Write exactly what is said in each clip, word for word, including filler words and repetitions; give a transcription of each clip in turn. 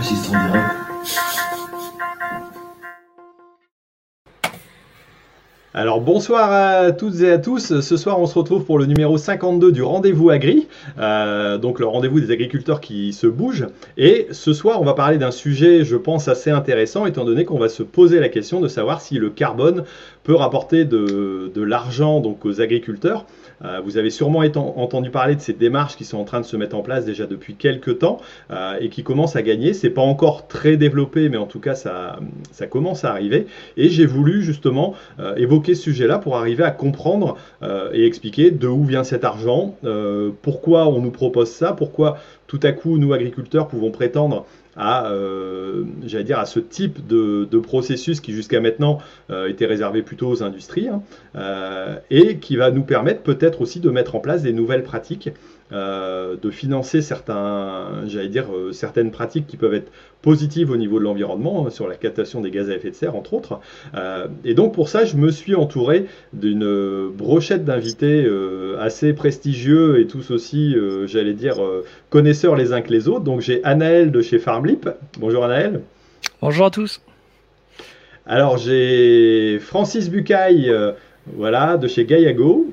J'enregistre en direct. Alors bonsoir à toutes et à tous, ce soir on se retrouve pour le numéro cinquante-deux du Rendez-vous Agri, euh, donc le rendez-vous des agriculteurs qui se bougent, et ce soir on va parler d'un sujet je pense assez intéressant étant donné qu'on va se poser la question de savoir si le carbone peut rapporter de, de l'argent donc aux agriculteurs. Euh, vous avez sûrement étant, entendu parler de ces démarches qui sont en train de se mettre en place déjà depuis quelques temps euh, et qui commencent à gagner. C'est pas encore très développé, mais en tout cas ça, ça commence à arriver. Et j'ai voulu justement euh, évoquer ce sujet-là pour arriver à comprendre euh, et expliquer de où vient cet argent, euh, pourquoi on nous propose ça, pourquoi tout à coup nous agriculteurs pouvons prétendre à, euh, j'allais dire, à ce type de, de processus qui jusqu'à maintenant euh, était réservé plutôt aux industries hein, euh, et qui va nous permettre peut-être aussi de mettre en place des nouvelles pratiques, euh, de financer certains, j'allais dire, euh, certaines pratiques qui peuvent être positives au niveau de l'environnement, hein, sur la captation des gaz à effet de serre entre autres. Euh, et donc pour ça, je me suis entouré d'une brochette d'invités euh, assez prestigieux et tous aussi, euh, j'allais dire, euh, connaisseurs les uns que les autres. Donc j'ai Anaël de chez Farmlip. Bonjour Anaël. Bonjour à tous. Alors j'ai Francis Bucaille, euh, voilà, de chez Gaillago.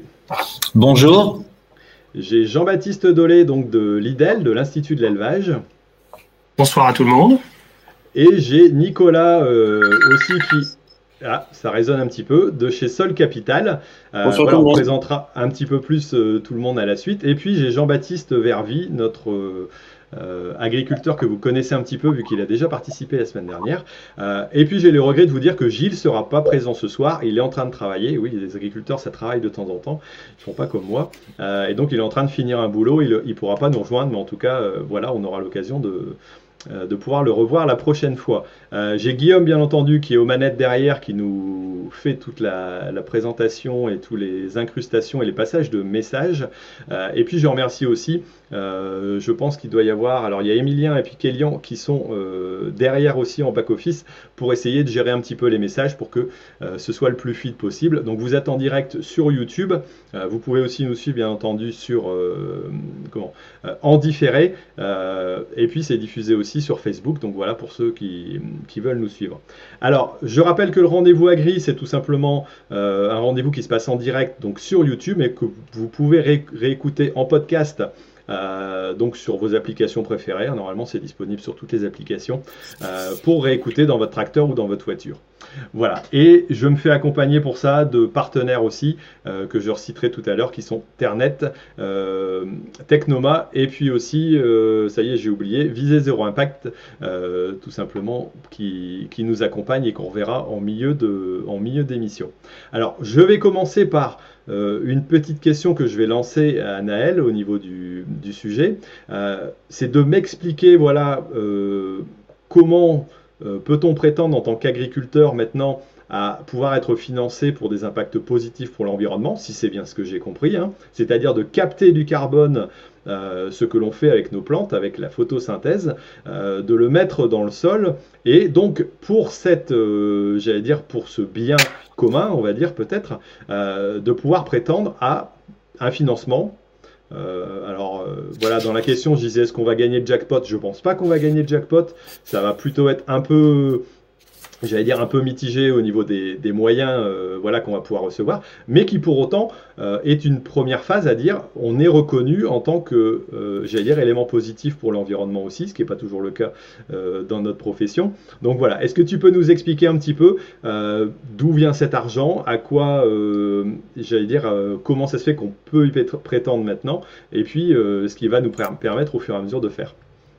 Bonjour. J'ai Jean-Baptiste Dolé, donc de l'I D E L, de l'Institut de l'Élevage. Bonsoir à tout le monde. Et j'ai Nicolas euh, aussi qui... Ah, ça résonne un petit peu, de chez Sol Capital. Euh, Bonsoir voilà, tout le on monde. présentera un petit peu plus euh, tout le monde à la suite. Et puis j'ai Jean-Baptiste Vervy, notre euh, euh, agriculteur que vous connaissez un petit peu vu qu'il a déjà participé la semaine dernière. Euh, et puis j'ai le regret de vous dire que Gilles ne sera pas présent ce soir. Il est en train de travailler. Oui, les agriculteurs, ça travaille de temps en temps. Ils ne font pas comme moi. Euh, et donc il est en train de finir un boulot. Il ne pourra pas nous rejoindre, mais en tout cas, euh, voilà, on aura l'occasion de... de pouvoir le revoir la prochaine fois. Euh, j'ai Guillaume, bien entendu, qui est aux manettes derrière, qui nous fait toute la, la présentation et tous les incrustations et les passages de messages. Euh, et puis, je remercie aussi, euh, je pense qu'il doit y avoir, alors il y a Emilien et puis Kélian qui sont euh, derrière aussi en back-office pour essayer de gérer un petit peu les messages pour que euh, ce soit le plus fluide possible. Donc, vous êtes en direct sur YouTube. Euh, vous pouvez aussi nous suivre, bien entendu, sur euh, comment, euh, en différé. Euh, et puis, c'est diffusé aussi sur Facebook, donc voilà pour ceux qui, qui veulent nous suivre. Alors, je rappelle que le rendez-vous Agri, c'est tout simplement euh, un rendez-vous qui se passe en direct donc sur YouTube, mais que vous pouvez ré réécouter en podcast. Euh, donc sur vos applications préférées, normalement c'est disponible sur toutes les applications euh, pour réécouter dans votre tracteur ou dans votre voiture. Voilà, et je me fais accompagner pour ça de partenaires aussi euh, que je reciterai tout à l'heure qui sont Ternet, euh, Technoma et puis aussi, euh, ça y est j'ai oublié, Visée Zéro Impact, euh, tout simplement qui, qui nous accompagne et qu'on verra en milieu de, en milieu d'émission. Alors je vais commencer par Euh, une petite question que je vais lancer à Naël au niveau du, du sujet, euh, c'est de m'expliquer voilà, euh, comment euh, peut-on prétendre en tant qu'agriculteur maintenant à pouvoir être financé pour des impacts positifs pour l'environnement, si c'est bien ce que j'ai compris, hein, c'est-à-dire de capter du carbone, euh, ce que l'on fait avec nos plantes, avec la photosynthèse, euh, de le mettre dans le sol, et donc pour cette, euh, j'allais dire, pour ce bien commun, on va dire peut-être, euh, de pouvoir prétendre à un financement. Euh, alors euh, voilà, dans la question, je disais est-ce qu'on va gagner le jackpot? Je pense pas qu'on va gagner le jackpot. Ça va plutôt être un peu, j'allais dire un peu mitigé au niveau des, des moyens euh, voilà, qu'on va pouvoir recevoir, mais qui pour autant euh, est une première phase à dire on est reconnu en tant que, euh, j'allais dire, élément positif pour l'environnement aussi, ce qui n'est pas toujours le cas euh, dans notre profession. Donc voilà, est-ce que tu peux nous expliquer un petit peu euh, d'où vient cet argent, à quoi, euh, j'allais dire, euh, comment ça se fait qu'on peut y prétendre maintenant, et puis euh, ce qui va nous permettre au fur et à mesure de faire.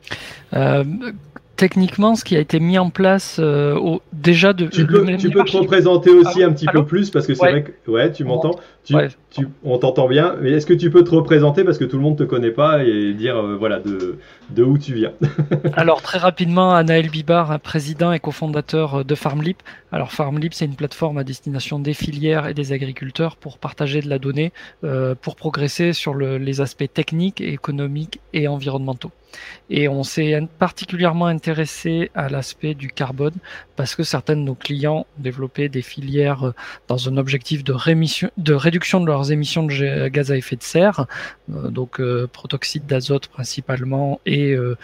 Euh, techniquement, ce qui a été mis en place euh, au, déjà de. Tu peux, tu peux te représenter aussi ah, un petit allô peu plus parce que c'est ouais. vrai que ouais, tu m'entends, tu, ouais. tu, on t'entend bien. Mais est-ce que tu peux te représenter parce que tout le monde te connaît pas et dire euh, voilà de, de où tu viens. Alors très rapidement, Anaël Bibar, président et cofondateur de Farmlip. Alors Farmlip, c'est une plateforme à destination des filières et des agriculteurs pour partager de la donnée, euh, pour progresser sur le, les aspects techniques, économiques et environnementaux. Et on s'est particulièrement intéressé à l'aspect du carbone parce que certains de nos clients ont développé des filières dans un objectif de, rémission, de réduction de leurs émissions de gaz à effet de serre, euh, donc euh, protoxyde d'azote principalement et, euh,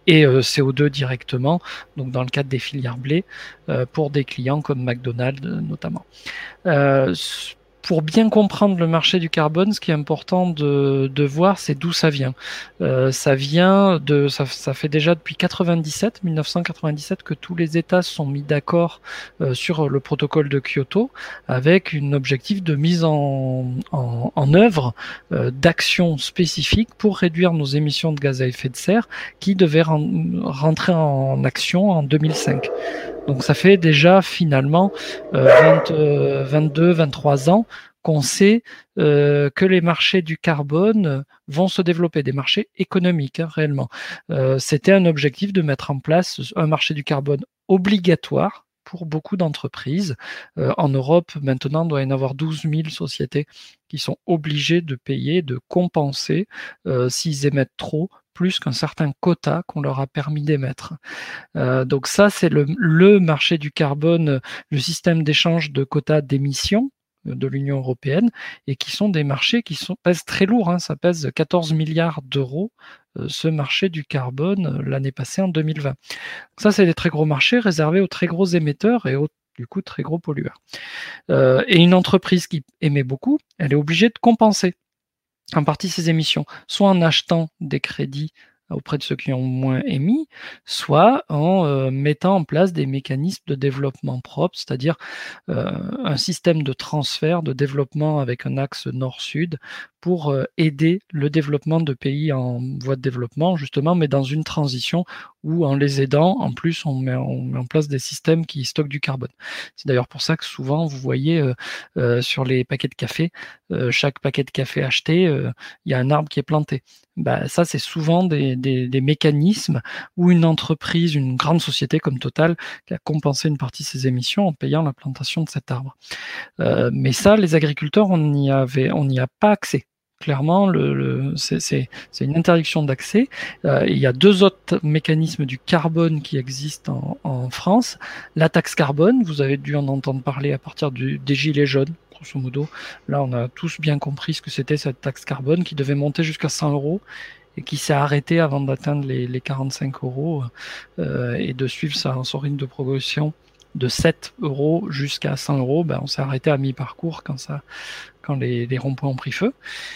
et euh, C O deux directement, donc dans le cadre des filières blé, euh, pour des clients comme McDonald's notamment. Euh, Pour bien comprendre le marché du carbone, ce qui est important de, de voir, c'est d'où ça vient. Euh, ça vient de, ça, ça fait déjà depuis quatre-vingt-dix-sept, mille neuf cent quatre-vingt-dix-sept que tous les États se sont mis d'accord euh, sur le protocole de Kyoto, avec un objectif de mise en, en, en œuvre euh, d'actions spécifiques pour réduire nos émissions de gaz à effet de serre, qui devaient rentrer en action en deux mille cinq. Donc ça fait déjà finalement euh, vingt, euh, vingt-deux, vingt-trois ans qu'on sait euh, que les marchés du carbone vont se développer, des marchés économiques hein, réellement. Euh, c'était un objectif de mettre en place un marché du carbone obligatoire pour beaucoup d'entreprises. Euh, en Europe, maintenant, il doit y en avoir douze mille sociétés qui sont obligées de payer, de compenser euh, s'ils émettent trop, plus qu'un certain quota qu'on leur a permis d'émettre. Euh, donc ça, c'est le, le marché du carbone, le système d'échange de quotas d'émissions de l'Union européenne, et qui sont des marchés qui sont, pèsent très lourd, hein, ça pèse quatorze milliards d'euros, euh, ce marché du carbone, euh, l'année passée en deux mille vingt. Donc ça, c'est des très gros marchés réservés aux très gros émetteurs et aux du coup très gros pollueurs. Euh, et une entreprise qui émet beaucoup, elle est obligée de compenser en partie ces émissions, soit en achetant des crédits auprès de ceux qui ont moins émis, soit en euh, mettant en place des mécanismes de développement propre, c'est-à-dire euh, un système de transfert, de développement avec un axe nord-sud pour euh, aider le développement de pays en voie de développement, justement, mais dans une transition où, en les aidant, en plus, on met, on met en place des systèmes qui stockent du carbone. C'est d'ailleurs pour ça que souvent, vous voyez euh, euh, sur les paquets de café, euh, chaque paquet de café acheté, euh, il y a un arbre qui est planté. Bah, ça, c'est souvent des, des, des mécanismes où une entreprise, une grande société comme Total, qui a compensé une partie de ses émissions en payant la plantation de cet arbre. Euh, mais ça, les agriculteurs, on n'y avait, on n'y a pas accès. Clairement, le, le, c'est, c'est, c'est une interdiction d'accès. Euh, il y a deux autres mécanismes du carbone qui existent en, en France. La taxe carbone, vous avez dû en entendre parler à partir du, des gilets jaunes, grosso modo. Là, on a tous bien compris ce que c'était cette taxe carbone qui devait monter jusqu'à cent euros et qui s'est arrêtée avant d'atteindre les, les quarante-cinq euros euh, et de suivre sa, son rythme de progression de sept euros jusqu'à cent euros. Ben, on s'est arrêté à mi-parcours quand, ça, quand les, les ronds-points ont pris feu.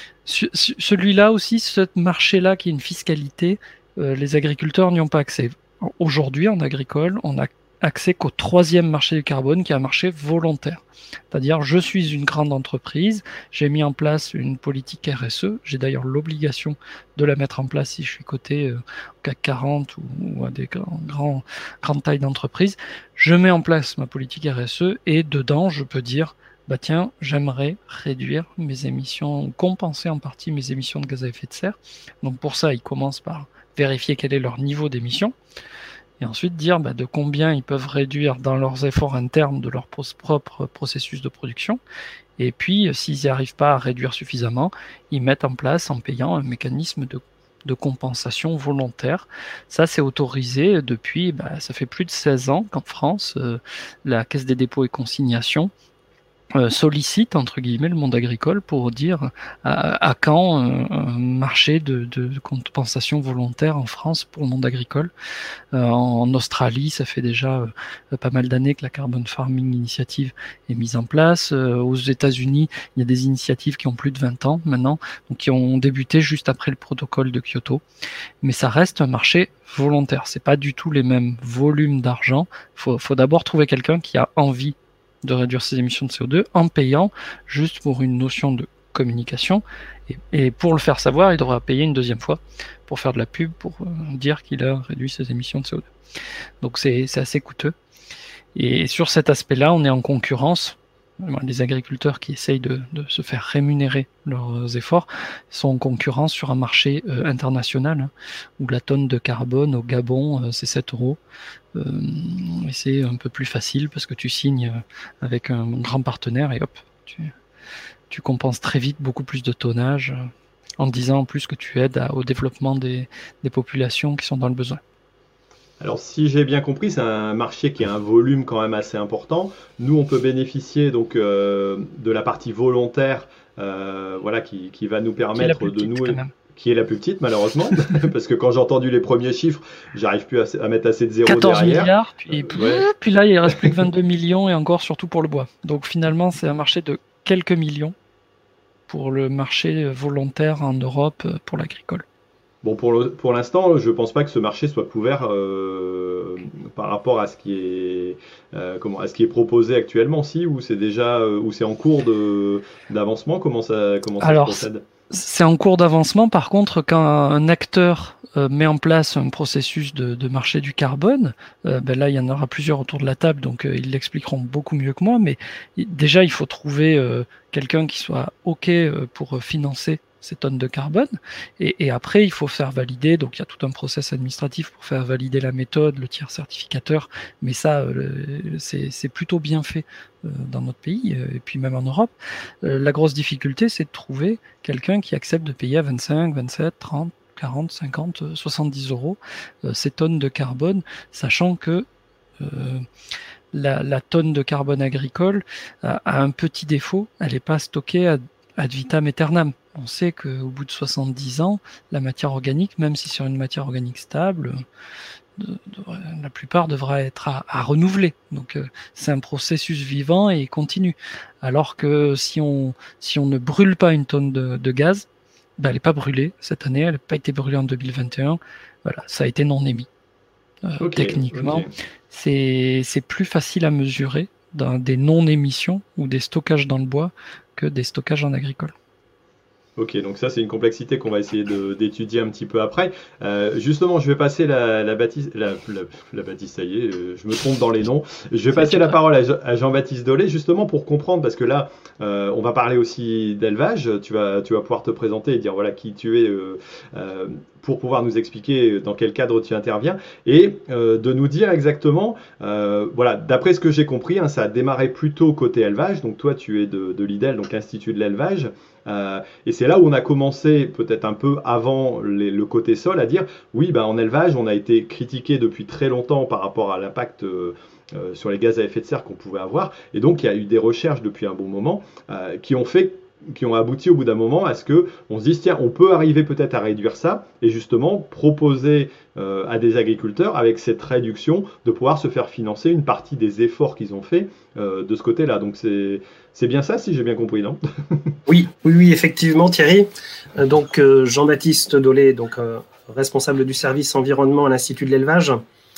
Celui-là aussi, ce marché-là qui est une fiscalité, euh, les agriculteurs n'y ont pas accès. Aujourd'hui, en agricole, on a accès qu'au troisième marché du carbone, qui est un marché volontaire. C'est-à-dire, je suis une grande entreprise, j'ai mis en place une politique R S E, j'ai d'ailleurs l'obligation de la mettre en place si je suis coté euh, au C A C quarante ou, ou à des grands, grands, grandes tailles d'entreprise. Je mets en place ma politique R S E et dedans, je peux dire, bah tiens, j'aimerais réduire mes émissions, compenser en partie mes émissions de gaz à effet de serre. Donc pour ça, ils commencent par vérifier quel est leur niveau d'émission, et ensuite dire bah, de combien ils peuvent réduire dans leurs efforts internes de leur propre processus de production. Et puis, s'ils n'y arrivent pas à réduire suffisamment, ils mettent en place, en payant, un mécanisme de, de compensation volontaire. Ça, c'est autorisé depuis, bah, ça fait plus de seize ans qu'en France, euh, la Caisse des dépôts et consignations Euh, sollicite entre guillemets le monde agricole pour dire à, à quand euh, un marché de, de compensation volontaire en France pour le monde agricole. Euh, en Australie, ça fait déjà euh, pas mal d'années que la Carbon Farming Initiative est mise en place. Euh, aux États-Unis, il y a des initiatives qui ont plus de vingt ans maintenant, donc qui ont débuté juste après le protocole de Kyoto. Mais ça reste un marché volontaire. C'est pas du tout les mêmes volumes d'argent. Faut, faut d'abord trouver quelqu'un qui a envie de réduire ses émissions de C O deux en payant juste pour une notion de communication. Et, et pour le faire savoir, il devra payer une deuxième fois pour faire de la pub, pour euh, dire qu'il a réduit ses émissions de C O deux. Donc c'est, c'est assez coûteux. Et sur cet aspect-là, on est en concurrence. Les agriculteurs qui essayent de, de se faire rémunérer leurs efforts sont en concurrence sur un marché euh, international hein, où la tonne de carbone au Gabon, euh, c'est sept euros. Euh, et c'est un peu plus facile parce que tu signes avec un grand partenaire et hop, tu, tu compenses très vite beaucoup plus de tonnage euh, en disant en plus que tu aides à, au développement des, des populations qui sont dans le besoin. Alors, si j'ai bien compris, c'est un marché qui a un volume quand même assez important. Nous, on peut bénéficier donc euh, de la partie volontaire, euh, voilà, qui, qui va nous permettre de nous, qui est la plus petite malheureusement, parce que quand j'ai entendu les premiers chiffres, j'arrive plus à, à mettre assez de zéros quatorze derrière. milliards, puis, Euh, ouais. puis là il reste plus que vingt-deux millions et encore surtout pour le bois. Donc finalement c'est un marché de quelques millions pour le marché volontaire en Europe pour l'agricole. Bon, pour, le, pour l'instant, je ne pense pas que ce marché soit couvert euh, par rapport à ce qui est euh, comment à ce qui est proposé actuellement, si ou c'est déjà euh, ou c'est en cours de d'avancement. Comment ça comment ça Alors, se procède? C'est en cours d'avancement. Par contre, quand un acteur euh, met en place un processus de, de marché du carbone, euh, ben là, il y en aura plusieurs autour de la table, donc euh, ils l'expliqueront beaucoup mieux que moi. Mais il, déjà, il faut trouver euh, quelqu'un qui soit OK euh, pour financer ces tonnes de carbone. Et, et après, il faut faire valider. Donc, il y a tout un process administratif pour faire valider la méthode, le tiers certificateur. Mais ça, euh, c'est, c'est plutôt bien fait euh, dans notre pays euh, et puis même en Europe. Euh, la grosse difficulté, c'est de trouver quelqu'un qui accepte de payer à vingt-cinq, vingt-sept, trente, quarante, cinquante, soixante-dix euros euh, ces tonnes de carbone, sachant que euh, la, la tonne de carbone agricole a, a un petit défaut, elle n'est pas stockée ad, ad vitam aeternam. On sait qu'au bout de soixante-dix ans, la matière organique, même si sur une matière organique stable, de, de, la plupart devra être à, à renouveler. Donc euh, c'est un processus vivant et continu. Alors que si on, si on ne brûle pas une tonne de, de gaz, ben, elle n'est pas brûlée cette année, elle n'a pas été brûlée en deux mille vingt et un. Voilà, ça a été non émis. Euh, okay, techniquement, okay. c'est, c'est plus facile à mesurer dans des non-émissions ou des stockages dans le bois que des stockages en agricole. Ok, donc ça c'est une complexité qu'on va essayer de, d'étudier un petit peu après. Euh, justement, je vais passer la, la bâtisse, la, la, la bâtisse, ça y est, euh, je me trompe dans les noms. Je vais passer la parole à, à Jean-Baptiste Dolé, justement pour comprendre, parce que là, euh, on va parler aussi d'élevage. Tu vas, tu vas pouvoir te présenter et dire voilà qui tu es, euh, euh, pour pouvoir nous expliquer dans quel cadre tu interviens et euh, de nous dire exactement, euh, voilà, d'après ce que j'ai compris, hein, ça a démarré plutôt côté élevage. Donc toi, tu es de, de l'I D E L, donc Institut de l'élevage. Euh, et c'est là où on a commencé, peut-être un peu avant les, le côté sol, à dire oui, ben, en élevage, on a été critiqué depuis très longtemps par rapport à l'impact euh, euh, sur les gaz à effet de serre qu'on pouvait avoir. Et donc, il y a eu des recherches depuis un bon moment euh, qui ont fait qui ont abouti au bout d'un moment à ce que on se dise tiens, on peut arriver peut-être à réduire ça et justement proposer euh, à des agriculteurs avec cette réduction de pouvoir se faire financer une partie des efforts qu'ils ont fait euh, de ce côté-là. Donc c'est c'est bien ça si j'ai bien compris, non? Oui, oui, oui, effectivement, Thierry. Euh, donc euh, Jean-Baptiste Dolé, donc euh, responsable du service environnement à l'Institut de l'élevage.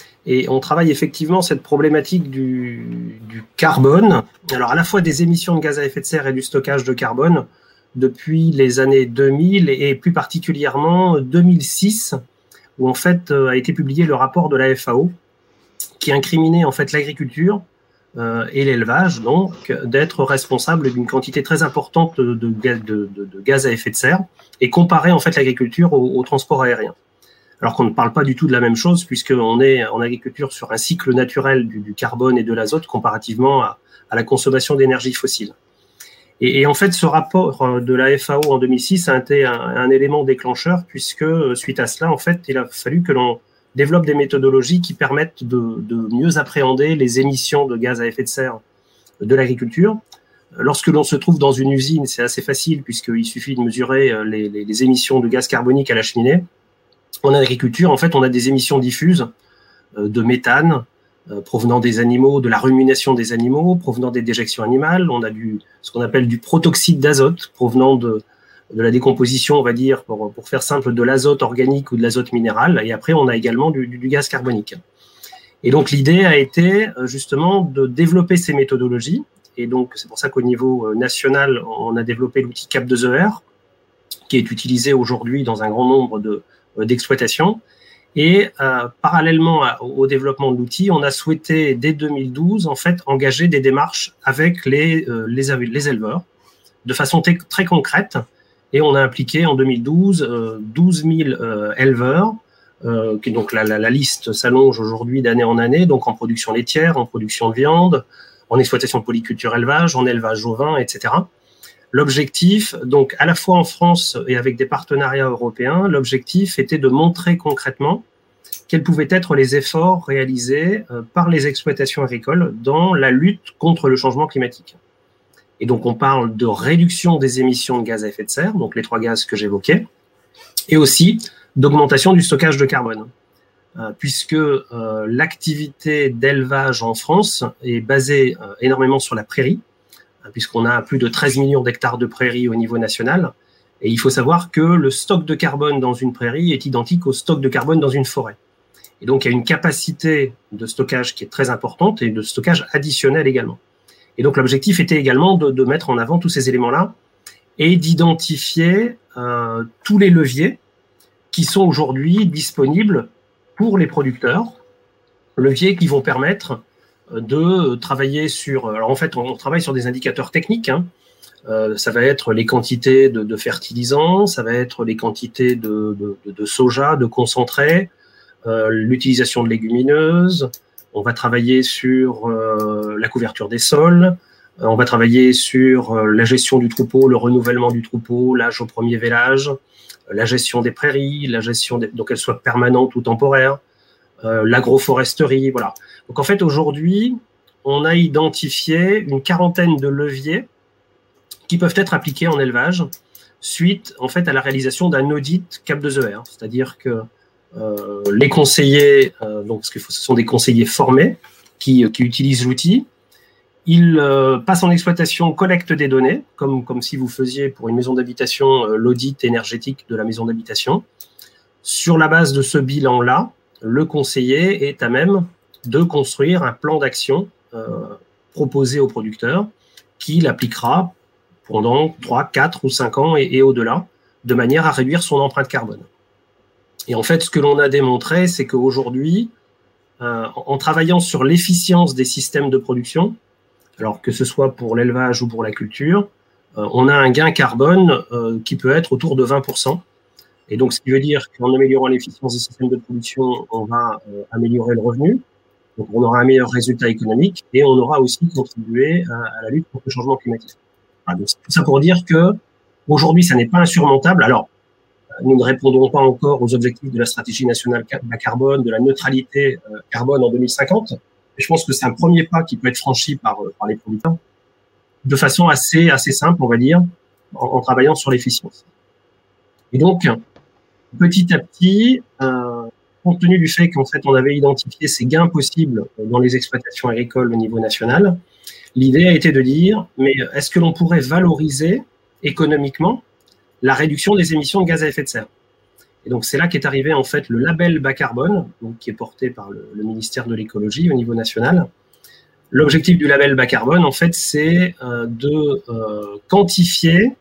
Et on travaille effectivement cette problématique du, du carbone, alors à la fois des émissions de gaz à effet de serre et du stockage de carbone depuis les années deux mille et plus particulièrement deux mille six, où en fait a été publié le rapport de la F A O qui incriminait en fait l'agriculture euh, et l'élevage donc d'être responsable d'une quantité très importante de, de, de, de gaz à effet de serre et comparait en fait l'agriculture au, au transport aérien. Alors qu'on ne parle pas du tout de la même chose, puisqu'on est en agriculture sur un cycle naturel du, du carbone et de l'azote comparativement à, à la consommation d'énergie fossile. Et, et en fait, ce rapport de la F A O en deux mille six a été un, un élément déclencheur, puisque suite à cela, en fait, il a fallu que l'on développe des méthodologies qui permettent de, de mieux appréhender les émissions de gaz à effet de serre de l'agriculture. Lorsque l'on se trouve dans une usine, c'est assez facile, puisqu'il suffit de mesurer les, les, les émissions de gaz carbonique à la cheminée. En agriculture, en fait, on a des émissions diffuses euh, de méthane euh, provenant des animaux, de la rumination des animaux, provenant des déjections animales. On a du, ce qu'on appelle du protoxyde d'azote provenant de, de la décomposition, on va dire, pour, pour faire simple, de l'azote organique ou de l'azote minéral. Et après, on a également du, du, du gaz carbonique. Et donc, l'idée a été euh, justement de développer ces méthodologies. Et donc, c'est pour ça qu'au niveau euh, national, on a développé l'outil C A P deux E R, qui est utilisé aujourd'hui dans un grand nombre de d'exploitation. Et euh, parallèlement à, au développement de l'outil, on a souhaité, dès deux mille douze, en fait, engager des démarches avec les, euh, les, les éleveurs de façon t- très concrète. Et on a impliqué en deux mille douze euh, douze mille euh, éleveurs. Euh, qui, donc la, la, la liste s'allonge aujourd'hui d'année en année, donc en production laitière, en production de viande, en exploitation de polyculture élevage, en élevage ovin, et cetera. L'objectif, donc à la fois en France et avec des partenariats européens, l'objectif était de montrer concrètement quels pouvaient être les efforts réalisés par les exploitations agricoles dans la lutte contre le changement climatique. Et donc on parle de réduction des émissions de gaz à effet de serre, donc les trois gaz que j'évoquais, et aussi d'augmentation du stockage de carbone, euh, puisque euh, l'activité d'élevage en France est basée euh, énormément sur la prairie, euh, puisqu'on a plus de treize millions d'hectares de prairies au niveau national, et il faut savoir que le stock de carbone dans une prairie est identique au stock de carbone dans une forêt. Et donc, il y a une capacité de stockage qui est très importante et de stockage additionnel également. Et donc, l'objectif était également de, de mettre en avant tous ces éléments-là et d'identifier euh, tous les leviers qui sont aujourd'hui disponibles pour les producteurs, leviers qui vont permettre de travailler sur... Alors, en fait, on travaille sur des indicateurs techniques, hein. Euh, ça va être les quantités de, de fertilisants, ça va être les quantités de, de, de, de soja, de concentré, euh, l'utilisation de légumineuses, on va travailler sur euh, la couverture des sols, euh, on va travailler sur euh, la gestion du troupeau, le renouvellement du troupeau, l'âge au premier vélage, euh, la gestion des prairies, la gestion des, donc qu'elles soient permanentes ou temporaires, euh, l'agroforesterie, voilà. Donc en fait aujourd'hui, on a identifié une quarantaine de leviers qui peuvent être appliqués en élevage suite en fait à la réalisation d'un audit C A P deux E R, c'est-à-dire que euh, les conseillers, euh, donc parce que ce sont des conseillers formés qui, qui utilisent l'outil, ils euh, passent en exploitation, collectent des données, comme, comme si vous faisiez pour une maison d'habitation euh, l'audit énergétique de la maison d'habitation. Sur la base de ce bilan-là, le conseiller est à même de construire un plan d'action euh, proposé au producteur qui l'appliquera pendant trois, quatre ou cinq ans et, et au-delà, de manière à réduire son empreinte carbone. Et en fait, ce que l'on a démontré, c'est qu'aujourd'hui, euh, en travaillant sur l'efficience des systèmes de production, alors que ce soit pour l'élevage ou pour la culture, euh, on a un gain carbone euh, qui peut être autour de vingt pour cent. Et donc, ce qui veut dire qu'en améliorant l'efficience des systèmes de production, on va euh, améliorer le revenu, donc on aura un meilleur résultat économique et on aura aussi contribué à, à la lutte contre le changement climatique. Donc, c'est tout ça pour dire que aujourd'hui, ça n'est pas insurmontable. Alors, nous ne répondrons pas encore aux objectifs de la stratégie nationale bas carbone, de la neutralité carbone en deux mille cinquante. Mais je pense que c'est un premier pas qui peut être franchi par, par les producteurs de façon assez, assez simple, on va dire, en, en travaillant sur l'efficience. Et donc, petit à petit, euh, compte tenu du fait qu'en fait, on avait identifié ces gains possibles dans les exploitations agricoles au niveau national, l'idée a été de dire, mais est-ce que l'on pourrait valoriser économiquement la réduction des émissions de gaz à effet de serre? Et donc, c'est là qu'est arrivé en fait le label bas carbone, donc, qui est porté par le, le ministère de l'écologie au niveau national. L'objectif du label bas carbone, en fait, c'est euh, de euh, quantifier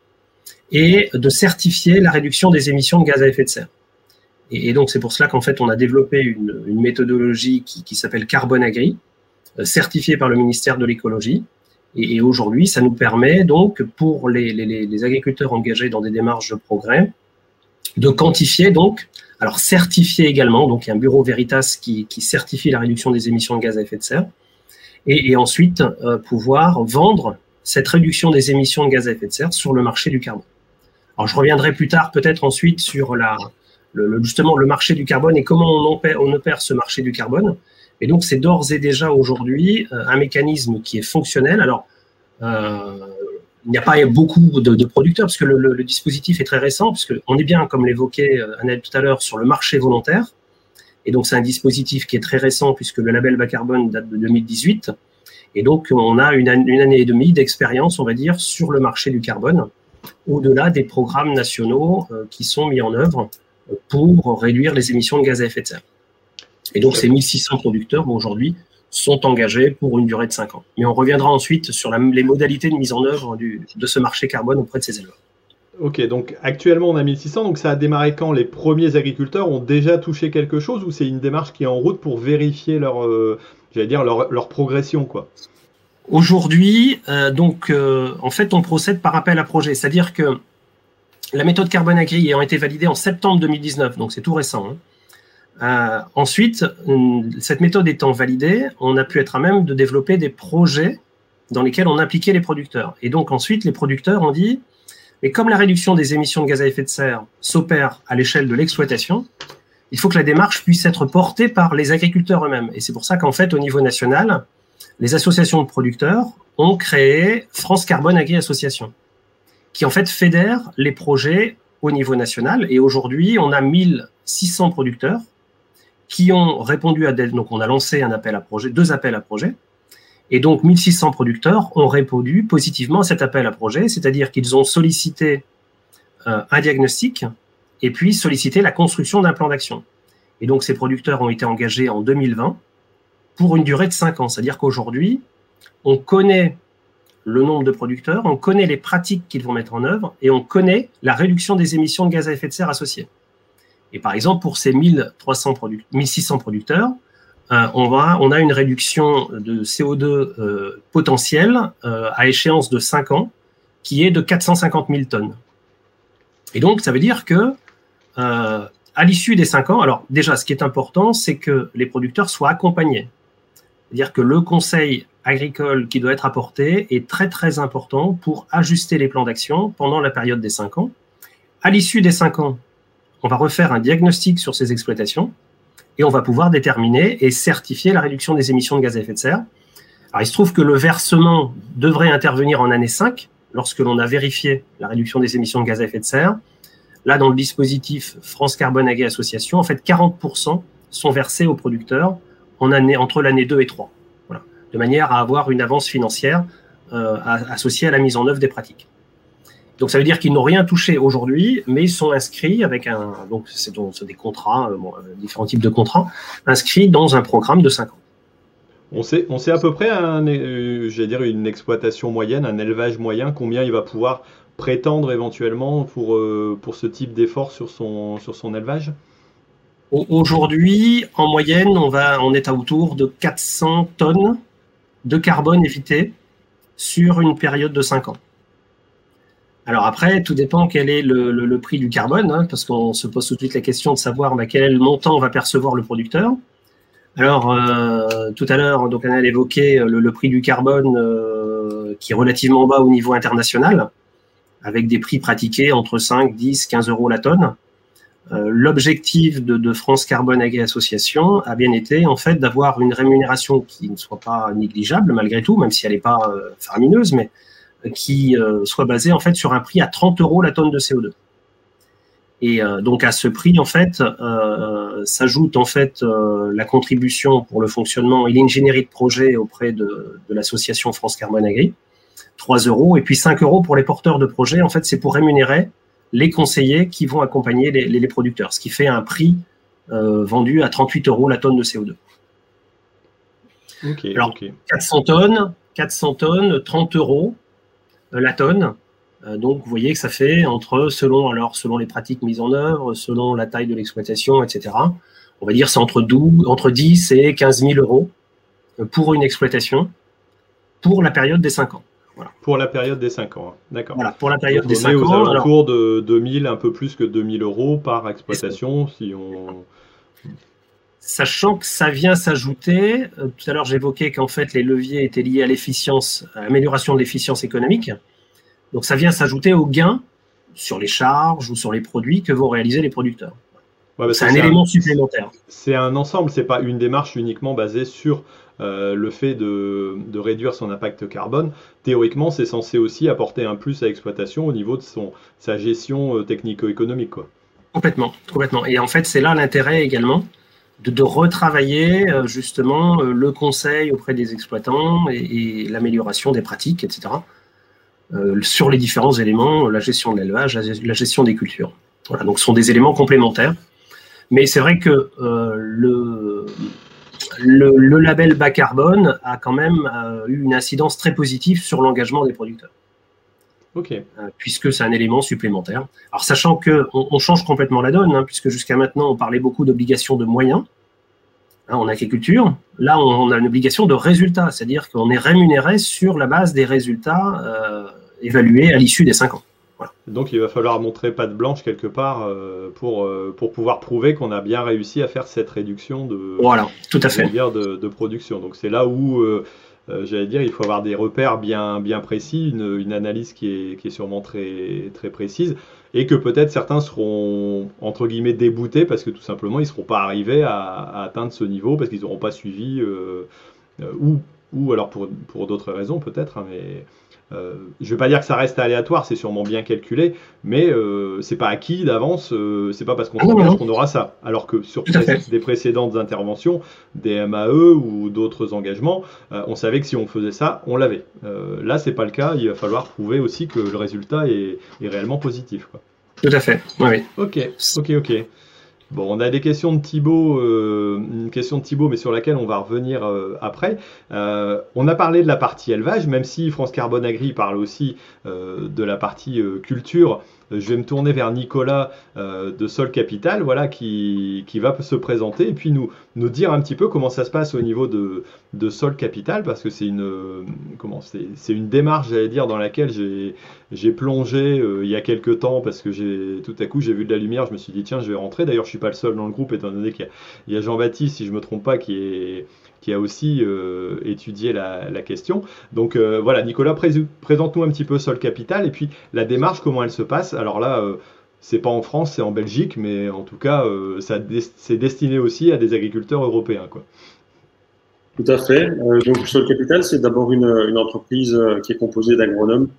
et de certifier la réduction des émissions de gaz à effet de serre. Et, et donc, c'est pour cela qu'en fait, on a développé une, une méthodologie qui, qui s'appelle Carbone Agri, certifié par le ministère de l'écologie. Et, et aujourd'hui, ça nous permet donc, pour les, les, les agriculteurs engagés dans des démarches de progrès, de quantifier donc, alors certifier également, donc il y a un bureau Veritas qui, qui certifie la réduction des émissions de gaz à effet de serre, et, et ensuite euh, pouvoir vendre cette réduction des émissions de gaz à effet de serre sur le marché du carbone. Alors je reviendrai plus tard peut-être ensuite sur la, le, le, justement le marché du carbone et comment on opère, on opère ce marché du carbone. Et donc, c'est d'ores et déjà aujourd'hui euh, un mécanisme qui est fonctionnel. Alors, euh, il n'y a pas beaucoup de, de producteurs, parce que le, le, le dispositif est très récent, puisqu'on est bien, comme l'évoquait euh, Annette tout à l'heure, sur le marché volontaire. Et donc, c'est un dispositif qui est très récent, puisque le label bas carbone date de deux mille dix-huit. Et donc, on a une, une année et demie d'expérience, on va dire, sur le marché du carbone, au-delà des programmes nationaux euh, qui sont mis en œuvre pour réduire les émissions de gaz à effet de serre. Et donc, ces mille six cents producteurs, aujourd'hui, sont engagés pour une durée de cinq ans. Mais on reviendra ensuite sur la, les modalités de mise en œuvre du, de ce marché carbone auprès de ces éleveurs. Ok, donc actuellement, on a mille six cents. Donc, ça a démarré quand les premiers agriculteurs ont déjà touché quelque chose, ou c'est une démarche qui est en route pour vérifier leur, euh, j'allais dire, leur, leur progression, quoi? Aujourd'hui, euh, donc, euh, en fait, on procède par appel à projet. C'est-à-dire que la méthode Carbone Agri ayant été validée en septembre deux mille dix-neuf, donc c'est tout récent, hein. Euh, ensuite, cette méthode étant validée, on a pu être à même de développer des projets dans lesquels on impliquait les producteurs. Et donc ensuite, les producteurs ont dit, mais comme la réduction des émissions de gaz à effet de serre s'opère à l'échelle de l'exploitation, il faut que la démarche puisse être portée par les agriculteurs eux-mêmes. Et c'est pour ça qu'en fait, au niveau national, les associations de producteurs ont créé France Carbone Agri Association, qui en fait fédère les projets au niveau national. Et aujourd'hui, on a mille six cents producteurs qui ont répondu à des... Donc, on a lancé un appel à projet, deux appels à projet. Et donc, mille six cents producteurs ont répondu positivement à cet appel à projet, c'est-à-dire qu'ils ont sollicité euh, un diagnostic et puis sollicité la construction d'un plan d'action. Et donc, ces producteurs ont été engagés en deux mille vingt pour une durée de cinq ans. C'est-à-dire qu'aujourd'hui, on connaît le nombre de producteurs, on connaît les pratiques qu'ils vont mettre en œuvre et on connaît la réduction des émissions de gaz à effet de serre associées. Et par exemple, pour ces mille trois cents produ- mille six cents producteurs, euh, on, va, on a une réduction de C O deux euh, potentielle euh, à échéance de cinq ans qui est de quatre cent cinquante mille tonnes. Et donc, ça veut dire que euh, à l'issue des cinq ans, alors déjà, ce qui est important, c'est que les producteurs soient accompagnés. C'est-à-dire que le conseil agricole qui doit être apporté est très, très important pour ajuster les plans d'action pendant la période des cinq ans. À l'issue des cinq ans, on va refaire un diagnostic sur ces exploitations et on va pouvoir déterminer et certifier la réduction des émissions de gaz à effet de serre. Alors, il se trouve que le versement devrait intervenir en année cinq, lorsque l'on a vérifié la réduction des émissions de gaz à effet de serre. Là, dans le dispositif France Carbone Agri Association, en fait, quarante pour cent sont versés aux producteurs en année, entre l'année deux et trois, voilà, de manière à avoir une avance financière euh, associée à la mise en œuvre des pratiques. Donc, ça veut dire qu'ils n'ont rien touché aujourd'hui, mais ils sont inscrits avec un, donc c'est, c'est des contrats, euh, bon, différents types de contrats, inscrits dans un programme de cinq ans. On sait, on sait à peu près, un, euh, j'allais dire une exploitation moyenne, un élevage moyen, combien il va pouvoir prétendre éventuellement pour, euh, pour ce type d'effort sur son, sur son élevage? Aujourd'hui, en moyenne, on, va, on est à autour de quatre cents tonnes de carbone évité sur une période de cinq ans. Alors après, tout dépend quel est le, le, le prix du carbone, hein, parce qu'on se pose tout de suite la question de savoir bah, quel est le montant va percevoir le producteur. Alors, euh, tout à l'heure, donc Anna a évoqué le, le prix du carbone euh, qui est relativement bas au niveau international, avec des prix pratiqués entre cinq, dix, quinze euros la tonne. Euh, l'objectif de, de France Carbone Agri Association a bien été en fait d'avoir une rémunération qui ne soit pas négligeable malgré tout, même si elle n'est pas euh, faramineuse, mais qui euh, soit basée en fait sur un prix à trente euros la tonne de C O deux. Et euh, donc à ce prix en fait euh, s'ajoute en fait euh, la contribution pour le fonctionnement et l'ingénierie de projet auprès de, de l'association France Carbone Agri, trois euros, et puis cinq euros pour les porteurs de projets. En fait, c'est pour rémunérer les conseillers qui vont accompagner les, les, les producteurs, ce qui fait un prix euh, vendu à trente-huit euros la tonne de C O deux. Okay, Alors, okay. quatre cents tonnes, quatre cents tonnes, trente euros euh, la tonne. Euh, donc, vous voyez que ça fait entre, selon, alors, selon les pratiques mises en œuvre, selon la taille de l'exploitation, et cetera, on va dire c'est entre, douze, entre dix et quinze mille euros pour une exploitation pour la période des cinq ans. Voilà. Pour la période des cinq ans, d'accord. Voilà, pour la période donc, des cinq ans. On est aux alentours de deux mille, un peu plus que deux mille euros par exploitation, si on... Sachant que ça vient s'ajouter, euh, tout à l'heure j'évoquais qu'en fait les leviers étaient liés à l'efficience, à l'amélioration de l'efficience économique. Donc ça vient s'ajouter aux gains sur les charges ou sur les produits que vont réaliser les producteurs. Ouais, bah c'est un élément un, supplémentaire. C'est un ensemble, c'est pas une démarche uniquement basée sur euh, le fait de, de réduire son impact carbone. Théoriquement, c'est censé aussi apporter un plus à l'exploitation au niveau de son, sa gestion euh, technico-économique, quoi. Complètement, complètement. Et en fait, c'est là l'intérêt également de, de retravailler euh, justement euh, le conseil auprès des exploitants et, et l'amélioration des pratiques, et cetera. Euh, sur les différents éléments, la gestion de l'élevage, la, la gestion des cultures. Voilà, donc ce sont des éléments complémentaires. Mais c'est vrai que euh, le, le, le label bas carbone a quand même euh, eu une incidence très positive sur l'engagement des producteurs. Ok. Euh, puisque c'est un élément supplémentaire. Alors sachant qu'on on change complètement la donne, hein, puisque jusqu'à maintenant on parlait beaucoup d'obligations de moyens hein, en agriculture. Là on, on a une obligation de résultats, c'est-à-dire qu'on est rémunéré sur la base des résultats euh, évalués à l'issue des cinq ans. Voilà. Donc il va falloir montrer patte blanche quelque part euh, pour, euh, pour pouvoir prouver qu'on a bien réussi à faire cette réduction de, voilà, tout à fait. de, de production. Donc c'est là où, euh, euh, j'allais dire, il faut avoir des repères bien, bien précis, une, une analyse qui est, qui est sûrement très, très précise, et que peut-être certains seront, entre guillemets, déboutés parce que tout simplement ils ne seront pas arrivés à, à atteindre ce niveau, parce qu'ils n'auront pas suivi, euh, euh, ou, ou alors pour, pour d'autres raisons peut-être, hein, mais... euh, je ne vais pas dire que ça reste aléatoire, c'est sûrement bien calculé, mais euh, c'est pas acquis d'avance, euh, c'est pas parce qu'on s'engage qu'on aura ça. Alors que sur des précédentes interventions, des M A E ou d'autres engagements, euh, on savait que si on faisait ça, on l'avait. Euh, là, c'est pas le cas, il va falloir prouver aussi que le résultat est, est réellement positif, quoi. Tout à fait, oui. Ok, ok, ok. Bon, on a des questions de Thibaut, euh, une question de Thibaut, mais sur laquelle on va revenir euh, après. Euh, on a parlé de la partie élevage, même si France Carbone Agri parle aussi euh, de la partie euh, culture. Je vais me tourner vers Nicolas euh, de Sol Capital, voilà, qui, qui va se présenter et puis nous, nous dire un petit peu comment ça se passe au niveau de, de Sol Capital, parce que c'est une, euh, comment, c'est, c'est une démarche, j'allais dire, dans laquelle j'ai, j'ai plongé euh, il y a quelques temps, parce que j'ai, tout à coup j'ai vu de la lumière, je me suis dit tiens, je vais rentrer. D'ailleurs, je suis pas le seul dans le groupe, étant donné qu'il y a, il y a Jean-Baptiste, si je me trompe pas, qui est qui a aussi euh, étudié la, la question. Donc euh, voilà, Nicolas, pré- présente-nous un petit peu Sol Capital et puis la démarche, comment elle se passe. Alors là, euh, c'est pas en France, c'est en Belgique, mais en tout cas, euh, ça des- c'est destiné aussi à des agriculteurs européens, quoi. Tout à fait. Euh, donc Sol Capital, c'est d'abord une, une entreprise euh, qui est composée d'agronomes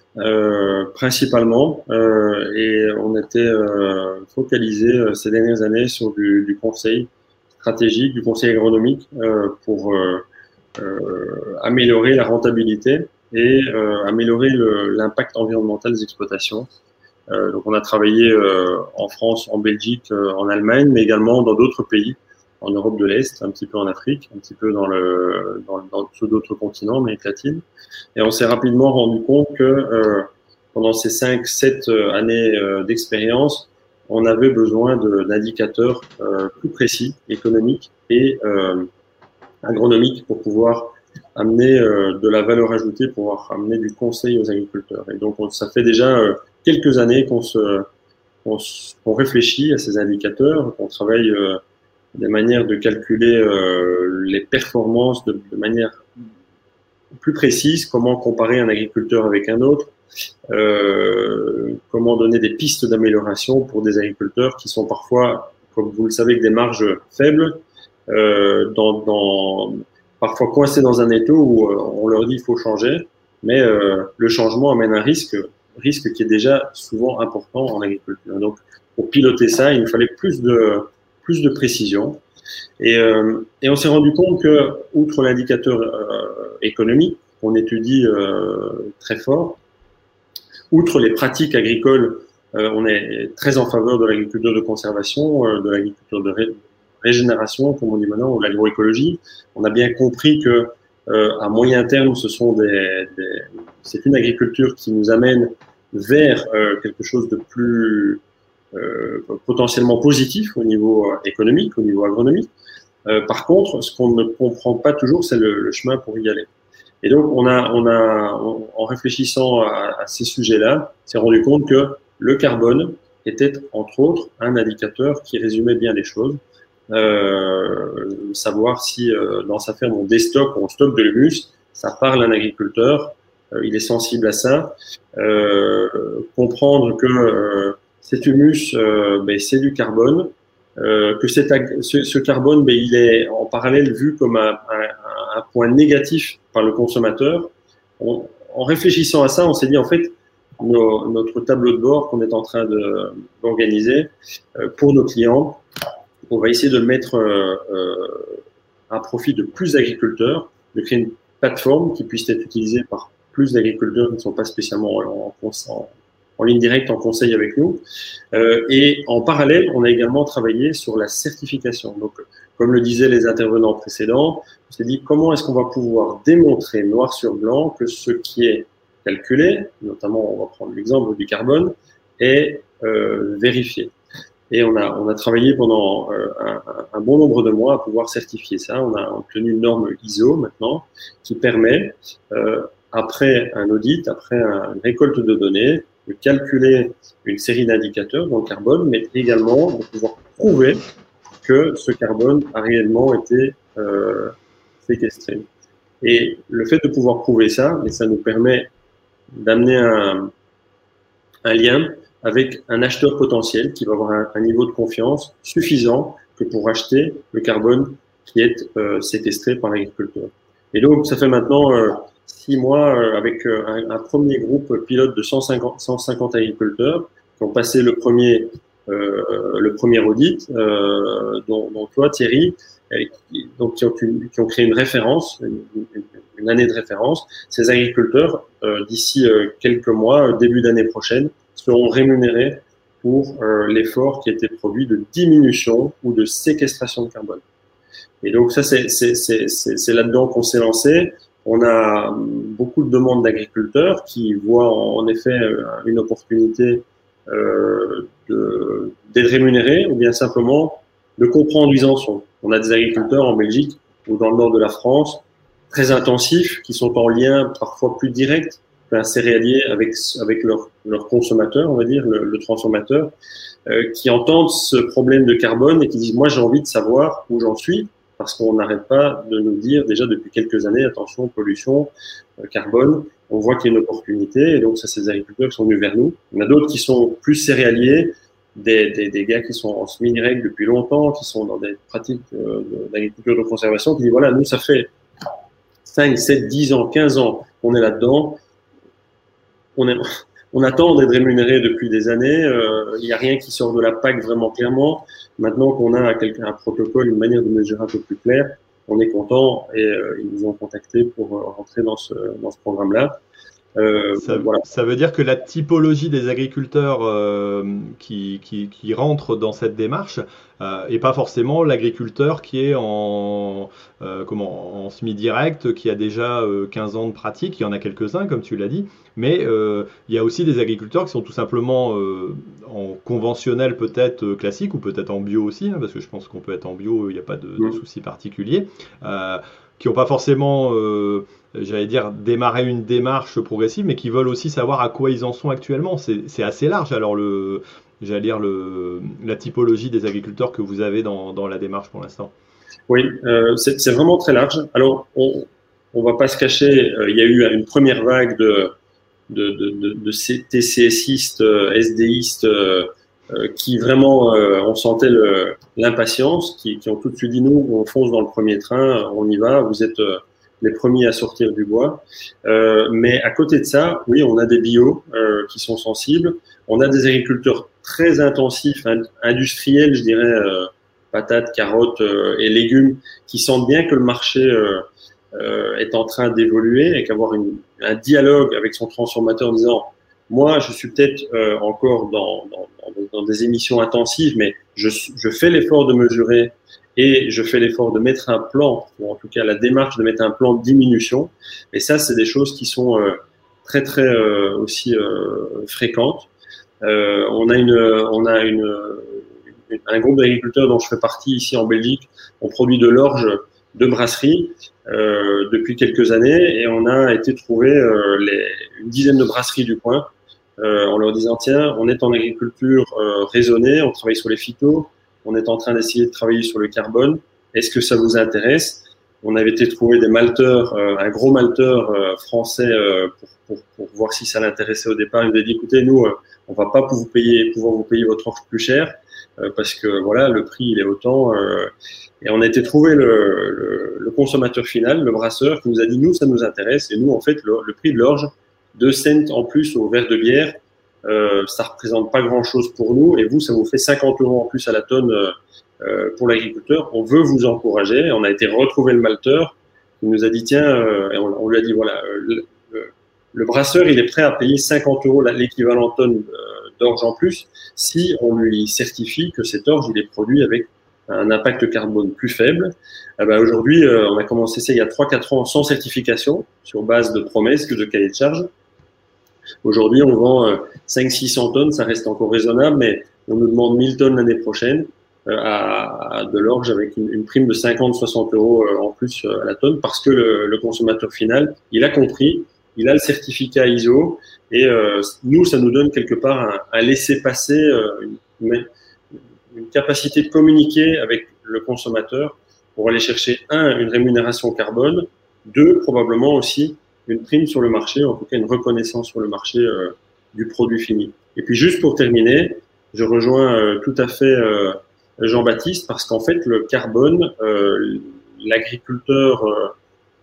euh, principalement, euh, et on était euh, focalisé euh, ces dernières années sur du, du conseil stratégique, du conseil agronomique euh, pour euh, euh, améliorer la rentabilité et euh, améliorer le, l'impact environnemental des exploitations. Euh, donc on a travaillé euh, en France, en Belgique, euh, en Allemagne, mais également dans d'autres pays, en Europe de l'Est, un petit peu en Afrique, un petit peu dans le dans, dans sur d'autres continents, Amérique latine. Et on s'est rapidement rendu compte que euh, pendant ces cinq, sept années euh, d'expérience, on avait besoin de, d'indicateurs euh, plus précis, économiques et euh, agronomiques pour pouvoir amener euh, de la valeur ajoutée, pour pouvoir amener du conseil aux agriculteurs. Et donc, on, ça fait déjà euh, quelques années qu'on se, qu'on, qu'on réfléchit à ces indicateurs, qu'on travaille euh, des manières de calculer euh, les performances de, de manière plus précise, comment comparer un agriculteur avec un autre, euh, comment donner des pistes d'amélioration pour des agriculteurs qui sont parfois, comme vous le savez, avec des marges faibles, euh, dans, dans, parfois coincés dans un étau où euh, on leur dit il faut changer, mais euh, le changement amène un risque, risque qui est déjà souvent important en agriculture. Donc, pour piloter ça, il nous fallait plus de, plus de précision. Et, euh, et on s'est rendu compte que, outre l'indicateur euh, économique qu'on étudie euh, très fort, outre les pratiques agricoles, euh, on est très en faveur de l'agriculture de conservation, euh, de l'agriculture de ré- régénération, comme on dit maintenant, ou de l'agroécologie. On a bien compris que euh, à moyen terme, ce sont des, des, c'est une agriculture qui nous amène vers euh, quelque chose de plus euh, potentiellement positif au niveau économique, au niveau agronomique. Euh, par contre, ce qu'on ne comprend pas toujours, c'est le, le chemin pour y aller. Et donc, on a, on a, on, en réfléchissant à, à ces sujets-là, on s'est rendu compte que le carbone était, entre autres, un indicateur qui résumait bien les choses. Euh, savoir si euh, dans sa ferme on déstocke, on stocke de l'humus, ça parle à un agriculteur, euh, il est sensible à ça. Euh, comprendre que euh, cet humus, euh, ben, c'est du carbone, euh, que cet ag- ce, ce carbone, ben, il est en parallèle vu comme un, un, un point négatif par le consommateur. On, en réfléchissant à ça, on s'est dit en fait, nos, notre tableau de bord qu'on est en train de, d'organiser euh, pour nos clients, on va essayer de le mettre euh, euh, à profit de plus d'agriculteurs, de créer une plateforme qui puisse être utilisée par plus d'agriculteurs qui ne sont pas spécialement en, en, en, en ligne directe, en conseil avec nous. Euh, et en parallèle, on a également travaillé sur la certification. Donc, comme le disaient les intervenants précédents, on s'est dit comment est-ce qu'on va pouvoir démontrer noir sur blanc que ce qui est calculé, notamment on va prendre l'exemple du carbone, est euh, vérifié. Et on a, on a travaillé pendant euh, un, un bon nombre de mois à pouvoir certifier ça. On a obtenu une norme I S O maintenant qui permet, euh, après un audit, après un, une récolte de données, de calculer une série d'indicateurs dans le carbone, mais également de pouvoir prouver que ce carbone a réellement été euh, séquestré. Et le fait de pouvoir prouver ça, et ça nous permet d'amener un, un lien avec un acheteur potentiel qui va avoir un, un niveau de confiance suffisant que pour acheter le carbone qui est euh, séquestré par l'agriculteur. Et donc, ça fait maintenant euh, six mois euh, avec euh, un, un premier groupe pilote de cent cinquante, cent cinquante agriculteurs qui ont passé le premier, euh, le premier audit, euh, dont, dont toi, Thierry, et qui, donc qui ont, une, qui ont créé une référence, une, une, une année de référence. Ces agriculteurs, euh, d'ici euh, quelques mois, début d'année prochaine, seront rémunérés pour euh, l'effort qui a été produit de diminution ou de séquestration de carbone. Et donc ça, c'est, c'est, c'est, c'est, c'est là-dedans qu'on s'est lancé. On a beaucoup de demandes d'agriculteurs qui voient en, en effet une opportunité euh, de, d'être rémunérés ou bien simplement de comprendre où ils en sont. On a des agriculteurs en Belgique ou dans le nord de la France très intensifs qui sont en lien parfois plus direct qu'un céréalier avec, avec leur, leur consommateur, on va dire, le, le transformateur, euh, qui entendent ce problème de carbone et qui disent « moi j'ai envie de savoir où j'en suis ». Parce qu'on n'arrête pas de nous dire déjà depuis quelques années, attention, pollution, euh, carbone, on voit qu'il y a une opportunité, et donc ça, c'est des agriculteurs qui sont venus vers nous. Il y en a d'autres qui sont plus céréaliers, des, des, des gars qui sont en semi-direct depuis longtemps, qui sont dans des pratiques euh, d'agriculture de conservation, qui disent voilà, nous, ça fait cinq, sept, dix ans, quinze ans qu'on est là-dedans, on est... On attend d'être rémunéré depuis des années. Euh, il n'y a rien qui sort de la P A C vraiment clairement. Maintenant qu'on a un, un protocole, une manière de mesurer un peu plus claire, on est content et euh, ils nous ont contactés pour euh, rentrer dans ce, dans ce programme-là. Euh, ça, voilà. Ça veut dire que la typologie des agriculteurs euh, qui, qui, qui rentrent dans cette démarche euh, et pas forcément l'agriculteur qui est en, euh, comment, en semi-direct, qui a déjà euh, quinze ans de pratique. Il y en a quelques-uns, comme tu l'as dit, mais euh, il y a aussi des agriculteurs qui sont tout simplement euh, en conventionnel peut-être euh, classique ou peut-être en bio aussi, hein, parce que je pense qu'on peut être en bio, il n'y a pas de, de souci particulier, euh, qui n'ont pas forcément... Euh, j'allais dire, démarrer une démarche progressive, mais qui veulent aussi savoir à quoi ils en sont actuellement. C'est, c'est assez large, alors, le, j'allais dire, le, la typologie des agriculteurs que vous avez dans, dans la démarche pour l'instant. Oui, euh, c'est, c'est vraiment très large. Alors, on ne va pas se cacher, euh, il y a eu une première vague de, de, de, de, de T C S-istes, euh, S D-istes, euh, euh, qui vraiment, euh, on sentait le, l'impatience, qui, qui ont tout de suite dit, nous, on fonce dans le premier train, on y va, vous êtes... Euh, les premiers à sortir du bois. Euh, mais à côté de ça, oui, on a des bios euh, qui sont sensibles. On a des agriculteurs très intensifs, industriels, je dirais, euh, patates, carottes euh, et légumes, qui sentent bien que le marché euh, euh, est en train d'évoluer et qu'avoir une, un dialogue avec son transformateur en disant « moi, je suis peut-être euh, encore dans, dans, dans, dans des émissions intensives, mais je, je fais l'effort de mesurer et je fais l'effort de mettre un plan, ou en tout cas la démarche de mettre un plan de diminution. Et ça, c'est des choses qui sont euh, très, très euh, aussi euh, fréquentes. Euh, on a, une, on a une, une, un groupe d'agriculteurs dont je fais partie ici en Belgique. On produit de l'orge de brasserie euh, depuis quelques années et on a été trouver euh, les, une dizaine de brasseries du coin euh, en leur disant tiens, on est en agriculture euh, raisonnée, on travaille sur les phytos, on est en train d'essayer de travailler sur le carbone. Est-ce que ça vous intéresse? On avait été trouver des malteurs, euh, un gros malteur euh, français euh, pour, pour, pour voir si ça l'intéressait au départ. Il nous a dit, écoutez, nous, euh, on va pas pour vous payer, pouvoir vous payer votre orge plus cher euh, parce que voilà, le prix il est autant. Euh, et on a été trouver le, le, le consommateur final, le brasseur, qui nous a dit, nous, ça nous intéresse. Et nous, en fait, le, le prix de l'orge, deux cents en plus au verre de bière, Euh, ça représente pas grand-chose pour nous et vous, ça vous fait cinquante euros en plus à la tonne euh, pour l'agriculteur. On veut vous encourager. On a été retrouver le malteur qui nous a dit tiens, euh, et on, on lui a dit voilà, le, le, le brasseur il est prêt à payer cinquante euros l'équivalent tonne euh, d'orge en plus si on lui certifie que cet orge il est produit avec un impact carbone plus faible. Eh ben, aujourd'hui, euh, on a commencé ça il y a trois quatre ans sans certification, sur base de promesses que de cahier de charge. Aujourd'hui, on vend euh, cinq cents six cents tonnes, ça reste encore raisonnable, mais on nous demande mille tonnes l'année prochaine euh, à, à de l'orge avec une, une prime de cinquante soixante euros euh, en plus euh, à la tonne parce que le, le consommateur final, il a compris, il a le certificat I S O et euh, nous, ça nous donne quelque part un, un laisser-passer, euh, une, une capacité de communiquer avec le consommateur pour aller chercher, un, une rémunération carbone, deux, probablement aussi une prime sur le marché, en tout cas une reconnaissance sur le marché euh, du produit fini. Et puis juste pour terminer, je rejoins euh, tout à fait euh, Jean-Baptiste parce qu'en fait le carbone, euh, l'agriculteur euh,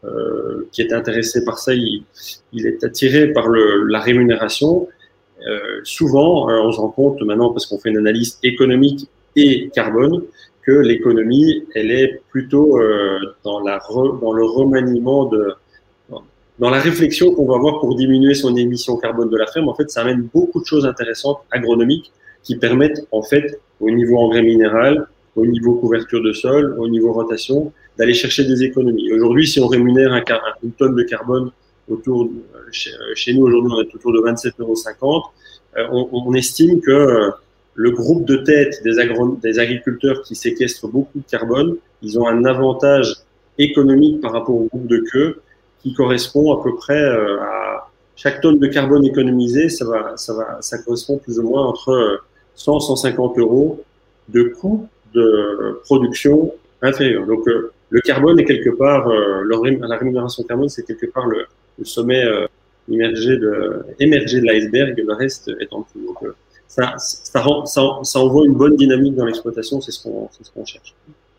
euh, qui est intéressé par ça, il, il est attiré par le, la rémunération. Euh, souvent, euh, on se rend compte maintenant, parce qu'on fait une analyse économique et carbone, que l'économie, elle est plutôt euh, dans, la re, dans le remaniement de, dans la réflexion qu'on va avoir pour diminuer son émission carbone de la ferme. En fait, ça amène beaucoup de choses intéressantes agronomiques qui permettent, en fait, au niveau engrais minéral, au niveau couverture de sol, au niveau rotation, d'aller chercher des économies. Aujourd'hui, si on rémunère un, une tonne de carbone autour, chez, chez nous aujourd'hui, on est autour de vingt-sept euros cinquante, euh, on, on estime que euh, le groupe de tête des, agro, des agriculteurs qui séquestrent beaucoup de carbone, ils ont un avantage économique par rapport au groupe de queue qui correspond à peu près euh, à chaque tonne de carbone économisée, ça va, ça va, ça correspond plus ou moins entre cent et cent cinquante euros de coût de production inférieur. Donc, euh, le carbone est quelque part, euh, la rémunération carbone, c'est quelque part le, le sommet euh, immergé de, émergé de l'iceberg, le reste est en dessous. Donc, euh, ça, ça, rend, ça, ça envoie une bonne dynamique dans l'exploitation, c'est ce qu'on, c'est ce qu'on cherche.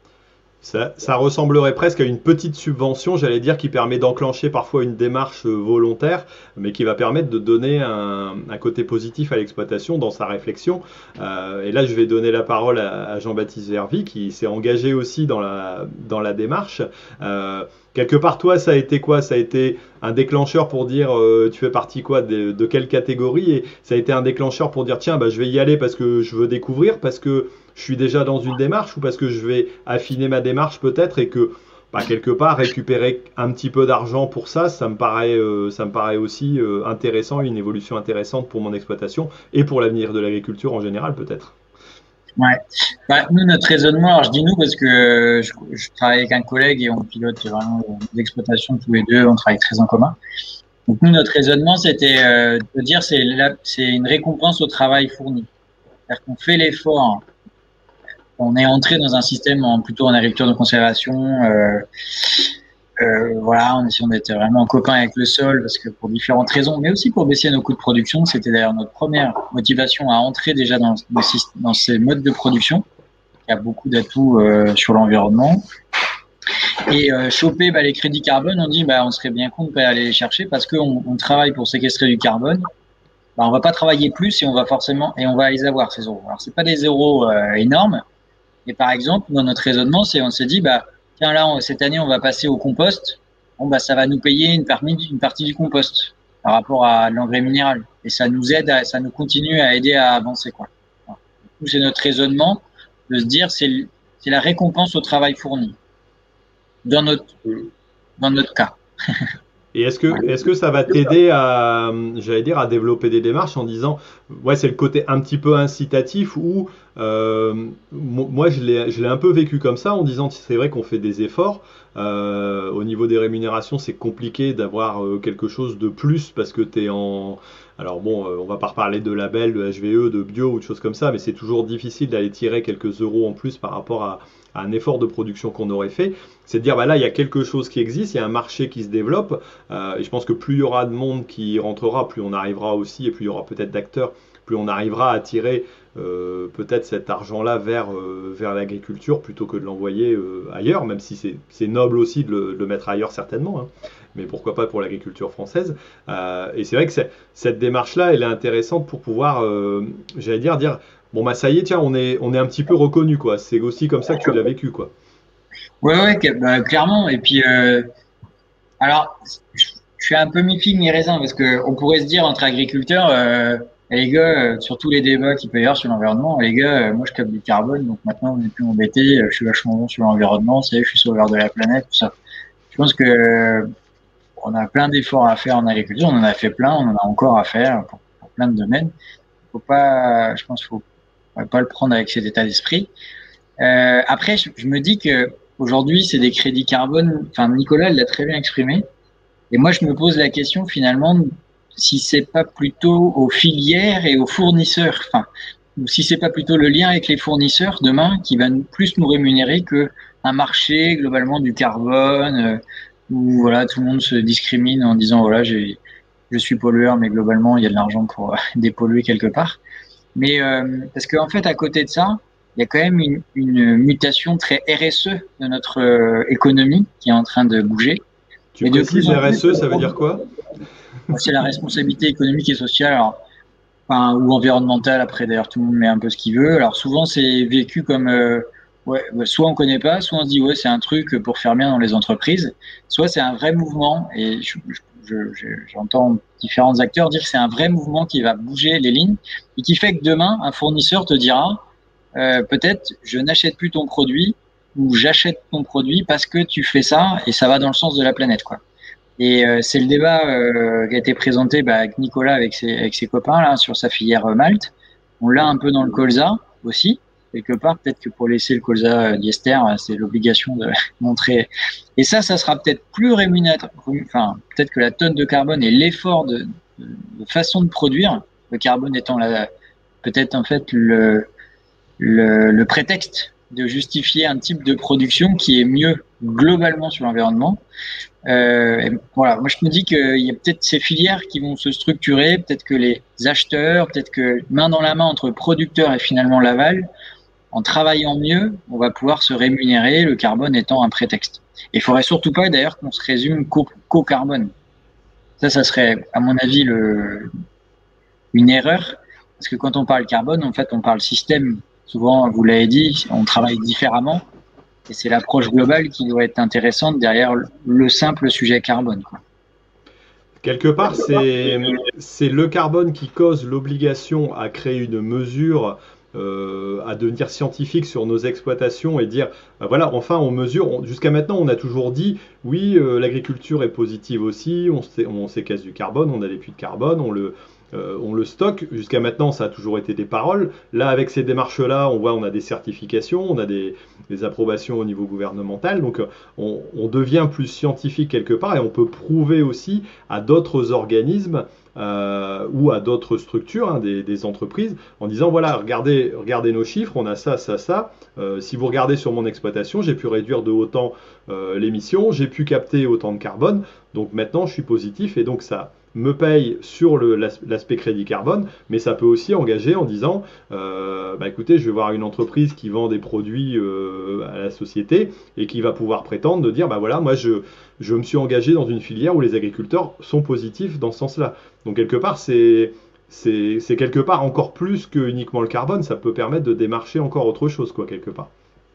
Ça, ça ressemblerait presque à une petite subvention, j'allais dire, qui permet d'enclencher parfois une démarche volontaire, mais qui va permettre de donner un, un côté positif à l'exploitation dans sa réflexion. Euh, et là, je vais donner la parole à, à Jean-Baptiste Vervy, qui s'est engagé aussi dans la, dans la démarche. Euh, quelque part, toi, ça a été quoi? Ça a été un déclencheur pour dire, euh, tu fais partie quoi, de, de quelle catégorie? Et ça a été un déclencheur pour dire, tiens, bah, je vais y aller parce que je veux découvrir, parce que je suis déjà dans une démarche, ou parce que je vais affiner ma démarche peut-être, et que bah, quelque part récupérer un petit peu d'argent pour ça, ça me paraît, euh, ça me paraît aussi euh, intéressant, une évolution intéressante pour mon exploitation et pour l'avenir de l'agriculture en général peut-être. Ouais. Bah, nous, notre raisonnement, alors je dis nous parce que je, je travaille avec un collègue et on pilote vraiment l'exploitation tous les deux, on travaille très en commun. Donc nous, notre raisonnement, c'était euh, de dire c'est c'est une récompense au travail fourni. C'est-à-dire qu'on fait l'effort. On est entré dans un système en, plutôt en agriculture de conservation, euh, euh, voilà, en essayant d'être vraiment copain avec le sol, parce que pour différentes raisons, mais aussi pour baisser nos coûts de production. C'était d'ailleurs notre première motivation à entrer déjà dans, dans, ces, dans ces modes de production. Il y a beaucoup d'atouts euh, sur l'environnement. Et euh, choper bah, les crédits carbone, on dit bah on serait bien con de pas aller les chercher parce qu'on on travaille pour séquestrer du carbone. Bah, on va pas travailler plus et on va forcément et on va les avoir ces euros. Alors c'est pas des euros euh, énormes. Et par exemple, dans notre raisonnement, c'est on s'est dit, bah, tiens, là, on, cette année, on va passer au compost. Bon, bah, ça va nous payer une partie, une partie du compost par rapport à l'engrais minéral. Et ça nous aide, à, ça nous continue à aider à avancer, quoi. Alors, du coup, c'est notre raisonnement de se dire, c'est, c'est la récompense au travail fourni. Dans notre, dans notre cas. Et est-ce que, est-ce que ça va t'aider à, j'allais dire, à développer des démarches en disant, ouais, c'est le côté un petit peu incitatif où, euh, moi, je l'ai, je l'ai un peu vécu comme ça en disant, c'est vrai qu'on fait des efforts. Euh, au niveau des rémunérations, c'est compliqué d'avoir euh, quelque chose de plus parce que tu es en... Alors bon, euh, on va pas reparler de label, de H V E, de bio ou de choses comme ça, mais c'est toujours difficile d'aller tirer quelques euros en plus par rapport à, à un effort de production qu'on aurait fait. C'est de dire, bah là, il y a quelque chose qui existe, il y a un marché qui se développe, euh, et je pense que plus il y aura de monde qui rentrera, plus on arrivera aussi, et plus il y aura peut-être d'acteurs, plus on arrivera à tirer euh, peut-être cet argent-là vers, euh, vers l'agriculture plutôt que de l'envoyer euh, ailleurs, même si c'est, c'est noble aussi de le, de le mettre ailleurs certainement, hein, mais pourquoi pas pour l'agriculture française. Euh, et c'est vrai que c'est, cette démarche-là, elle est intéressante pour pouvoir, euh, j'allais dire, dire, bon bah ça y est, tiens, on est, on est un petit peu reconnu, quoi. C'est aussi comme ça que tu l'as vécu, quoi. Ouais, ouais, bah, clairement. Et puis, euh, alors, je suis un peu mi-figue, mi-raisin, parce que on pourrait se dire entre agriculteurs, euh, les gars, euh, sur tous les débats qu'il peut y avoir sur l'environnement, les gars, euh, moi je capte du carbone, donc maintenant on n'est plus embêté, euh, je suis vachement bon sur l'environnement, c'est, je suis sauveur de la planète, tout ça. Je pense que euh, on a plein d'efforts à faire en agriculture, on en a fait plein, on en a encore à faire pour, pour plein de domaines. Faut pas, je pense, qu'il faut pas le prendre avec cet état d'esprit. Euh, après, je, je me dis que aujourd'hui, c'est des crédits carbone. Enfin, Nicolas l'a très bien exprimé. Et moi, je me pose la question finalement si c'est pas plutôt aux filières et aux fournisseurs, enfin, ou si c'est pas plutôt le lien avec les fournisseurs demain qui va nous, plus nous rémunérer que un marché globalement du carbone euh, où voilà tout le monde se discrimine en disant voilà j'ai je suis pollueur, mais globalement il y a de l'argent pour euh, dépolluer quelque part. Mais euh, parce qu'en fait, à côté de ça, il y a quand même une, une mutation très R S E de notre euh, économie qui est en train de bouger. Tu précises R S E, ça veut dire quoi? C'est la responsabilité économique et sociale, alors, enfin, ou environnementale. Après, d'ailleurs, tout le monde met un peu ce qu'il veut. Alors souvent, c'est vécu comme euh, ouais, soit on connaît pas, soit on se dit ouais, c'est un truc pour faire bien dans les entreprises, soit c'est un vrai mouvement. Et je, je, je, j'entends différents acteurs dire que c'est un vrai mouvement qui va bouger les lignes et qui fait que demain, un fournisseur te dira euh, peut-être je n'achète plus ton produit ou j'achète ton produit parce que tu fais ça et ça va dans le sens de la planète, quoi. Et euh, c'est le débat euh, qui a été présenté bah, avec Nicolas, avec ses, avec ses copains là sur sa filière euh, Malte. On l'a un peu dans le colza aussi, quelque part. Peut-être que pour laisser le colza euh, diester, c'est l'obligation de montrer. Et ça, ça sera peut-être plus rémunérateur. Enfin, peut-être que la tonne de carbone et l'effort de, de, de façon de produire, le carbone étant la, peut-être en fait le, le, le prétexte de justifier un type de production qui est mieux globalement sur l'environnement. Euh, et voilà, moi je me dis qu'il y a peut-être ces filières qui vont se structurer, peut-être que les acheteurs, peut-être que main dans la main entre producteurs et finalement l'aval, en travaillant mieux, on va pouvoir se rémunérer, le carbone étant un prétexte. Et il faudrait surtout pas d'ailleurs qu'on se résume qu'au, qu'au carbone. Ça, ça serait à mon avis le, une erreur, parce que quand on parle carbone, en fait on parle système. Souvent, vous l'avez dit, on travaille différemment. Et c'est l'approche globale qui doit être intéressante derrière le simple sujet carbone, quoi. Quelque part, c'est, c'est le carbone qui cause l'obligation à créer une mesure, euh, à devenir scientifique sur nos exploitations et dire, ben voilà, enfin on mesure. On, jusqu'à maintenant, on a toujours dit, oui, euh, l'agriculture est positive aussi, on, sé, on séquestre du carbone, on a des puits de carbone, on le... Euh, on le stocke. Jusqu'à maintenant, ça a toujours été des paroles. Là, avec ces démarches-là, on voit, on a des certifications, on a des, des approbations au niveau gouvernemental. Donc, on, on devient plus scientifique quelque part et on peut prouver aussi à d'autres organismes euh, ou à d'autres structures, hein, des, des entreprises, en disant voilà, regardez, regardez nos chiffres, on a ça, ça, ça. Euh, si vous regardez sur mon exploitation, j'ai pu réduire de autant euh, l'émission, j'ai pu capter autant de carbone. Donc maintenant, je suis positif et donc ça me paye sur le, l'aspect crédit carbone, mais ça peut aussi engager en disant euh, bah écoutez, je vais voir une entreprise qui vend des produits euh, à la société et qui va pouvoir prétendre de dire bah voilà, moi je, je me suis engagé dans une filière où les agriculteurs sont positifs dans ce sens-là. Donc quelque part, c'est, c'est, c'est quelque part encore plus que uniquement le carbone, ça peut permettre de démarcher encore autre chose, quoi, quelque part.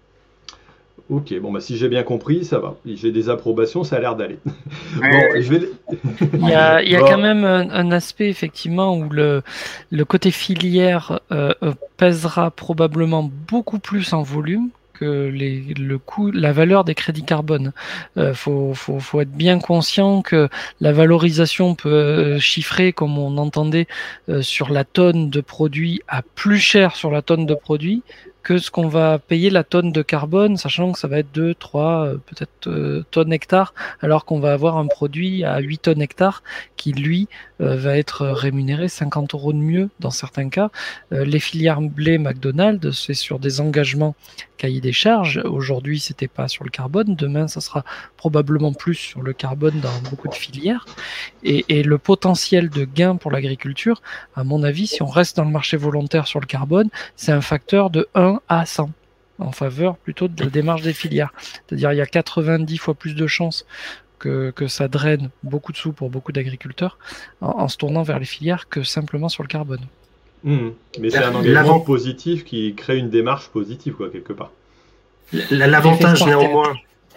Ok, bon, bah, si j'ai bien compris, ça va. J'ai des approbations, ça a l'air d'aller. Bon, je vais... Il y a, il y a bon. quand même un, un aspect, effectivement, où le, le côté filière euh, pèsera probablement beaucoup plus en volume que les, le coût, la valeur des crédits carbone. Euh, faut, faut, faut être bien conscient que la valorisation peut euh, chiffrer, comme on entendait, euh, sur la tonne de produits à plus cher sur la tonne de produits que ce qu'on va payer la tonne de carbone, sachant que ça va être deux, trois, peut-être euh, tonnes hectares, alors qu'on va avoir un produit à huit tonnes hectares qui, lui, euh, va être rémunéré cinquante euros de mieux dans certains cas. Euh, les filières blé McDonald's, c'est sur des engagements cahier des charges. Aujourd'hui, c'était pas sur le carbone. Demain, ça sera probablement plus sur le carbone dans beaucoup de filières. Et, et le potentiel de gain pour l'agriculture, à mon avis, si on reste dans le marché volontaire sur le carbone, c'est un facteur de un à cent en faveur plutôt de la démarche des filières. C'est-à-dire, il y a quatre-vingt-dix fois plus de chances que, que ça draine beaucoup de sous pour beaucoup d'agriculteurs en, en se tournant vers les filières que simplement sur le carbone. Mmh. Mais c'est un engagement positif qui crée une démarche positive, quoi, quelque part. L'avantage néanmoins,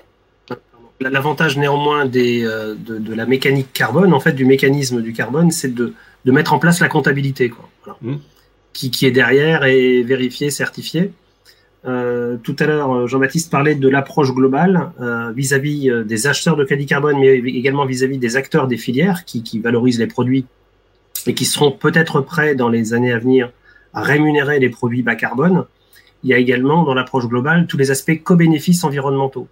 l'avantage néanmoins des, euh, de, de la mécanique carbone, en fait, du mécanisme du carbone, c'est de, de mettre en place la comptabilité, quoi. Voilà. Mmh. Qui, qui est derrière et vérifié, certifié. Euh, tout à l'heure, Jean-Baptiste parlait de l'approche globale euh, vis-à-vis euh, des acheteurs de crédit carbone, mais également vis-à-vis des acteurs des filières qui, qui valorisent les produits et qui seront peut-être prêts dans les années à venir à rémunérer les produits bas carbone. Il y a également dans l'approche globale tous les aspects co-bénéfices environnementaux.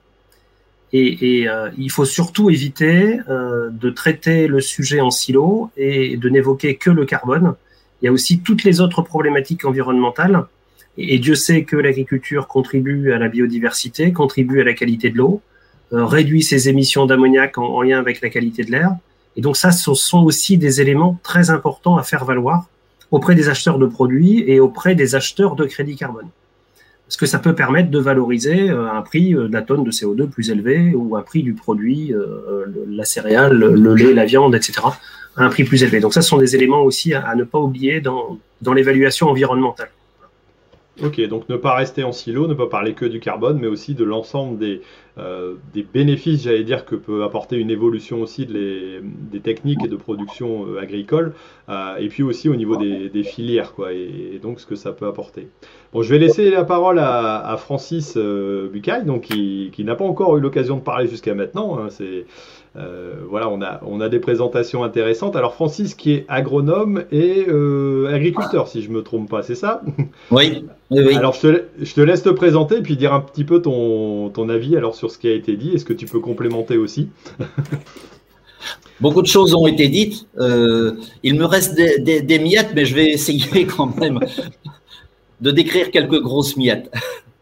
Et, et euh, il faut surtout éviter euh, de traiter le sujet en silo et de n'évoquer que le carbone. Il y a aussi toutes les autres problématiques environnementales. Et, et Dieu sait que l'agriculture contribue à la biodiversité, contribue à la qualité de l'eau, euh, réduit ses émissions d'ammoniac en, en lien avec la qualité de l'air. Et donc ça, ce sont aussi des éléments très importants à faire valoir auprès des acheteurs de produits et auprès des acheteurs de crédit carbone. Parce que ça peut permettre de valoriser un prix de la tonne de C O deux plus élevé ou un prix du produit, euh, la céréale, le lait, la viande, et cetera, à un prix plus élevé. Donc ça, ce sont des éléments aussi à, à ne pas oublier dans, dans l'évaluation environnementale. Ok, donc ne pas rester en silo, ne pas parler que du carbone, mais aussi de l'ensemble des, euh, des bénéfices, j'allais dire, que peut apporter une évolution aussi de les, des techniques et de production euh, agricole, euh, et puis aussi au niveau des, des filières, quoi, et, et donc ce que ça peut apporter. Bon, je vais laisser la parole à, à Francis euh, Bucaille, donc qui, qui n'a pas encore eu l'occasion de parler jusqu'à maintenant. Hein, c'est Euh, voilà, on a, on a des présentations intéressantes. Alors Francis qui est agronome et euh, agriculteur, si je ne me trompe pas, c'est ça? Oui, oui, oui. Alors je te, je te laisse te présenter et puis dire un petit peu ton, ton avis alors sur ce qui a été dit. Est-ce que tu peux complémenter aussi? Beaucoup de choses ont été dites. Euh, il me reste des, des, des miettes, mais je vais essayer quand même de décrire quelques grosses miettes.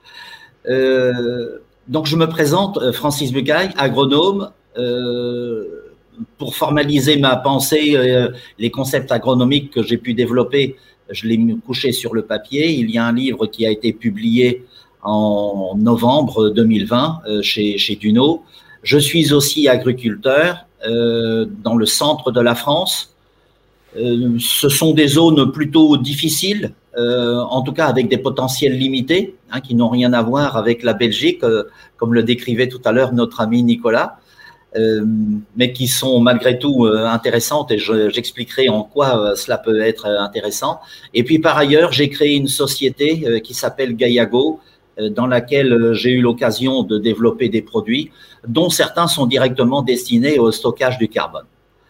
Euh, donc je me présente, Francis Bucaille, agronome. Euh, pour formaliser ma pensée, euh, les concepts agronomiques que j'ai pu développer, je les ai couchés sur le papier. Il y a un livre qui a été publié en novembre deux mille vingt euh, chez, chez Duno. Je suis aussi agriculteur euh, dans le centre de la France. Euh, ce sont des zones plutôt difficiles, euh, en tout cas avec des potentiels limités, hein, qui n'ont rien à voir avec la Belgique, euh, comme le décrivait tout à l'heure notre ami Nicolas. Euh, mais qui sont malgré tout euh, intéressantes et je, j'expliquerai en quoi euh, cela peut être euh, intéressant. Et puis par ailleurs, j'ai créé une société euh, qui s'appelle Gaiago, euh, dans laquelle euh, j'ai eu l'occasion de développer des produits dont certains sont directement destinés au stockage du carbone.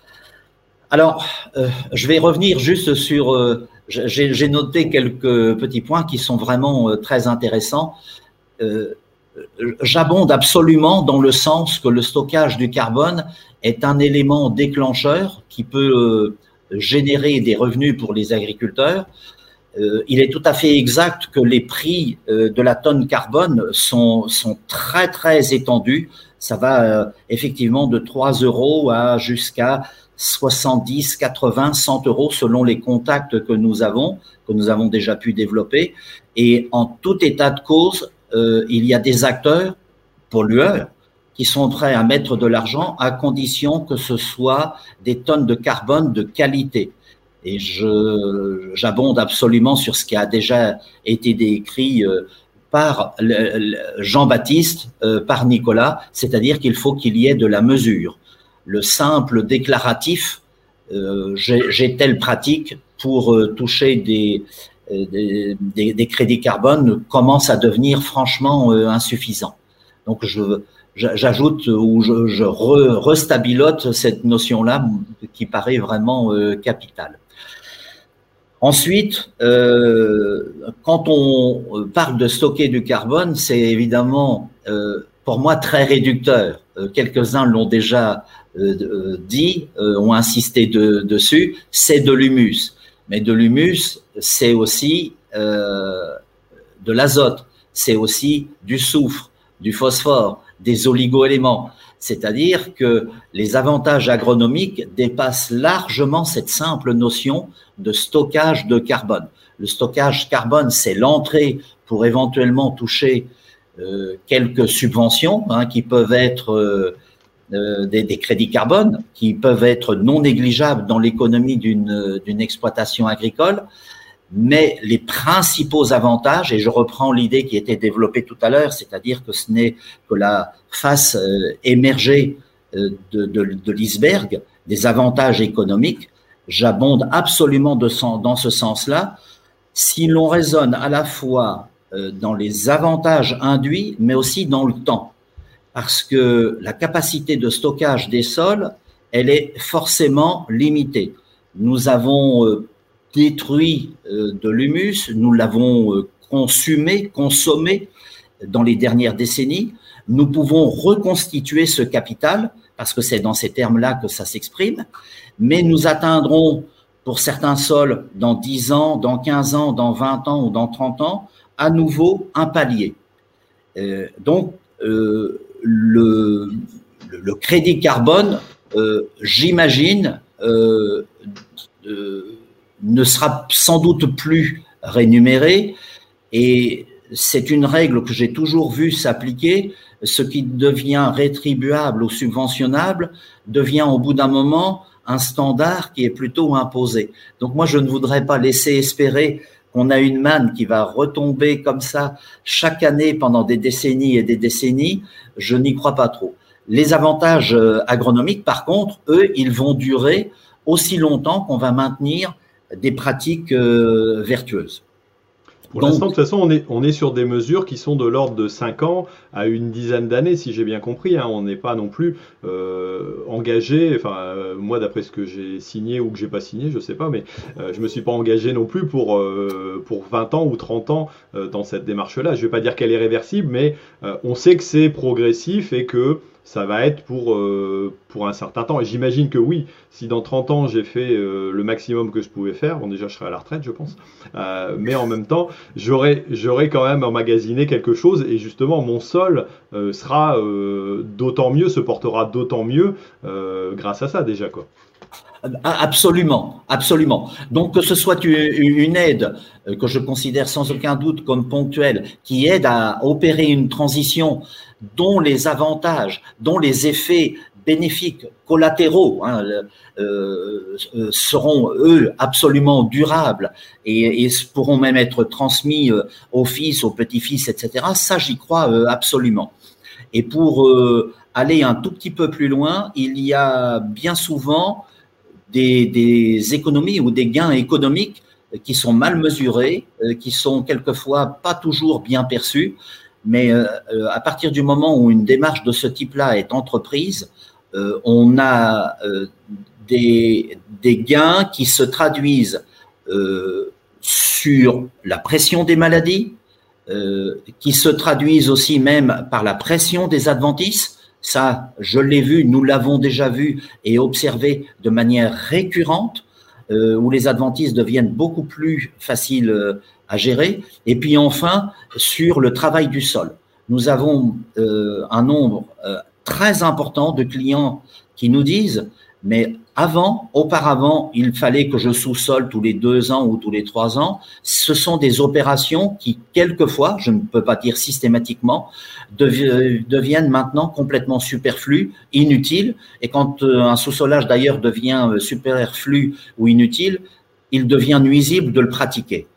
Alors, euh, je vais revenir juste sur… Euh, j'ai, j'ai noté quelques petits points qui sont vraiment euh, très intéressants. Euh, J'abonde absolument dans le sens que le stockage du carbone est un élément déclencheur qui peut générer des revenus pour les agriculteurs. Il est tout à fait exact que les prix de la tonne carbone sont, sont très, très étendus. Ça va effectivement de trois euros à jusqu'à soixante-dix, quatre-vingts, cent euros selon les contacts que nous avons, que nous avons déjà pu développer. Et en tout état de cause, Euh, il y a des acteurs pollueurs qui sont prêts à mettre de l'argent à condition que ce soit des tonnes de carbone de qualité. Et je, j'abonde absolument sur ce qui a déjà été décrit euh, par le, le Jean-Baptiste, euh, par Nicolas, c'est-à-dire qu'il faut qu'il y ait de la mesure. Le simple déclaratif, euh, j'ai, j'ai telle pratique pour euh, toucher des… Des, des, des crédits carbone commencent à devenir franchement euh, insuffisants. Donc, je, j'ajoute ou je, je re, restabilote cette notion-là qui paraît vraiment euh, capitale. Ensuite, euh, quand on parle de stocker du carbone, c'est évidemment euh, pour moi très réducteur. Euh, quelques-uns l'ont déjà euh, dit, euh, ont insisté de, dessus, c'est de l'humus. Mais de l'humus, c'est aussi euh, de l'azote, c'est aussi du soufre, du phosphore, des oligoéléments. C'est-à-dire que les avantages agronomiques dépassent largement cette simple notion de stockage de carbone. Le stockage carbone, c'est l'entrée pour éventuellement toucher euh, quelques subventions hein, qui peuvent être… Euh, Euh, des, des crédits carbone qui peuvent être non négligeables dans l'économie d'une, d'une exploitation agricole, mais les principaux avantages, et je reprends l'idée qui était développée tout à l'heure, c'est-à-dire que ce n'est que la face euh, émergée euh, de, de, de l'iceberg, des avantages économiques, j'abonde absolument de, dans ce sens-là. Si l'on raisonne à la fois euh, dans les avantages induits, mais aussi dans le temps, parce que la capacité de stockage des sols, elle est forcément limitée. Nous avons détruit de l'humus, nous l'avons consumé, consommé dans les dernières décennies. Nous pouvons reconstituer ce capital, parce que c'est dans ces termes-là que ça s'exprime, mais nous atteindrons pour certains sols dans dix ans, dans quinze ans, dans vingt ans ou dans trente ans, à nouveau un palier. Euh, donc, euh, Le, le crédit carbone, euh, j'imagine, euh, euh, ne sera sans doute plus rémunéré et c'est une règle que j'ai toujours vue s'appliquer. Ce qui devient rétribuable ou subventionnable devient au bout d'un moment un standard qui est plutôt imposé. Donc moi, je ne voudrais pas laisser espérer qu'on a une manne qui va retomber comme ça chaque année pendant des décennies et des décennies. Je n'y crois pas trop. Les avantages agronomiques, par contre, eux, ils vont durer aussi longtemps qu'on va maintenir des pratiques euh, vertueuses. Pour Donc, l'instant, de toute façon, on est, on est sur des mesures qui sont de l'ordre de cinq ans à une dizaine d'années, si j'ai bien compris. Hein. On n'est pas non plus euh, engagé, enfin, euh, moi, d'après ce que j'ai signé ou que j'ai pas signé, je sais pas, mais euh, je me suis pas engagé non plus pour, euh, pour vingt ans ou trente ans euh, dans cette démarche-là. Je vais pas dire qu'elle est réversible, mais euh, on sait que c'est progressif et que ça va être pour, euh, pour un certain temps. Et j'imagine que oui, si dans trente ans j'ai fait euh, le maximum que je pouvais faire, bon déjà je serai à la retraite je pense, euh, mais en même temps j'aurai, j'aurai quand même emmagasiné quelque chose et justement mon sol euh, sera euh, d'autant mieux, se portera d'autant mieux euh, grâce à ça déjà quoi. Absolument, absolument. Donc que ce soit une aide que je considère sans aucun doute comme ponctuelle, qui aide à opérer une transition dont les avantages, dont les effets bénéfiques collatéraux hein, euh, seront eux absolument durables et, et pourront même être transmis aux fils, aux petits-fils, et cetera. Ça, j'y crois euh, absolument. Et pour euh, aller un tout petit peu plus loin, il y a bien souvent Des, des économies ou des gains économiques qui sont mal mesurés, qui sont quelquefois pas toujours bien perçus, mais à partir du moment où une démarche de ce type-là est entreprise, on a des, des gains qui se traduisent sur la pression des maladies, qui se traduisent aussi même par la pression des adventices. Ça, je l'ai vu, nous l'avons déjà vu et observé de manière récurrente, euh, où les adventistes deviennent beaucoup plus faciles euh, à gérer. Et puis enfin, sur le travail du sol. Nous avons euh, un nombre euh, très important de clients qui nous disent, mais avant, auparavant, il fallait que je sous-sole tous les deux ans ou tous les trois ans. Ce sont des opérations qui, quelquefois, je ne peux pas dire systématiquement, deviennent maintenant complètement superflues, inutiles. Et quand un sous-solage d'ailleurs devient superflu ou inutile, il devient nuisible de le pratiquer.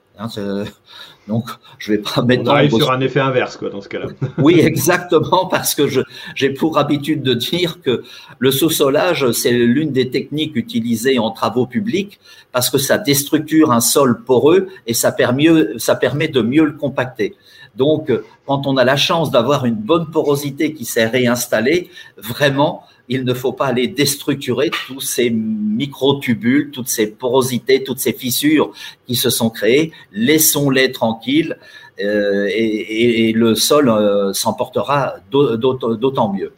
Donc, je vais pas m'étendre. On arrive sur un effet inverse, quoi, dans ce cas-là. Oui, exactement, parce que je, j'ai pour habitude de dire que le sous-solage, c'est l'une des techniques utilisées en travaux publics parce que ça déstructure un sol poreux et ça permet, ça permet de mieux le compacter. Donc, quand on a la chance d'avoir une bonne porosité qui s'est réinstallée, vraiment, il ne faut pas aller déstructurer tous ces microtubules, toutes ces porosités, toutes ces fissures qui se sont créées. Laissons-les tranquilles euh, et, et, et le sol euh, s'en portera d'autant mieux.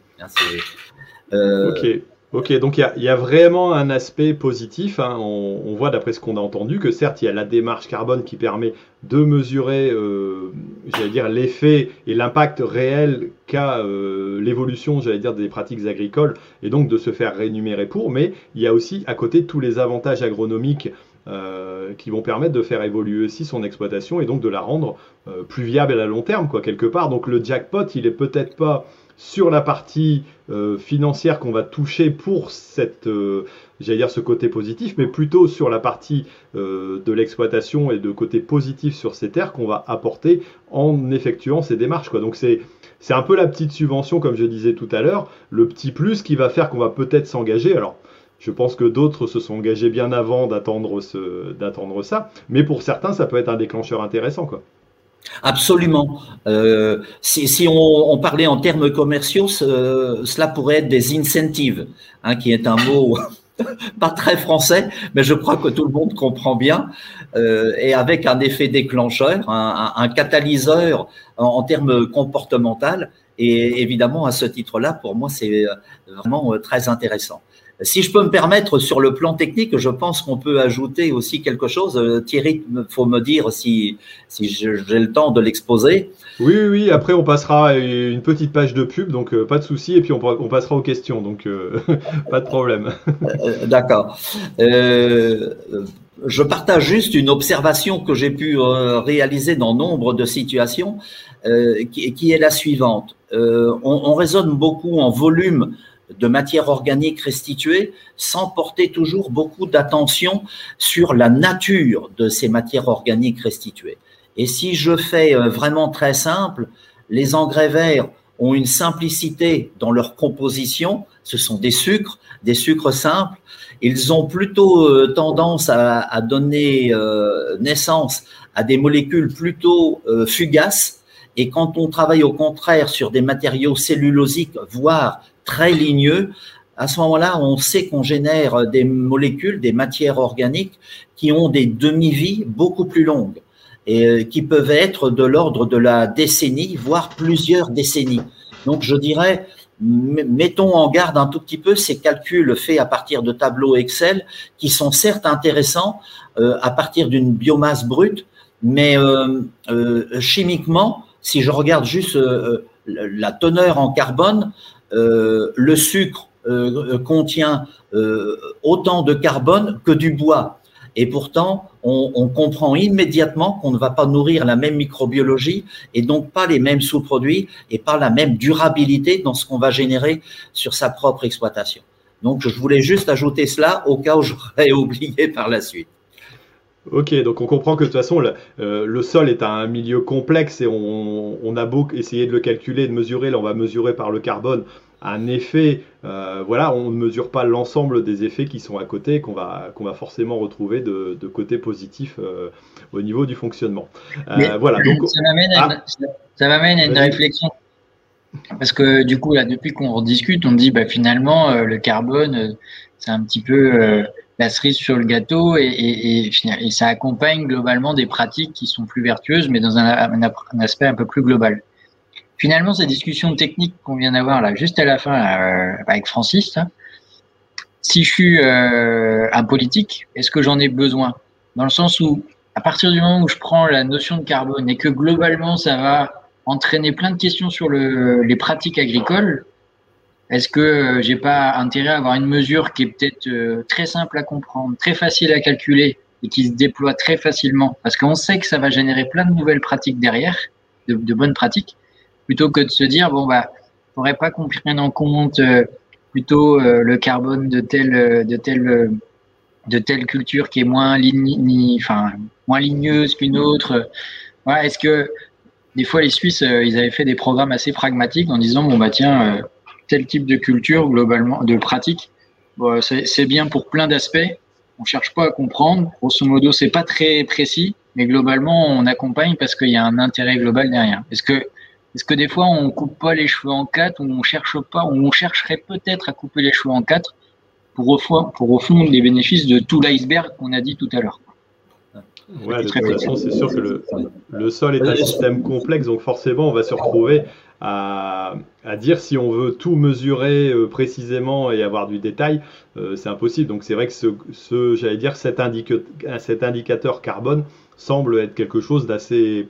C'est, euh... Ok. Ok, donc il y a, y a vraiment un aspect positif. Hein. On, on voit d'après ce qu'on a entendu que certes il y a la démarche carbone qui permet de mesurer, euh, j'allais dire, l'effet et l'impact réel qu'a euh, l'évolution, j'allais dire, des pratiques agricoles et donc de se faire rémunérer pour. Mais il y a aussi à côté tous les avantages agronomiques euh, qui vont permettre de faire évoluer aussi son exploitation et donc de la rendre euh, plus viable à long terme, quoi, quelque part. Donc le jackpot, il est peut-être pas sur la partie euh, financière qu'on va toucher pour cette, euh, j'allais dire ce côté positif, mais plutôt sur la partie euh, de l'exploitation et de côté positif sur ces terres qu'on va apporter en effectuant ces démarches, quoi. Donc c'est c'est un peu la petite subvention, comme je disais tout à l'heure, le petit plus qui va faire qu'on va peut-être s'engager. Alors je pense que d'autres se sont engagés bien avant d'attendre ce, d'attendre ça, mais pour certains ça peut être un déclencheur intéressant, quoi. Absolument. Euh, si, si on, on parlait en termes commerciaux, ce, cela pourrait être des incentives, hein, qui est un mot pas très français, mais je crois que tout le monde comprend bien, euh, et avec un effet déclencheur, un, un, un catalyseur en, en termes comportementaux. Et évidemment, à ce titre-là, pour moi, c'est vraiment très intéressant. Si je peux me permettre, sur le plan technique, je pense qu'on peut ajouter aussi quelque chose. Thierry, il faut me dire si, si j'ai le temps de l'exposer. Oui, oui, oui, après on passera à une petite page de pub, donc euh, pas de souci, et puis on, on passera aux questions, donc euh, pas de problème. Euh, D'accord. Euh, Je partage juste une observation que j'ai pu euh, réaliser dans nombre de situations, euh, qui, qui est la suivante. Euh, on, on raisonne beaucoup en volume de matière organique restituée, sans porter toujours beaucoup d'attention sur la nature de ces matières organiques restituées. Et si je fais euh, vraiment très simple, les engrais verts ont une simplicité dans leur composition, ce sont des sucres, des sucres simples. Ils ont plutôt euh, tendance à, à donner euh, naissance à des molécules plutôt euh, fugaces. Et quand on travaille au contraire sur des matériaux cellulosiques, voire très ligneux, à ce moment-là, on sait qu'on génère des molécules, des matières organiques qui ont des demi-vies beaucoup plus longues et euh, qui peuvent être de l'ordre de la décennie, voire plusieurs décennies. Donc, je dirais, mettons en garde un tout petit peu ces calculs faits à partir de tableaux Excel qui sont certes intéressants euh, à partir d'une biomasse brute, mais euh, euh, chimiquement, si je regarde juste euh, la teneur en carbone, euh, le sucre euh, contient euh, autant de carbone que du bois. Et pourtant, on, on comprend immédiatement qu'on ne va pas nourrir la même microbiologie et donc pas les mêmes sous-produits et pas la même durabilité dans ce qu'on va générer sur sa propre exploitation. Donc, je voulais juste ajouter cela au cas où j'aurais oublié par la suite. Ok, donc on comprend que de toute façon, le, euh, le sol est un milieu complexe et on, on a beau essayer de le calculer, de mesurer, là on va mesurer par le carbone un effet, euh, voilà, on ne mesure pas l'ensemble des effets qui sont à côté, qu'on va, qu'on va forcément retrouver de, de côté positif euh, au niveau du fonctionnement. Euh, voilà, donc, ça m'amène à, ah, une, ça m'amène à une réflexion. Parce que du coup, là, depuis qu'on rediscute, on dit bah, finalement, euh, le carbone, euh, c'est un petit peu euh, la cerise sur le gâteau et, et, et, et ça accompagne globalement des pratiques qui sont plus vertueuses, mais dans un, un, un aspect un peu plus global. Finalement, ces discussions techniques qu'on vient d'avoir là, juste à la fin, là, euh, avec Francis, là, si je suis euh, un politique, est-ce que j'en ai besoin? Dans le sens où, à partir du moment où je prends la notion de carbone et que globalement, ça va entraîner plein de questions sur le, les pratiques agricoles, est-ce que euh, j'ai pas intérêt à avoir une mesure qui est peut-être euh, très simple à comprendre, très facile à calculer et qui se déploie très facilement? Parce qu'on sait que ça va générer plein de nouvelles pratiques derrière, de, de bonnes pratiques, plutôt que de se dire, bon, bah, faudrait pas qu'on prenne en compte euh, plutôt euh, le carbone de telle, de telle, de telle culture qui est moins, lign, enfin, moins ligneuse qu'une autre. Ouais, est-ce que des fois les Suisses, euh, ils avaient fait des programmes assez pragmatiques en disant, bon, bah, tiens, euh, tel type de culture, globalement, de pratique, bon, c'est, c'est bien pour plein d'aspects. On cherche pas à comprendre. Grosso modo, c'est pas très précis, mais globalement, on accompagne parce qu'il y a un intérêt global derrière. Est-ce que Est-ce que des fois, on coupe pas les cheveux en quatre ou on cherche pas, ou on chercherait peut-être à couper les cheveux en quatre pour au fond, pour au fond les bénéfices de tout l'iceberg qu'on a dit tout à l'heure? Ouais, de toute façon, c'est sûr que le, le sol est un système complexe, donc forcément, on va se retrouver à, à dire si on veut tout mesurer euh, précisément et avoir du détail, euh, c'est impossible. Donc c'est vrai que ce, ce j'allais dire, cet, indique, cet indicateur carbone semble être quelque chose d'assez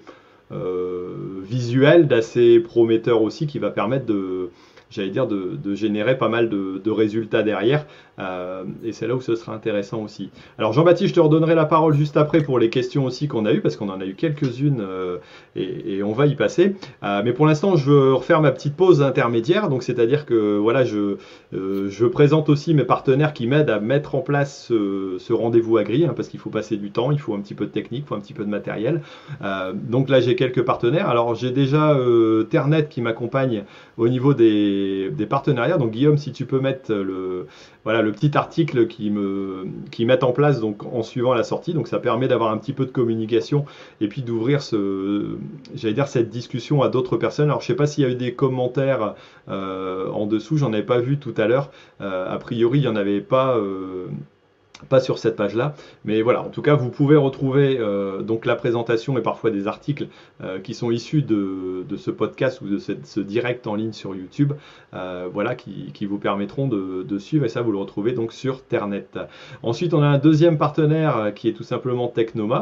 Euh, visuel, d'assez prometteur aussi, qui va permettre de, j'allais dire, de, de générer pas mal de, de résultats derrière. Euh, et c'est là où ce sera intéressant aussi. Alors Jean-Baptiste, je te redonnerai la parole juste après pour les questions aussi qu'on a eues, parce qu'on en a eu quelques-unes euh, et, et on va y passer. Euh, mais pour l'instant, je veux refaire ma petite pause intermédiaire. Donc c'est-à-dire que voilà, je, euh, je présente aussi mes partenaires qui m'aident à mettre en place ce, ce rendez-vous agri, hein, parce qu'il faut passer du temps, il faut un petit peu de technique, il faut un petit peu de matériel. Euh, donc là, j'ai quelques partenaires. Alors j'ai déjà euh, Ternet qui m'accompagne au niveau des, des partenariats. Donc Guillaume, si tu peux mettre le, voilà, le petit article qui me, qui mettent en place donc, en suivant la sortie. Donc ça permet d'avoir un petit peu de communication et puis d'ouvrir ce, j'allais dire, cette discussion à d'autres personnes. Alors je ne sais pas s'il y a eu des commentaires euh, en dessous, j'en avais pas vu tout à l'heure. Euh, a priori, il n'y en avait pas... Euh, pas sur cette page-là, mais voilà, en tout cas, vous pouvez retrouver euh, donc la présentation et parfois des articles euh, qui sont issus de, de ce podcast ou de cette, ce direct en ligne sur YouTube, euh, voilà, qui, qui vous permettront de, de suivre, et ça, vous le retrouvez donc sur Ternet. Ensuite, on a un deuxième partenaire qui est tout simplement Technoma.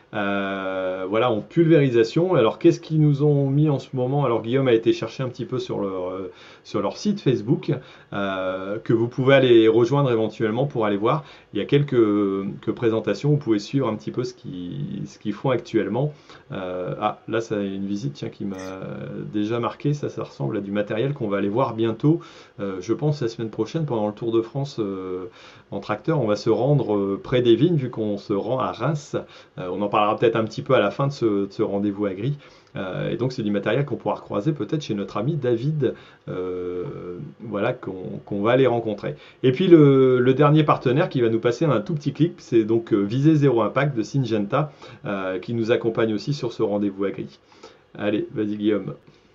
euh, voilà, en pulvérisation. Alors, qu'est-ce qu'ils nous ont mis en ce moment? Alors, Guillaume a été chercher un petit peu sur leur, euh, sur leur site Facebook, euh, que vous pouvez aller rejoindre éventuellement pour aller voir. Il y a quelques, quelques présentations, vous pouvez suivre un petit peu ce qu'ils ce qu'ils font actuellement. Euh, ah, là, ça a une visite tiens, qui m'a déjà marqué. Ça, ça ressemble à du matériel qu'on va aller voir bientôt. Euh, je pense la semaine prochaine, pendant le Tour de France euh, en tracteur, on va se rendre euh, près des vignes, vu qu'on se rend à Reims. Euh, on en parlera peut-être un petit peu à la fin de ce, de ce rendez-vous agri. Euh, et donc, c'est du matériel qu'on pourra recroiser peut-être chez notre ami David, euh, voilà, qu'on qu'on va aller rencontrer. Et puis, le, le dernier partenaire qui va nous passer un tout petit clip, c'est donc euh, Visée Zéro Impact de Syngenta, euh, qui nous accompagne aussi sur ce rendez-vous agri. Allez, vas-y Guillaume.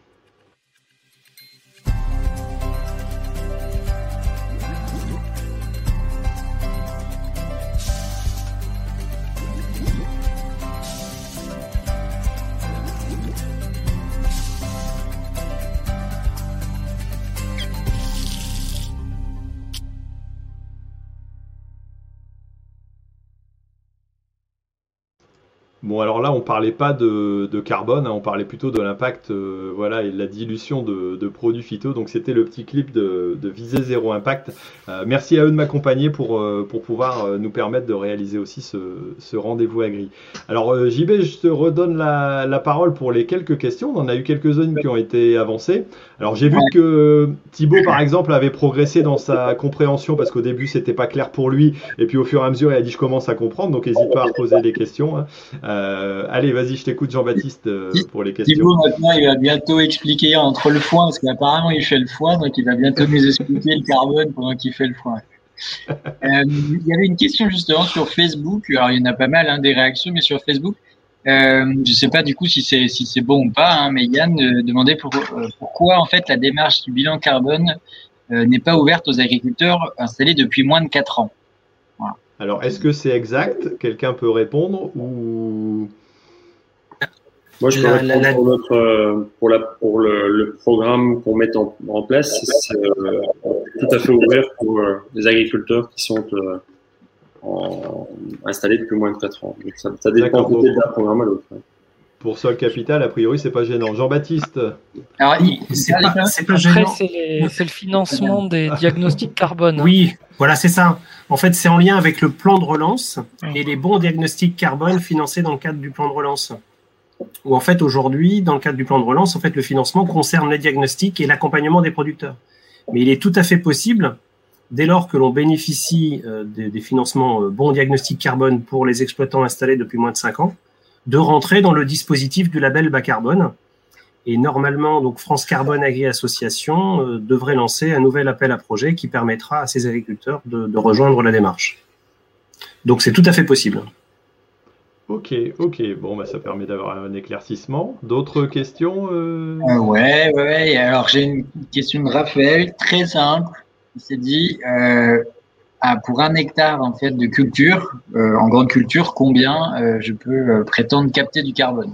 Bon, alors là, on parlait pas de, de carbone, hein, on parlait plutôt de l'impact, euh, voilà, et de la dilution de, de produits phyto. Donc, c'était le petit clip de, de Visée Zéro Impact. Euh, merci à eux de m'accompagner pour, euh, pour pouvoir euh, nous permettre de réaliser aussi ce, ce rendez-vous agri. Alors, euh, J B, je te redonne la, la parole pour les quelques questions. On en a eu quelques-unes qui ont été avancées. Alors, j'ai vu que Thibaut, par exemple, avait progressé dans sa compréhension parce qu'au début, c'était pas clair pour lui. Et puis, au fur et à mesure, il a dit, je commence à comprendre. Donc, n'hésite pas à reposer des questions. Hein. Euh, allez, vas-y, je t'écoute, Jean-Baptiste, euh, pour les questions. Thibaut, maintenant, il va bientôt expliquer entre le foin, parce qu'apparemment, il fait le foin, donc il va bientôt nous expliquer le carbone pendant qu'il fait le foin. Euh, il y avait une question justement sur Facebook. Alors, il y en a pas mal, hein, des réactions, mais sur Facebook, euh, je ne sais pas du coup si c'est si c'est bon ou pas, hein, mais Yann euh, demandait pour, euh, pourquoi en fait la démarche du bilan carbone euh, n'est pas ouverte aux agriculteurs installés depuis moins de quatre ans. Voilà. Alors, est-ce que c'est exact? Quelqu'un peut répondre ou... Moi, je peux La- répondre la- la- pour, notre, euh, pour, la, pour le, le programme qu'on met en, en place. C'est euh, tout à fait ouvert pour euh, les agriculteurs qui sont euh, en, installés depuis moins de quatre ans. Donc, ça, ça dépend D'accord. peut-être d'un programme à l'autre. Pour Sol Capital, a priori, c'est pas gênant. Jean-Baptiste, Alors, il, C'est il- pas, c'est pas Après, gênant. c'est les- c'est le financement des diagnostics carbone. hein. Oui, voilà, c'est ça. En fait, c'est en lien avec le plan de relance et les bons diagnostics carbone financés dans le cadre du plan de relance. Où en fait, aujourd'hui, dans le cadre du plan de relance, en fait, le financement concerne les diagnostics et l'accompagnement des producteurs. Mais il est tout à fait possible, dès lors que l'on bénéficie euh, des, des financements euh, bons diagnostics carbone pour les exploitants installés depuis moins de cinq ans, de rentrer dans le dispositif du label bas carbone. Et normalement, donc France Carbone Agri Association euh, devrait lancer un nouvel appel à projet qui permettra à ces agriculteurs de, de rejoindre la démarche. Donc c'est tout à fait possible. ok, ok. Bon, bah, ça permet d'avoir un éclaircissement. D'autres questions euh... Euh, ouais, ouais, ouais. Et alors, j'ai une question de Raphaël, très simple. Il s'est dit, euh, ah, pour un hectare en fait de culture, euh, en grande culture, combien euh, je peux euh, prétendre capter du carbone?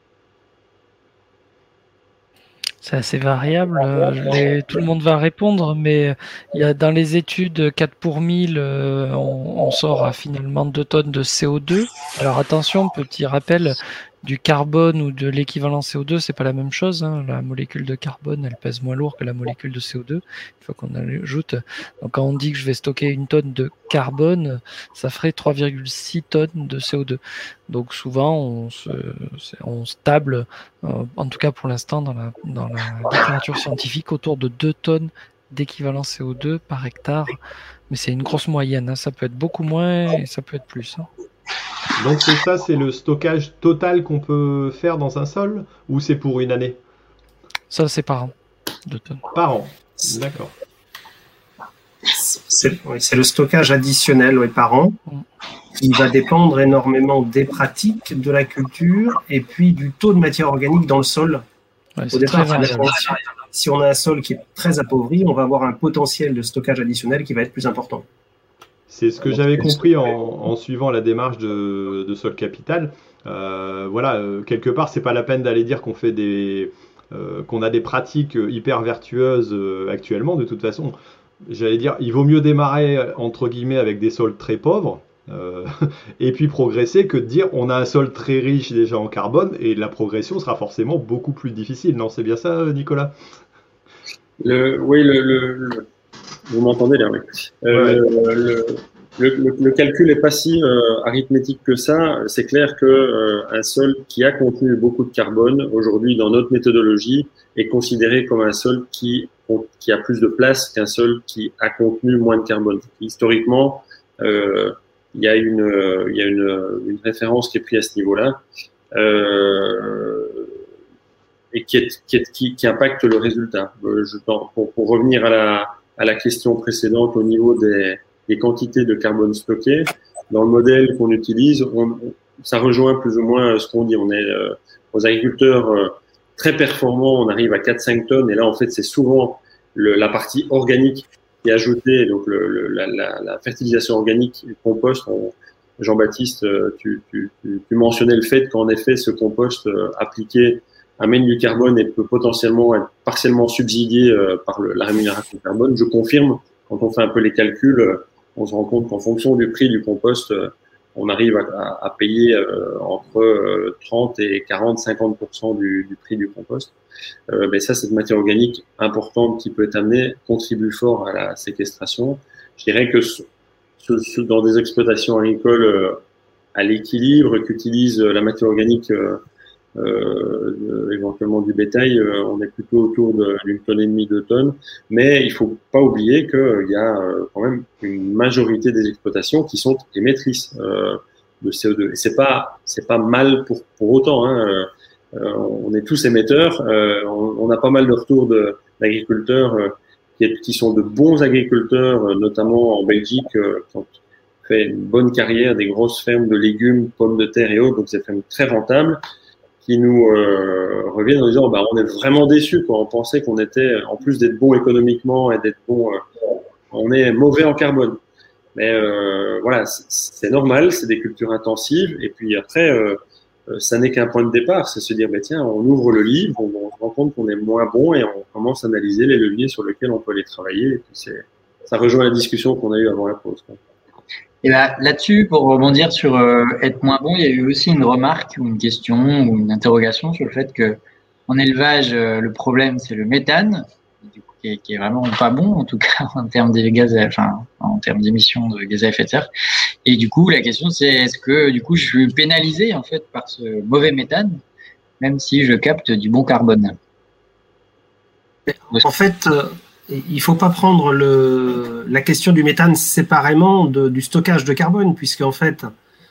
C'est assez variable. euh, les- tout le monde va répondre, mais il y a dans les études quatre pour mille, euh, on, on sort à finalement deux tonnes de C O deux. Alors attention, petit rappel, du carbone ou de l'équivalent C O deux, c'est pas la même chose. hein. La molécule de carbone, elle pèse moins lourd que la molécule de C O deux. Une fois qu'on ajoute, donc quand on dit que je vais stocker une tonne de carbone, ça ferait trois virgule six tonnes de C O deux. Donc souvent, on se, c'est- on se table, euh, en tout cas pour l'instant, dans la, dans la littérature scientifique, autour de deux tonnes d'équivalent C O deux par hectare. Mais c'est une grosse moyenne. hein. Ça peut être beaucoup moins et ça peut être plus. hein. Donc, c'est ça, c'est le stockage total qu'on peut faire dans un sol ou c'est pour une année? Ça, c'est par an. Deux tonnes. Par an. D'accord. C'est oui, c'est le stockage additionnel oui, par an. Il va dépendre énormément des pratiques de la culture et puis du taux de matière organique dans le sol. Ouais, Au c'est départ, très variable. si- si on a un sol qui est très appauvri, on va avoir un potentiel de stockage additionnel qui va être plus important. C'est ce que j'avais compris en, en suivant la démarche de, de Sol Capital. Euh, voilà, euh, quelque part, c'est pas la peine d'aller dire qu'on fait des, euh, qu'on a des pratiques hyper vertueuses euh, actuellement. De toute façon, j'allais dire, il vaut mieux démarrer entre guillemets avec des sols très pauvres euh, et puis progresser que de dire on a un sol très riche déjà en carbone et la progression sera forcément beaucoup plus difficile. Non, c'est bien ça, Nicolas? Le, oui, le, le, le, vous m'entendez là, oui. Euh, ouais. le, le, le, le calcul n'est pas si euh, arithmétique que ça. C'est clair que euh, un sol qui a contenu beaucoup de carbone, aujourd'hui dans notre méthodologie, est considéré comme un sol qui, qui a plus de place qu'un sol qui a contenu moins de carbone. Historiquement, euh, il y a une, il y a une, une référence qui est prise à ce niveau-là. Euh, et qui, est, qui, est, qui, qui impacte le résultat. Euh, je, pour, pour revenir à la, à la question précédente au niveau des, des quantités de carbone stockées, dans le modèle qu'on utilise, on, ça rejoint plus ou moins ce qu'on dit. On est euh, aux agriculteurs euh, très performants, on arrive à quatre à cinq tonnes, et là en fait c'est souvent le, la partie organique qui est ajoutée, donc le, le, la, la, la fertilisation organique, le compost. On, Jean-Baptiste, tu, tu, tu, tu mentionnais le fait qu'en effet ce compost euh, appliqué amène du carbone et peut potentiellement être partiellement subsidié euh, par le, la rémunération carbone. Je confirme, quand on fait un peu les calculs, euh, on se rend compte qu'en fonction du prix du compost, euh, on arrive à, à, à payer euh, entre euh, trente et quarante, cinquante pour cent du, du prix du compost. Euh, mais ça, cette matière organique importante qui peut être amenée contribue fort à la séquestration. Je dirais que ce, ce, ce, dans des exploitations agricoles euh, à l'équilibre, qu'utilisent la matière organique euh, Euh, éventuellement du bétail, euh, on est plutôt autour d'une tonne et demie, deux tonnes. Mais il faut pas oublier qu'il euh, y a euh, quand même une majorité des exploitations qui sont émettrices euh, de C O deux. Et c'est pas c'est pas mal pour pour autant. Hein. Euh, on est tous émetteurs. Euh, on, on a pas mal de retours d'agriculteurs euh, qui, qui sont de bons agriculteurs, euh, notamment en Belgique, euh, qui ont fait une bonne carrière, des grosses fermes de légumes, pommes de terre et autres. Donc c'est fermes très rentables, qui nous euh, reviennent en disant bah, on est vraiment déçus, quoi. On pensait qu'on était, en plus d'être bon économiquement et d'être bon, euh, on est mauvais en carbone. Mais euh, voilà, c'est normal, c'est des cultures intensives. Et puis après, euh, ça n'est qu'un point de départ, c'est se dire bah, tiens, on ouvre le livre, on, on se rend compte qu'on est moins bon et on commence à analyser les leviers sur lesquels on peut les travailler. Et puis c'est, ça rejoint la discussion qu'on a eue avant la pause, quoi. Et là, là-dessus, pour rebondir sur euh, être moins bon, il y a eu aussi une remarque ou une question ou une interrogation sur le fait que en élevage, euh, le problème c'est le méthane, du coup, qui, est, qui est vraiment pas bon, en tout cas en termes de gaz, à, enfin en termes d'émissions de gaz à effet de serre. Et du coup, la question c'est est-ce que du coup je suis pénalisé en fait par ce mauvais méthane, même si je capte du bon carbone. En fait. Euh... Il ne faut pas prendre le, la question du méthane séparément de, du stockage de carbone, puisque en fait,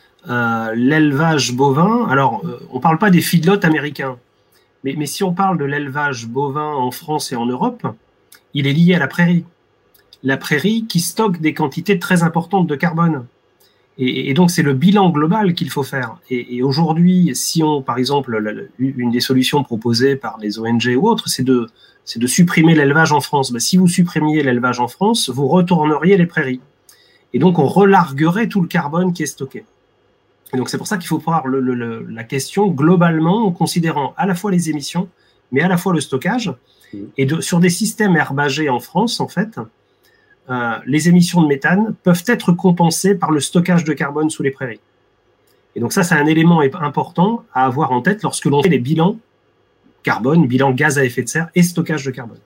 euh, l'élevage bovin, alors euh, on ne parle pas des feedlots américains, mais, mais si on parle de l'élevage bovin en France et en Europe, il est lié à la prairie. La prairie qui stocke des quantités très importantes de carbone. Et, et donc, c'est le bilan global qu'il faut faire. Et, et aujourd'hui, si on, par exemple, la, une des solutions proposées par les O N G ou autres, c'est de c'est de supprimer l'élevage en France. Ben, si vous supprimiez l'élevage en France, vous retourneriez les prairies. Et donc, on relarguerait tout le carbone qui est stocké. Et donc, c'est pour ça qu'il faut voir le, le, le, la question globalement en considérant à la fois les émissions, mais à la fois le stockage. Et de, sur des systèmes herbagés en France, en fait, euh, les émissions de méthane peuvent être compensées par le stockage de carbone sous les prairies. Et donc ça, c'est un élément important à avoir en tête lorsque l'on fait les bilans carbone, bilan gaz à effet de serre et stockage de carbone.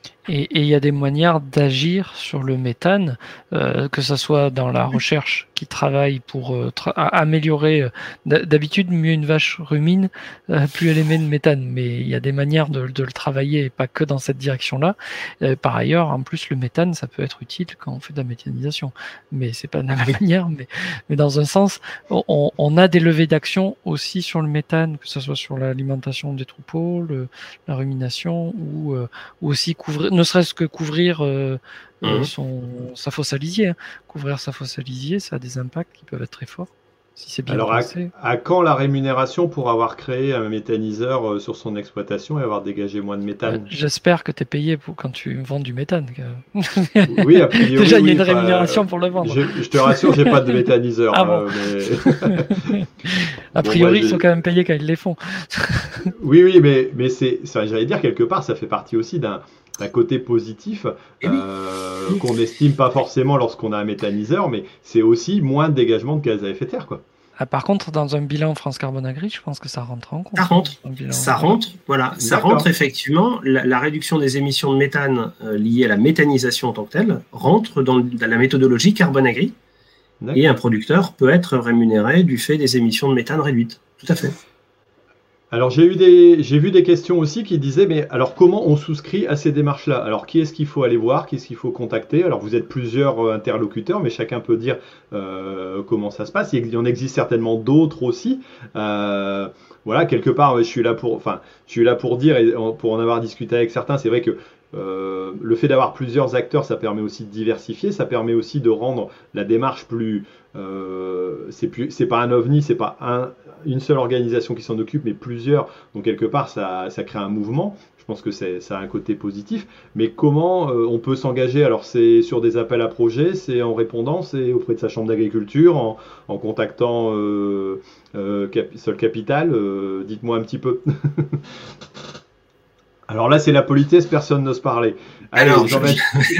Et il y a des manières d'agir sur le méthane, euh, que ce soit dans la recherche qui travaille pour euh, tra- améliorer. Euh, d'habitude, mieux une vache rumine, euh, plus elle émet de méthane. Mais il y a des manières de, de le travailler et pas que dans cette direction-là. Euh, par ailleurs, en plus, le méthane, ça peut être utile quand on fait de la méthanisation. Mais c'est pas de la même manière. Mais, mais dans un sens, on, on a des levées d'action aussi sur le méthane, que ce soit sur l'alimentation des troupeaux, le, la rumination ou, euh, ou aussi couvrir. Ne serait-ce que couvrir euh, mmh. son, sa fosse à lisier. Hein. Couvrir sa fosse à lisier, ça a des impacts qui peuvent être très forts. Si c'est bien Alors, pensé. À, à quand la rémunération pour avoir créé un méthaniseur euh, sur son exploitation et avoir dégagé moins de méthane? euh, J'espère que tu es payé pour, quand tu vends du méthane. Oui, a priori. Déjà, il y a oui, une rémunération euh, pour le vendre. Je, je te rassure, j'ai pas de méthaniseur. Ah bon. euh, mais... A priori, bon, bah, ils sont quand même payés quand ils les font. Oui, oui, mais, mais c'est, j'allais dire quelque part, ça fait partie aussi d'un un côté positif Eh oui. euh, qu'on n'estime pas forcément lorsqu'on a un méthaniseur, mais c'est aussi moins de dégagement de gaz à effet de serre, quoi. Ah, par contre, dans un bilan France Carbone Agri, je pense que ça rentre en compte. Ça rentre, Un bilan- ça rentre, voilà, ça D'accord. rentre effectivement. La, la réduction des émissions de méthane euh, liée à la méthanisation en tant que telle rentre dans, le- dans la méthodologie Carbone Agri. D'accord. Et un producteur peut être rémunéré du fait des émissions de méthane réduites. Tout à fait. Alors j'ai eu des, j'ai vu des questions aussi qui disaient, mais alors comment on souscrit à ces démarches-là? Alors qui est-ce qu'il faut aller voir? Qui est-ce qu'il faut contacter? Alors vous êtes plusieurs euh, interlocuteurs, mais chacun peut dire euh, comment ça se passe. Il y en existe certainement d'autres aussi. Euh, voilà, quelque part, je suis là pour, enfin, je suis là pour dire, et en- pour en avoir discuté avec certains, c'est vrai que euh, le fait d'avoir plusieurs acteurs, ça permet aussi de diversifier, ça permet aussi de rendre la démarche plus, euh, c'est plus, c'est pas un ovni, c'est pas un, une seule organisation qui s'en occupe, mais plusieurs. Donc quelque part, ça, ça crée un mouvement. Je pense que c'est, ça a un côté positif. Mais comment euh, on peut s'engager? Alors c'est sur des appels à projets, c'est en répondant, c'est auprès de sa chambre d'agriculture, en, en contactant euh, euh, Cap- Sol Capital. Euh, dites-moi un petit peu. Alors là, c'est la politesse, personne n'ose parler. Allez, Alors, Jean-Baptiste.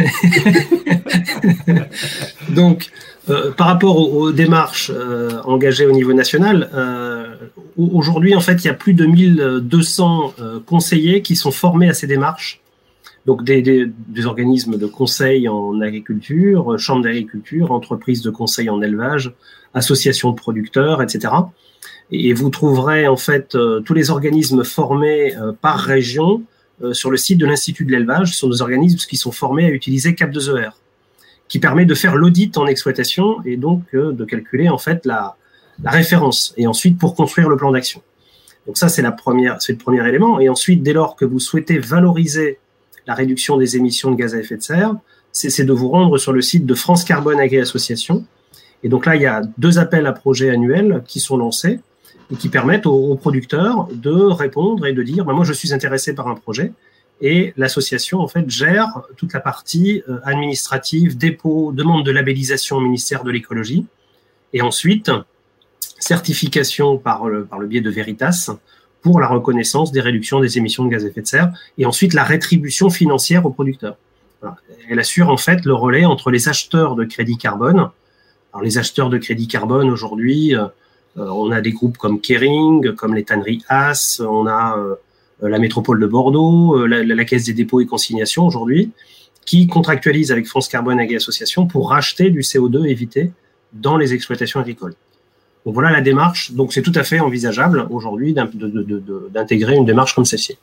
Donc, euh, par rapport aux, aux démarches euh, engagées au niveau national, euh, au- aujourd'hui, en fait, il y a plus de mille deux cents euh, conseillers qui sont formés à ces démarches. Donc, des, des, des organismes de conseil en agriculture, euh, chambres d'agriculture, entreprises de conseil en élevage, associations de producteurs, et cetera. Et, et vous trouverez, en fait, euh, tous les organismes formés euh, par région euh, sur le site de l'Institut de l'élevage. Ce sont des organismes qui sont formés à utiliser Cap deux E R, qui permet de faire l'audit en exploitation et donc euh, de calculer en fait la, la référence et ensuite pour construire le plan d'action. Donc ça c'est la première, c'est le premier élément. Et ensuite, dès lors que vous souhaitez valoriser la réduction des émissions de gaz à effet de serre, c'est, c'est de vous rendre sur le site de France Carbone Agri Association. Et donc là, il y a deux appels à projets annuels qui sont lancés et qui permettent aux, aux producteurs de répondre et de dire, ben moi je suis intéressé par un projet. Et l'association, en fait, gère toute la partie euh, administrative, dépôt, demande de labellisation au ministère de l'écologie. Et ensuite, certification par le, par le biais de Veritas pour la reconnaissance des réductions des émissions de gaz à effet de serre. Et ensuite, la rétribution financière aux producteurs. Voilà. Elle assure, en fait, le relais entre les acheteurs de crédit carbone. Alors, les acheteurs de crédit carbone, aujourd'hui, euh, on a des groupes comme Kering, comme les tanneries As, on a... Euh, la métropole de Bordeaux, la, la Caisse des dépôts et consignations aujourd'hui, qui contractualise avec France Carbone Agri Association pour racheter du C O deux évité dans les exploitations agricoles. Donc voilà la démarche. Donc c'est tout à fait envisageable aujourd'hui d'in- de, de, de, de, d'intégrer une démarche comme celle-ci.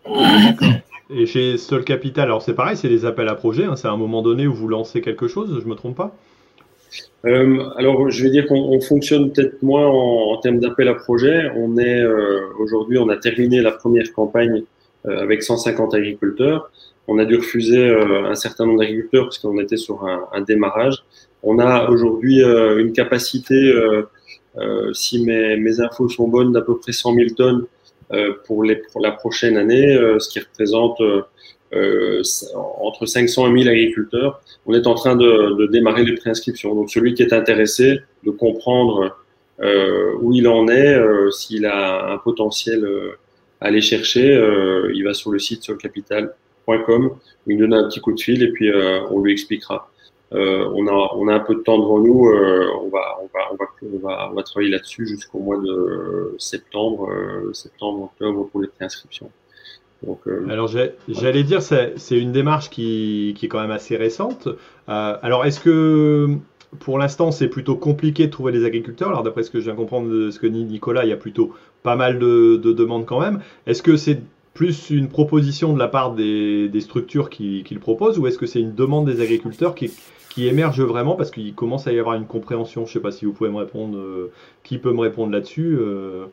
Et chez Sol Capital, alors c'est pareil, c'est des appels à projets. Hein, c'est à un moment donné où vous lancez quelque chose, je me trompe pas? Euh, alors, je vais dire qu'on on fonctionne peut-être moins en, en termes d'appel à projet. On est euh, aujourd'hui, on a terminé la première campagne euh, avec cent cinquante agriculteurs. On a dû refuser euh, un certain nombre d'agriculteurs parce qu'on était sur un, un démarrage. On a aujourd'hui euh, une capacité, euh, euh, si mes, mes infos sont bonnes, d'à peu près cent mille tonnes euh, pour, les, pour la prochaine année, euh, ce qui représente euh, Euh, entre cinq cents et mille agriculteurs. On est en train de, de démarrer les préinscriptions. Donc celui qui est intéressé de comprendre euh, où il en est, euh, s'il a un potentiel euh, à aller chercher, euh, il va sur le site solcapital point com, il nous donne un petit coup de fil et puis euh, on lui expliquera. Euh, on a on a un peu de temps devant nous. Euh, on va on va on va on va on va travailler là-dessus jusqu'au mois de septembre, euh, septembre octobre pour les préinscriptions. Donc, euh, alors j'allais dire, c'est, c'est une démarche qui, qui est quand même assez récente. Euh, alors est-ce que pour l'instant c'est plutôt compliqué de trouver des agriculteurs? Alors d'après ce que je viens de comprendre de ce que dit Nicolas, il y a plutôt pas mal de, de demandes quand même. Est-ce que c'est plus une proposition de la part des, des structures qui, qui le proposent, ou est-ce que c'est une demande des agriculteurs qui, qui émerge vraiment parce qu'il commence à y avoir une compréhension? Je ne sais pas si vous pouvez me répondre. Euh, qui peut me répondre là-dessus? euh...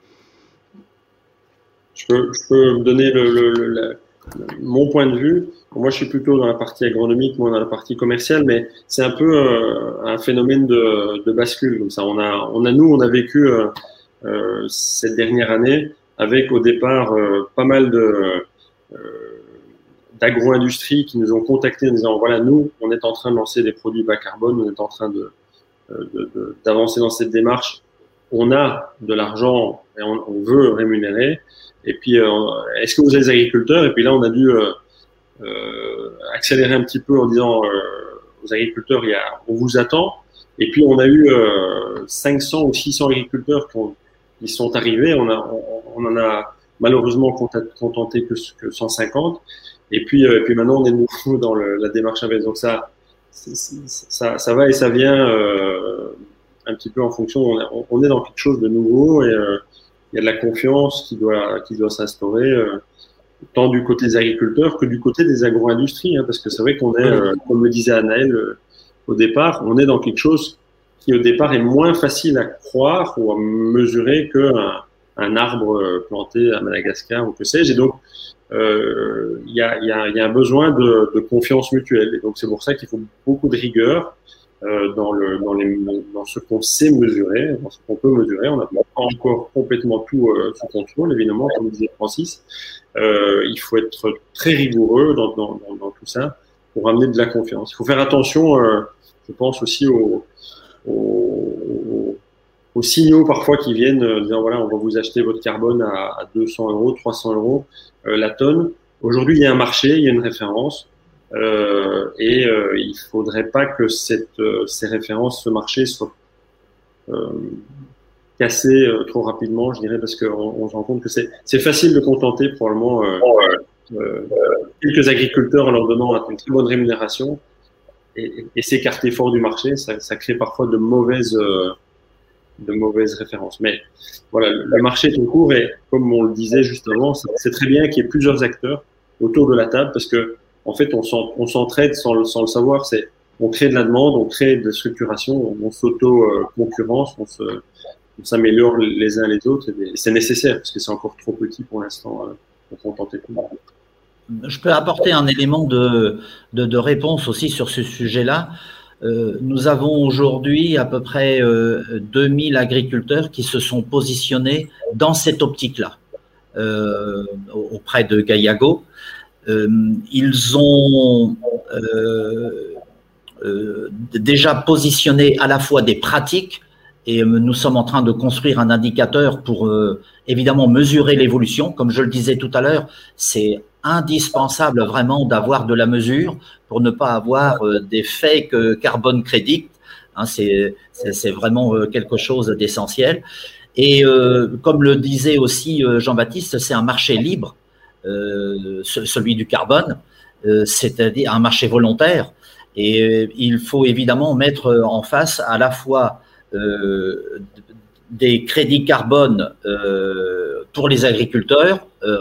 Je peux, je peux me donner le, le, le, le, mon point de vue. Moi, je suis plutôt dans la partie agronomique, moi dans la partie commerciale, mais c'est un peu euh, un phénomène de, de bascule comme ça. On a, on a nous, on a vécu euh, euh, cette dernière année avec au départ euh, pas mal de euh, d'agro-industries qui nous ont contactés en disant voilà, nous, on est en train de lancer des produits bas carbone, on est en train de, de, de d'avancer dans cette démarche. On a de l'argent et on, on veut rémunérer. Et puis, euh, est-ce que vous êtes des agriculteurs? Et puis là, on a dû euh, euh, accéléré un petit peu en disant euh, aux agriculteurs, il y a, on vous attend. Et puis on a eu euh, cinq cents ou six cents agriculteurs qui, ont, qui sont arrivés. On, a, on, on en a malheureusement contenté que, que cent cinquante. Et puis, euh, puis maintenant on est nouveau dans le, la démarche inverse. Donc ça, ça, ça va et ça vient euh, un petit peu en fonction. On, a, on est dans quelque chose de nouveau et euh, il y a de la confiance qui doit, qui doit s'instaurer. Euh, tant du côté des agriculteurs que du côté des agro-industries, hein, parce que c'est vrai qu'on est, euh, comme le disait Anaël euh, au départ, on est dans quelque chose qui au départ est moins facile à croire ou à mesurer qu'un un arbre planté à Madagascar ou que sais-je. Et donc, euh, il y, a, y, a, y a un besoin de, de confiance mutuelle. Et donc, c'est pour ça qu'il faut beaucoup de rigueur euh, dans, le, dans, les, dans ce qu'on sait mesurer, dans ce qu'on peut mesurer. On n'a pas encore complètement tout euh, sous contrôle, évidemment, comme disait Francis. Euh, il faut être très rigoureux dans, dans, dans, dans tout ça pour amener de la confiance. Il faut faire attention, euh, je pense aussi aux, aux, aux signaux parfois qui viennent euh, disant voilà, on va vous acheter votre carbone à, à deux cents euros, trois cents euros euh, la tonne. Aujourd'hui, il y a un marché, il y a une référence euh, et euh, il faudrait pas que cette, euh, ces références, ce marché soit euh, cassé euh, trop rapidement, je dirais, parce qu'on on se rend compte que c'est, c'est facile de contenter probablement euh, euh, quelques agriculteurs en leur donnant une très bonne rémunération et, et s'écarter fort du marché, ça, ça crée parfois de mauvaises, euh, de mauvaises références. Mais voilà, le marché est en cours et comme on le disait juste avant, c'est très bien qu'il y ait plusieurs acteurs autour de la table parce que en fait, on, s'en, on s'entraide sans le, sans le savoir. C'est, on crée de la demande, on crée de la structuration, on, on s'auto-concurrence, on se on s'améliore les uns les autres et c'est nécessaire parce que c'est encore trop petit pour l'instant euh, pour contenter tout le monde. Je peux apporter un élément de, de, de réponse aussi sur ce sujet-là. Euh, nous avons aujourd'hui à peu près euh, deux mille agriculteurs qui se sont positionnés dans cette optique-là euh, auprès de Gaillago. Euh, ils ont euh, euh, déjà positionné à la fois des pratiques. Et nous sommes en train de construire un indicateur pour euh, évidemment mesurer l'évolution. Comme je le disais tout à l'heure, c'est indispensable vraiment d'avoir de la mesure pour ne pas avoir euh, des fake carbone credit. Hein, c'est, c'est, c'est vraiment euh, quelque chose d'essentiel. Et euh, comme le disait aussi euh, Jean-Baptiste, c'est un marché libre, euh, ce, celui du carbone, euh, c'est-à-dire un marché volontaire. Et euh, il faut évidemment mettre en face à la fois Euh, des crédits carbone euh, pour les agriculteurs, euh,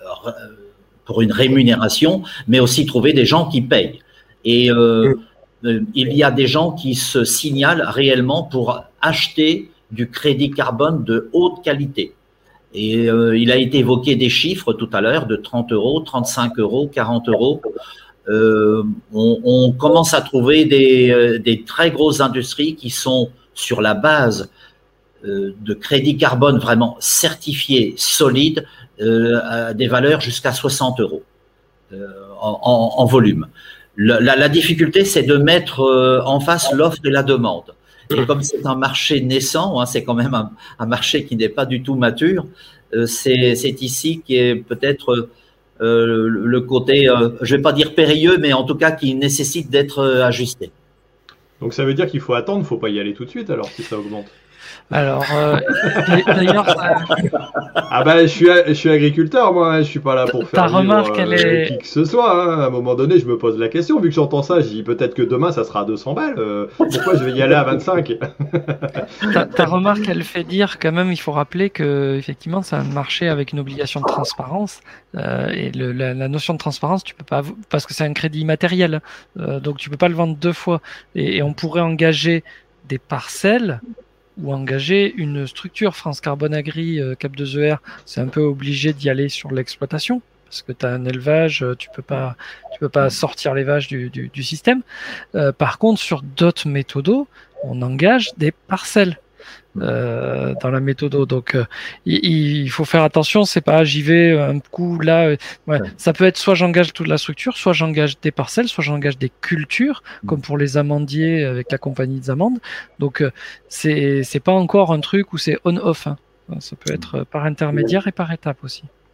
pour une rémunération, mais aussi trouver des gens qui payent. Et euh, euh, il y a des gens qui se signalent réellement pour acheter du crédit carbone de haute qualité. Et euh, il a été évoqué des chiffres tout à l'heure de trente euros, trente-cinq euros, quarante euros. Euh, on, on commence à trouver des, des très grosses industries qui sont sur la base euh, de crédit carbone vraiment certifié, solide, euh, à des valeurs jusqu'à soixante euros euh, en, en, en volume. Le, la, la difficulté, c'est de mettre euh, en face l'offre et la demande. Et comme c'est un marché naissant, hein, c'est quand même un, un marché qui n'est pas du tout mature, euh, c'est, c'est ici qui est peut-être euh, le côté, euh, je ne vais pas dire périlleux, mais en tout cas qui nécessite d'être ajusté. Donc ça veut dire qu'il faut attendre, il ne faut pas y aller tout de suite alors si ça augmente. Alors, euh, d'ailleurs, ça... ah ben, je suis, je suis agriculteur, moi, hein, je suis pas là pour faire ta vivre remarque, euh, elle est... qui que ce soit. Hein. À un moment donné, je me pose la question, vu que j'entends ça, je dis peut-être que demain ça sera à deux cents balles. Euh, pourquoi je vais y aller à vingt-cinq? ta, ta remarque, elle fait dire quand même, il faut rappeler que effectivement, c'est un marché avec une obligation de transparence euh, et le, la, la notion de transparence, tu peux pas, parce que c'est un crédit immatériel, euh, donc tu peux pas le vendre deux fois. Et, et on pourrait engager des parcelles ou engager une structure. France Carbone Agri, euh, Cap deux E R, c'est un peu obligé d'y aller sur l'exploitation parce que tu as un élevage, tu peux pas, tu peux pas sortir les vaches du, du, du système. Euh, par contre, sur d'autres méthodos, on engage des parcelles euh, dans la méthodo. Donc, euh, il, il faut faire attention. C'est pas j'y vais un coup là. Euh, ouais. Ouais. Ça peut être soit j'engage toute la structure, soit j'engage des parcelles, soit j'engage des cultures, comme pour les amandiers avec la compagnie des amandes. Donc, euh, c'est c'est pas encore un truc où c'est on-off. Hein. Ça peut être par intermédiaire et par étape aussi.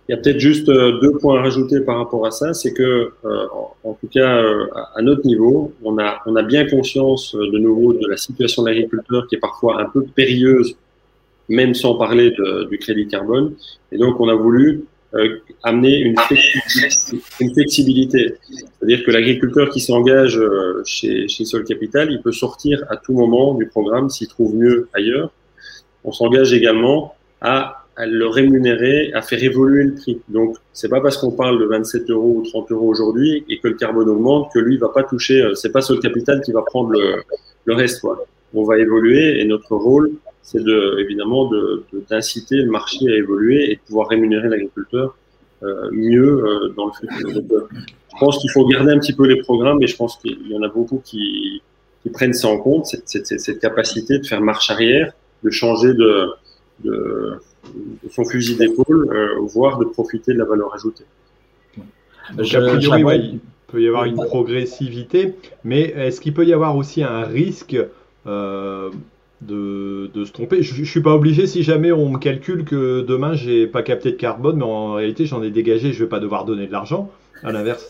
Il y a peut-être juste euh, deux points à rajouter par rapport à ça, c'est que, euh, en, en tout cas, euh, à notre niveau, on a, on a bien conscience euh, de nouveau de la situation de l'agriculteur qui est parfois un peu périlleuse, même sans parler de, du crédit carbone. Et donc, on a voulu euh, amener une flexibilité, une flexibilité. C'est-à-dire que l'agriculteur qui s'engage euh, chez, chez Sol Capital, il peut sortir à tout moment du programme s'il trouve mieux ailleurs. On s'engage également à à le rémunérer, à faire évoluer le prix. Donc, c'est pas parce qu'on parle de vingt-sept euros ou trente euros aujourd'hui et que le carbone augmente que lui va pas toucher, c'est pas Sol Capital qui va prendre le, le reste, quoi. On va évoluer et notre rôle, c'est de, évidemment, de, de, d'inciter le marché à évoluer et de pouvoir rémunérer l'agriculteur euh, mieux euh, dans le futur. Donc, euh, je pense qu'il faut garder un petit peu les programmes et je pense qu'il y en a beaucoup qui, qui prennent ça en compte, cette, cette, cette capacité de faire marche arrière, de changer de, de de son fusil d'épaule, euh, voire de profiter de la valeur ajoutée. Donc, a priori, ouais, il peut y avoir une progressivité, mais est-ce qu'il peut y avoir aussi un risque euh, de, de se tromper? Je ne suis pas obligé, si jamais on me calcule que demain, j'ai pas capté de carbone, mais en réalité, j'en ai dégagé, je ne vais pas devoir donner de l'argent, à l'inverse.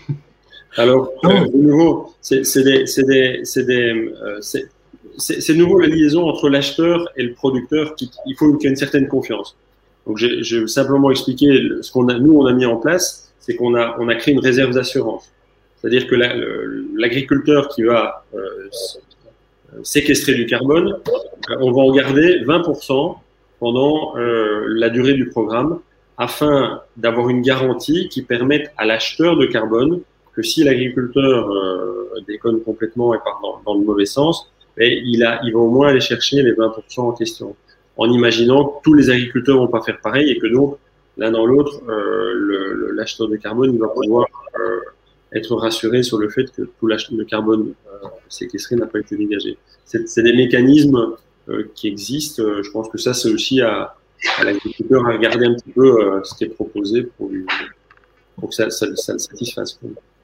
Alors, euh, de nouveau, c'est, c'est des... C'est des, c'est des euh, c'est... C'est, c'est nouveau la liaison entre l'acheteur et le producteur. Qui, il faut qu'il y ait une certaine confiance. Donc, j'ai, j'ai simplement expliqué ce qu'on a, nous, on a mis en place, c'est qu'on a, on a créé une réserve d'assurance. C'est-à-dire que la, le, l'agriculteur qui va euh, séquestrer du carbone, on va en garder vingt pour cent pendant euh, la durée du programme, afin d'avoir une garantie qui permette à l'acheteur de carbone que si l'agriculteur euh, déconne complètement et part dans, dans le mauvais sens, mais il, a, il va au moins aller chercher les vingt pour cent en question, en imaginant que tous les agriculteurs vont pas faire pareil et que donc, l'un dans l'autre, euh, le, le, l'acheteur de carbone il va pouvoir euh, être rassuré sur le fait que tout le carbone euh, séquestré n'a pas été dégagé. C'est, c'est des mécanismes euh, qui existent. Je pense que ça, c'est aussi à, à l'agriculteur à regarder un petit peu euh, ce qui est proposé pour, lui, pour que ça, ça, ça le satisfasse.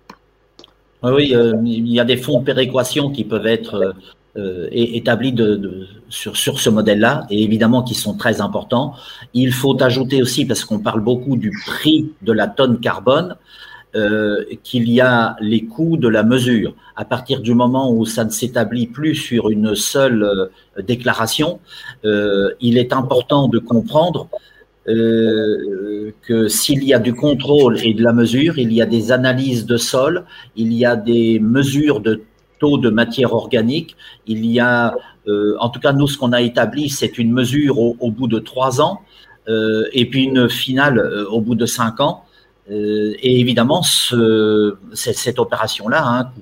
Oui, euh, il y a des fonds de péréquation qui peuvent être euh, Euh, établis de, de, sur, sur ce modèle-là, et évidemment qui sont très importants. Il faut ajouter aussi, parce qu'on parle beaucoup du prix de la tonne carbone, euh, qu'il y a les coûts de la mesure. À partir du moment où ça ne s'établit plus sur une seule euh, déclaration, euh, il est important de comprendre euh, que s'il y a du contrôle et de la mesure, il y a des analyses de sol, il y a des mesures de taux de matière organique, il y a, euh, en tout cas nous ce qu'on a établi, c'est une mesure au, au bout de trois ans euh, et puis une finale euh, au bout de cinq ans. Euh, et évidemment, ce, cette, cette opération-là a un coût.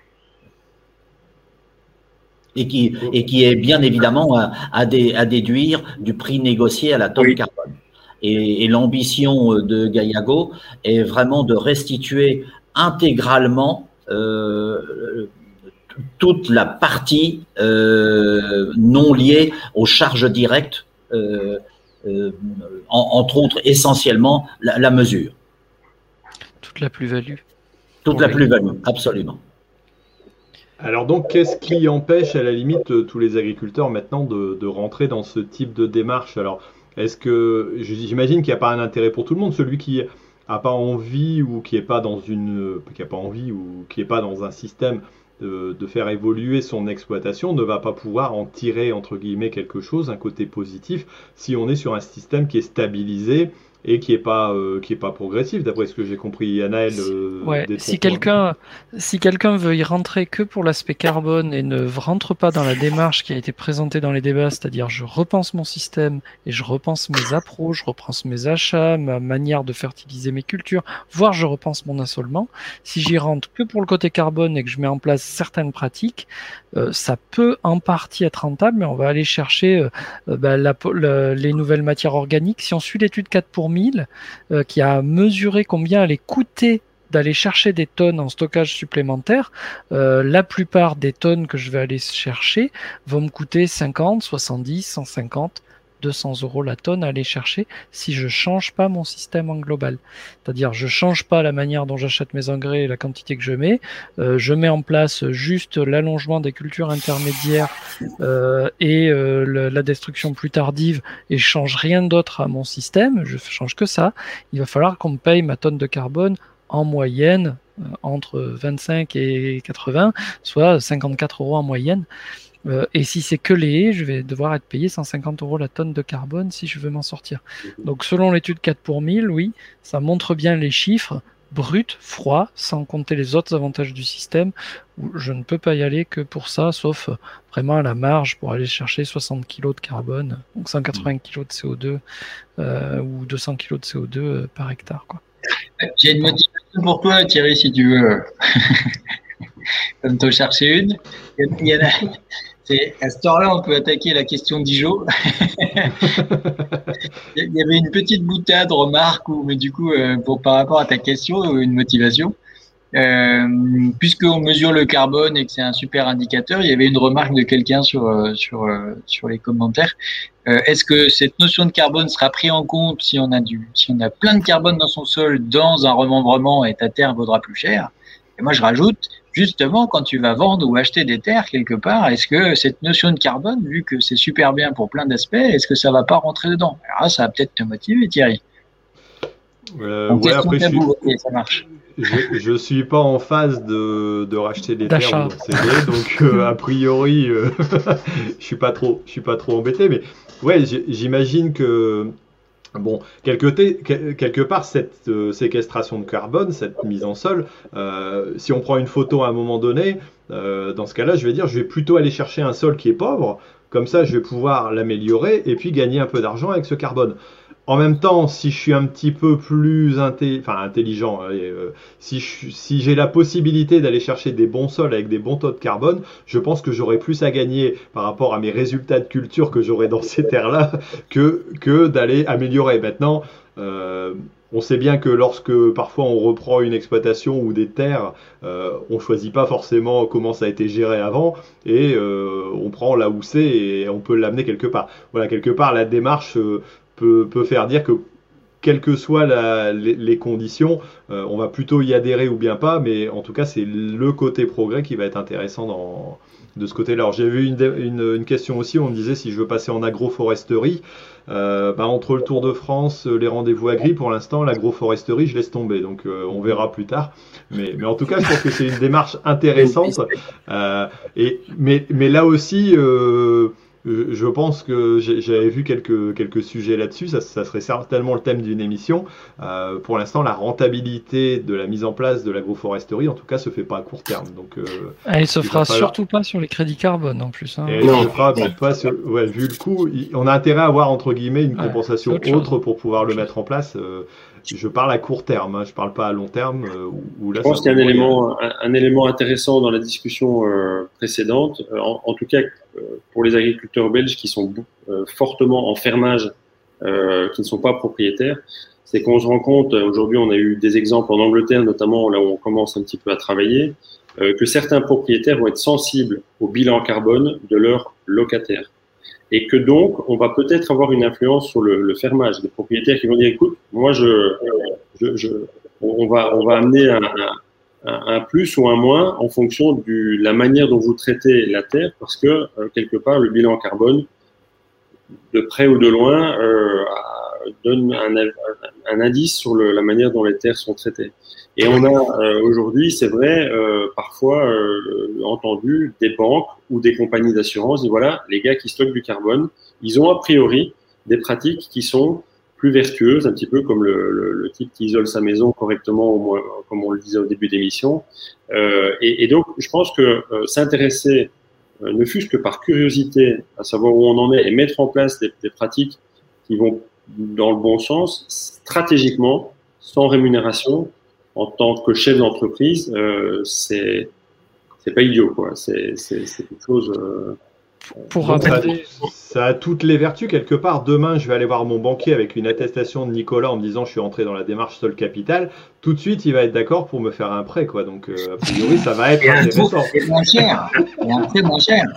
Et qui, et qui est bien évidemment à, à, dé, à déduire du prix négocié à la tonne oui. carbone. Et, et l'ambition de Gaillago est vraiment de restituer intégralement euh, toute la partie euh, non liée aux charges directes, euh, euh, en, entre autres essentiellement la, la mesure. Toute la plus-value. Toute la plus-value, absolument. Alors donc, qu'est-ce qui empêche à la limite tous les agriculteurs maintenant de, de rentrer dans ce type de démarche? Alors, est-ce que, j'imagine qu'il n'y a pas un intérêt pour tout le monde, celui qui n'a pas envie ou qui n'est pas dans une, qui a pas envie ou qui n'est pas dans un système de, de faire évoluer son exploitation ne va pas pouvoir en tirer entre guillemets quelque chose, un côté positif, si on est sur un système qui est stabilisé et qui est pas euh, qui est pas progressif, d'après ce que j'ai compris, Anaël. Euh, ouais, si quelqu'un si quelqu'un veut y rentrer que pour l'aspect carbone et ne rentre pas dans la démarche qui a été présentée dans les débats, c'est-à-dire je repense mon système et je repense mes approches, je repense mes achats, ma manière de fertiliser mes cultures, voire je repense mon assolement. Si j'y rentre que pour le côté carbone et que je mets en place certaines pratiques, euh, ça peut en partie être rentable, mais on va aller chercher euh, bah, la, la, les nouvelles matières organiques. Si on suit l'étude quatre pour mille, euh, qui a mesuré combien allait coûter d'aller chercher des tonnes en stockage supplémentaire, euh, la plupart des tonnes que je vais aller chercher vont me coûter cinquante, soixante-dix, cent cinquante deux cents euros la tonne à aller chercher si je change pas mon système en global. C'est-à-dire, je change pas la manière dont j'achète mes engrais et la quantité que je mets. Euh, je mets en place juste l'allongement des cultures intermédiaires euh, et euh, le, la destruction plus tardive et je change rien d'autre à mon système. Je change que ça. Il va falloir qu'on me paye ma tonne de carbone en moyenne euh, entre vingt-cinq et quatre-vingts, soit cinquante-quatre euros en moyenne. Euh, et si c'est que les haies, je vais devoir être payé cent cinquante euros la tonne de carbone si je veux m'en sortir. Donc selon l'étude quatre pour mille, oui, ça montre bien les chiffres bruts, froids, sans compter les autres avantages du système, où je ne peux pas y aller que pour ça, sauf vraiment à la marge pour aller chercher soixante kilos de carbone, donc cent quatre-vingts kilos de C O deux euh, ou deux cents kilos de C O deux euh, par hectare, quoi. J'ai une motivation pour toi, Thierry, si tu veux. Comme t'en chercher une. Il y en a. C'est, à cette heure-là, on peut attaquer la question d'Ijo. Il y avait une petite boutade, remarque, ou, mais du coup, euh, pour, par rapport à ta question, une motivation. Euh, puisqu'on mesure le carbone et que c'est un super indicateur, il y avait une remarque de quelqu'un sur, euh, sur, euh, sur les commentaires. Euh, est-ce que cette notion de carbone sera prise en compte si on a du, si on a plein de carbone dans son sol, dans un remembrement et ta terre vaudra plus cher? Et moi, je rajoute, justement, quand tu vas vendre ou acheter des terres quelque part, est-ce que cette notion de carbone, vu que c'est super bien pour plein d'aspects, est-ce que ça va pas rentrer dedans? Alors là, ça va peut-être te motiver, Thierry. Euh, Donc, ouais, après, tabou, je suis, okay, ça marche. je, je suis pas en phase de, de racheter des terres ou d'en céder, donc euh, a priori, euh, je suis pas trop, je suis pas trop embêté, mais ouais, j'imagine que bon, quelque, quelque part, cette euh, séquestration de carbone, cette mise en sol, euh, si on prend une photo à un moment donné, euh, dans ce cas-là, je vais dire, je vais plutôt aller chercher un sol qui est pauvre, comme ça, je vais pouvoir l'améliorer et puis gagner un peu d'argent avec ce carbone. En même temps, si je suis un petit peu plus inté enfin, intelligent, euh, si, je, si j'ai la possibilité d'aller chercher des bons sols avec des bons taux de carbone, je pense que j'aurai plus à gagner par rapport à mes résultats de culture que j'aurai dans ces terres-là que, que d'aller améliorer. Maintenant, euh, on sait bien que lorsque parfois on reprend une exploitation ou des terres, euh, on ne choisit pas forcément comment ça a été géré avant et euh, on prend là où c'est et on peut l'amener quelque part. Voilà, quelque part, la démarche... Euh, Peut, peut faire dire que quelles que soient la, les, les conditions, euh, on va plutôt y adhérer ou bien pas, mais en tout cas c'est le côté progrès qui va être intéressant dans, de ce côté-là. Alors j'ai vu une, une, une question aussi, on me disait si je veux passer en agroforesterie, euh, bah, entre le Tour de France, les rendez-vous agri, pour l'instant l'agroforesterie je laisse tomber, donc euh, on verra plus tard. Mais, mais en tout cas je pense que c'est une démarche intéressante, euh, et, mais, mais là aussi... Euh, Je pense que j'avais vu quelques, quelques sujets là-dessus, ça, ça serait certainement le thème d'une émission. Euh, pour l'instant, la rentabilité de la mise en place de l'agroforesterie, en tout cas, se fait pas à court terme. Donc, euh, elle se fera surtout pas sur les crédits carbone en plus. Hein. Et elle se fera pas sur, ouais, vu le coût, on a intérêt à avoir entre guillemets une compensation ouais, autre pour pouvoir le mettre en place. Euh, je parle à court terme, hein, je parle pas à long terme. Euh, où, où là, je pense qu'il y a un élément, un, un élément intéressant dans la discussion euh, précédente, en, en tout cas euh, pour les agriculteurs belges qui sont euh, fortement en fermage, euh, qui ne sont pas propriétaires, c'est qu'on se rend compte, aujourd'hui on a eu des exemples en Angleterre notamment, là où on commence un petit peu à travailler, euh, que certains propriétaires vont être sensibles au bilan carbone de leurs locataires. Et que donc, on va peut-être avoir une influence sur le, le fermage. Des propriétaires qui vont dire, écoute, moi, je, je, je, on va, on va amener un, un, un plus ou un moins en fonction de la manière dont vous traitez la terre, parce que, euh, quelque part, le bilan carbone, de près ou de loin, euh, donne un, un indice sur le, la manière dont les terres sont traitées. Et on a euh, aujourd'hui, c'est vrai, euh, parfois euh, entendu des banques ou des compagnies d'assurance, et voilà, les gars qui stockent du carbone, ils ont a priori des pratiques qui sont plus vertueuses, un petit peu comme le, le, le type qui isole sa maison correctement, au moins, comme on le disait au début d'émission. Euh, et, et donc, je pense que euh, s'intéresser, euh, ne fût-ce que par curiosité, à savoir où on en est, et mettre en place des, des pratiques qui vont dans le bon sens, stratégiquement, sans rémunération, en tant que chef d'entreprise, euh, c'est c'est pas idiot, quoi. C'est c'est c'est quelque chose. Euh, Pour rappeler, ça, ça a toutes les vertus quelque part. Demain, je vais aller voir mon banquier avec une attestation de Nicolas en me disant je suis entré dans la démarche Sol Capital. Tout de suite, il va être d'accord pour me faire un prêt, quoi. Donc, euh, a priori, ça va être intéressant. C'est moins cher. C'est un prêt moins cher.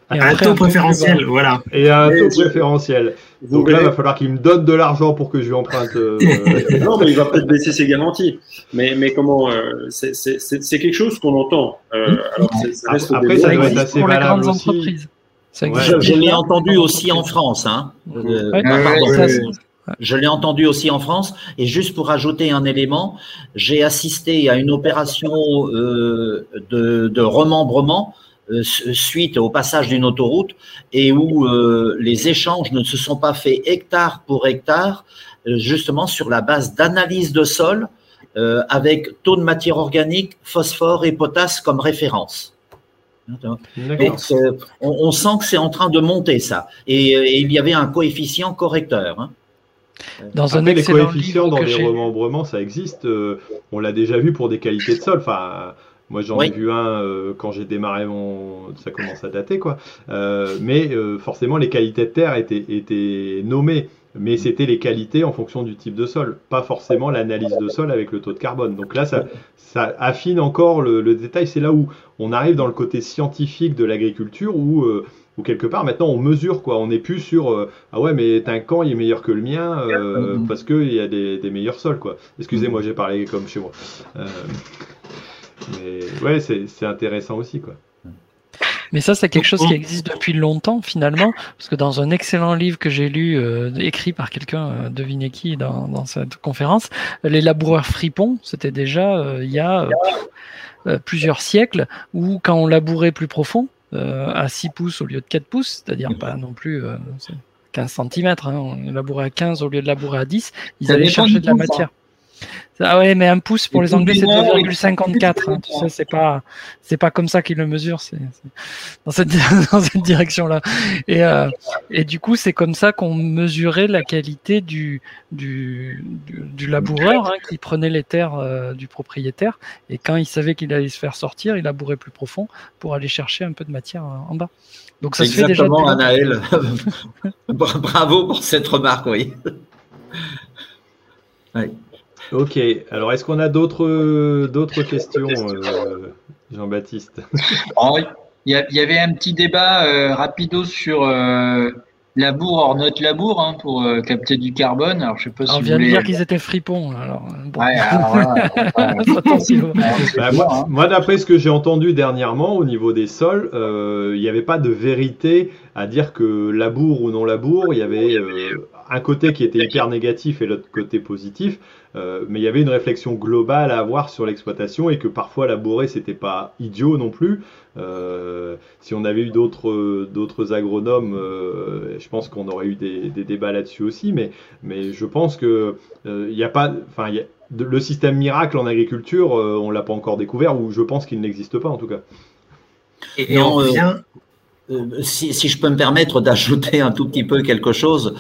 Et un après, taux un peu plus préférentiel, bas. voilà. Et un Mais taux je- préférentiel. Vous Donc là, il verrez- va falloir qu'il me donne de l'argent pour que je lui emprunte. euh, Non, mais il va peut-être baisser ses garanties. Mais, mais comment euh, c'est- C'est c'est- c'est quelque chose qu'on entend. Euh, alors, c'est- ça reste Après, des ça Ça mots, doit être existe assez pour les valable grandes aussi. entreprises. Ça Ouais. existe Je, je l'ai déjà entendu pour les aussi en entreprises. France. Hein. Euh, Ouais, ah, pardon. ça, ouais, c'est- Je l'ai entendu aussi en France. Et juste pour ajouter un élément, j'ai assisté à une opération euh, de, de remembrement euh, suite au passage d'une autoroute et où euh, les échanges ne se sont pas faits hectare pour hectare, euh, justement sur la base d'analyse de sol euh, avec taux de matière organique, phosphore et potasse comme référence. D'accord. Donc, euh, on, on sent que c'est en train de monter ça. Et, et il y avait un coefficient correcteur. Hein. Dans un Après, les excellent coefficients livre dans que des j'ai lu. remembrements, ça existe. euh, on l'a déjà vu pour des qualités de sol. Enfin, moi, j'en ai Oui. vu un euh, quand j'ai démarré mon. Ça commence à dater, quoi. Euh, mais euh, forcément, les qualités de terre étaient, étaient nommées. Mais c'était les qualités en fonction du type de sol, pas forcément l'analyse de sol avec le taux de carbone. Donc là, ça, ça affine encore le, le détail. C'est là où on arrive dans le côté scientifique de l'agriculture, où, euh, où quelque part maintenant on mesure, quoi. On n'est plus sur euh, ah ouais, mais un camp il est meilleur que le mien euh, Mhm. parce qu'il y a des, des meilleurs sols, quoi. Excusez-moi, j'ai parlé comme chez moi. Euh, mais ouais, c'est c'est intéressant aussi, quoi. Mais ça, c'est quelque chose qui existe depuis longtemps, finalement, parce que dans un excellent livre que j'ai lu, euh, écrit par quelqu'un, euh, devinez qui, dans, dans cette conférence, les laboureurs fripons, c'était déjà euh, il y a euh, euh, plusieurs siècles, où quand on labourait plus profond, euh, à six pouces au lieu de quatre pouces, c'est-à-dire pas non plus euh, quinze centimètres, hein, on labourait à quinze au lieu de labourer à dix, ils Ça allaient dépend chercher du de la pouce, hein. matière. Ah ouais, mais un pouce pour Les les pouces Anglais, du c'est Nord, deux les virgule pouces cinquante-quatre. Hein, tu sais, c'est pas, c'est pas comme ça qu'ils le mesurent. C'est c'est dans cette, dans cette direction-là. Et, euh, et du coup, c'est comme ça qu'on mesurait la qualité du, du, du, du laboureur, hein, qui prenait les terres euh, du propriétaire. Et quand il savait qu'il allait se faire sortir, il labourait plus profond pour aller chercher un peu de matière euh, en bas. Donc ça se fait déjà. Exactement, depuis Anaël. Bravo pour cette remarque, oui. Oui. Ok, alors est-ce qu'on a d'autres d'autres questions, euh, Jean-Baptiste? Alors, il y, a- il y avait un petit débat euh, rapido sur euh, labour hors notre labour hein, pour euh, capter du carbone. Alors, je sais pas Alors, si on vous vient de voulez. dire qu'ils étaient fripons. Alors, bon. Ouais, alors, voilà. Attention. Alors, c'est Bah, sûr, moi, hein. moi, d'après ce que j'ai entendu dernièrement au niveau des sols, euh, il n'y avait pas de vérité à dire que labour ou non labour, il y avait euh, un côté qui était hyper négatif et l'autre côté positif, euh, mais il y avait une réflexion globale à avoir sur l'exploitation et que parfois labourer c'était pas idiot non plus. Euh, si on avait eu d'autres d'autres agronomes, euh, je pense qu'on aurait eu des, des débats là-dessus aussi, mais, mais je pense que euh, il n'y a pas, enfin, il y a- de- le système miracle en agriculture, euh, on l'a pas encore découvert, ou je pense qu'il n'existe pas en tout cas. Et, et Non, on euh, revient. Euh, si, si je peux me permettre d'ajouter un tout petit peu quelque chose,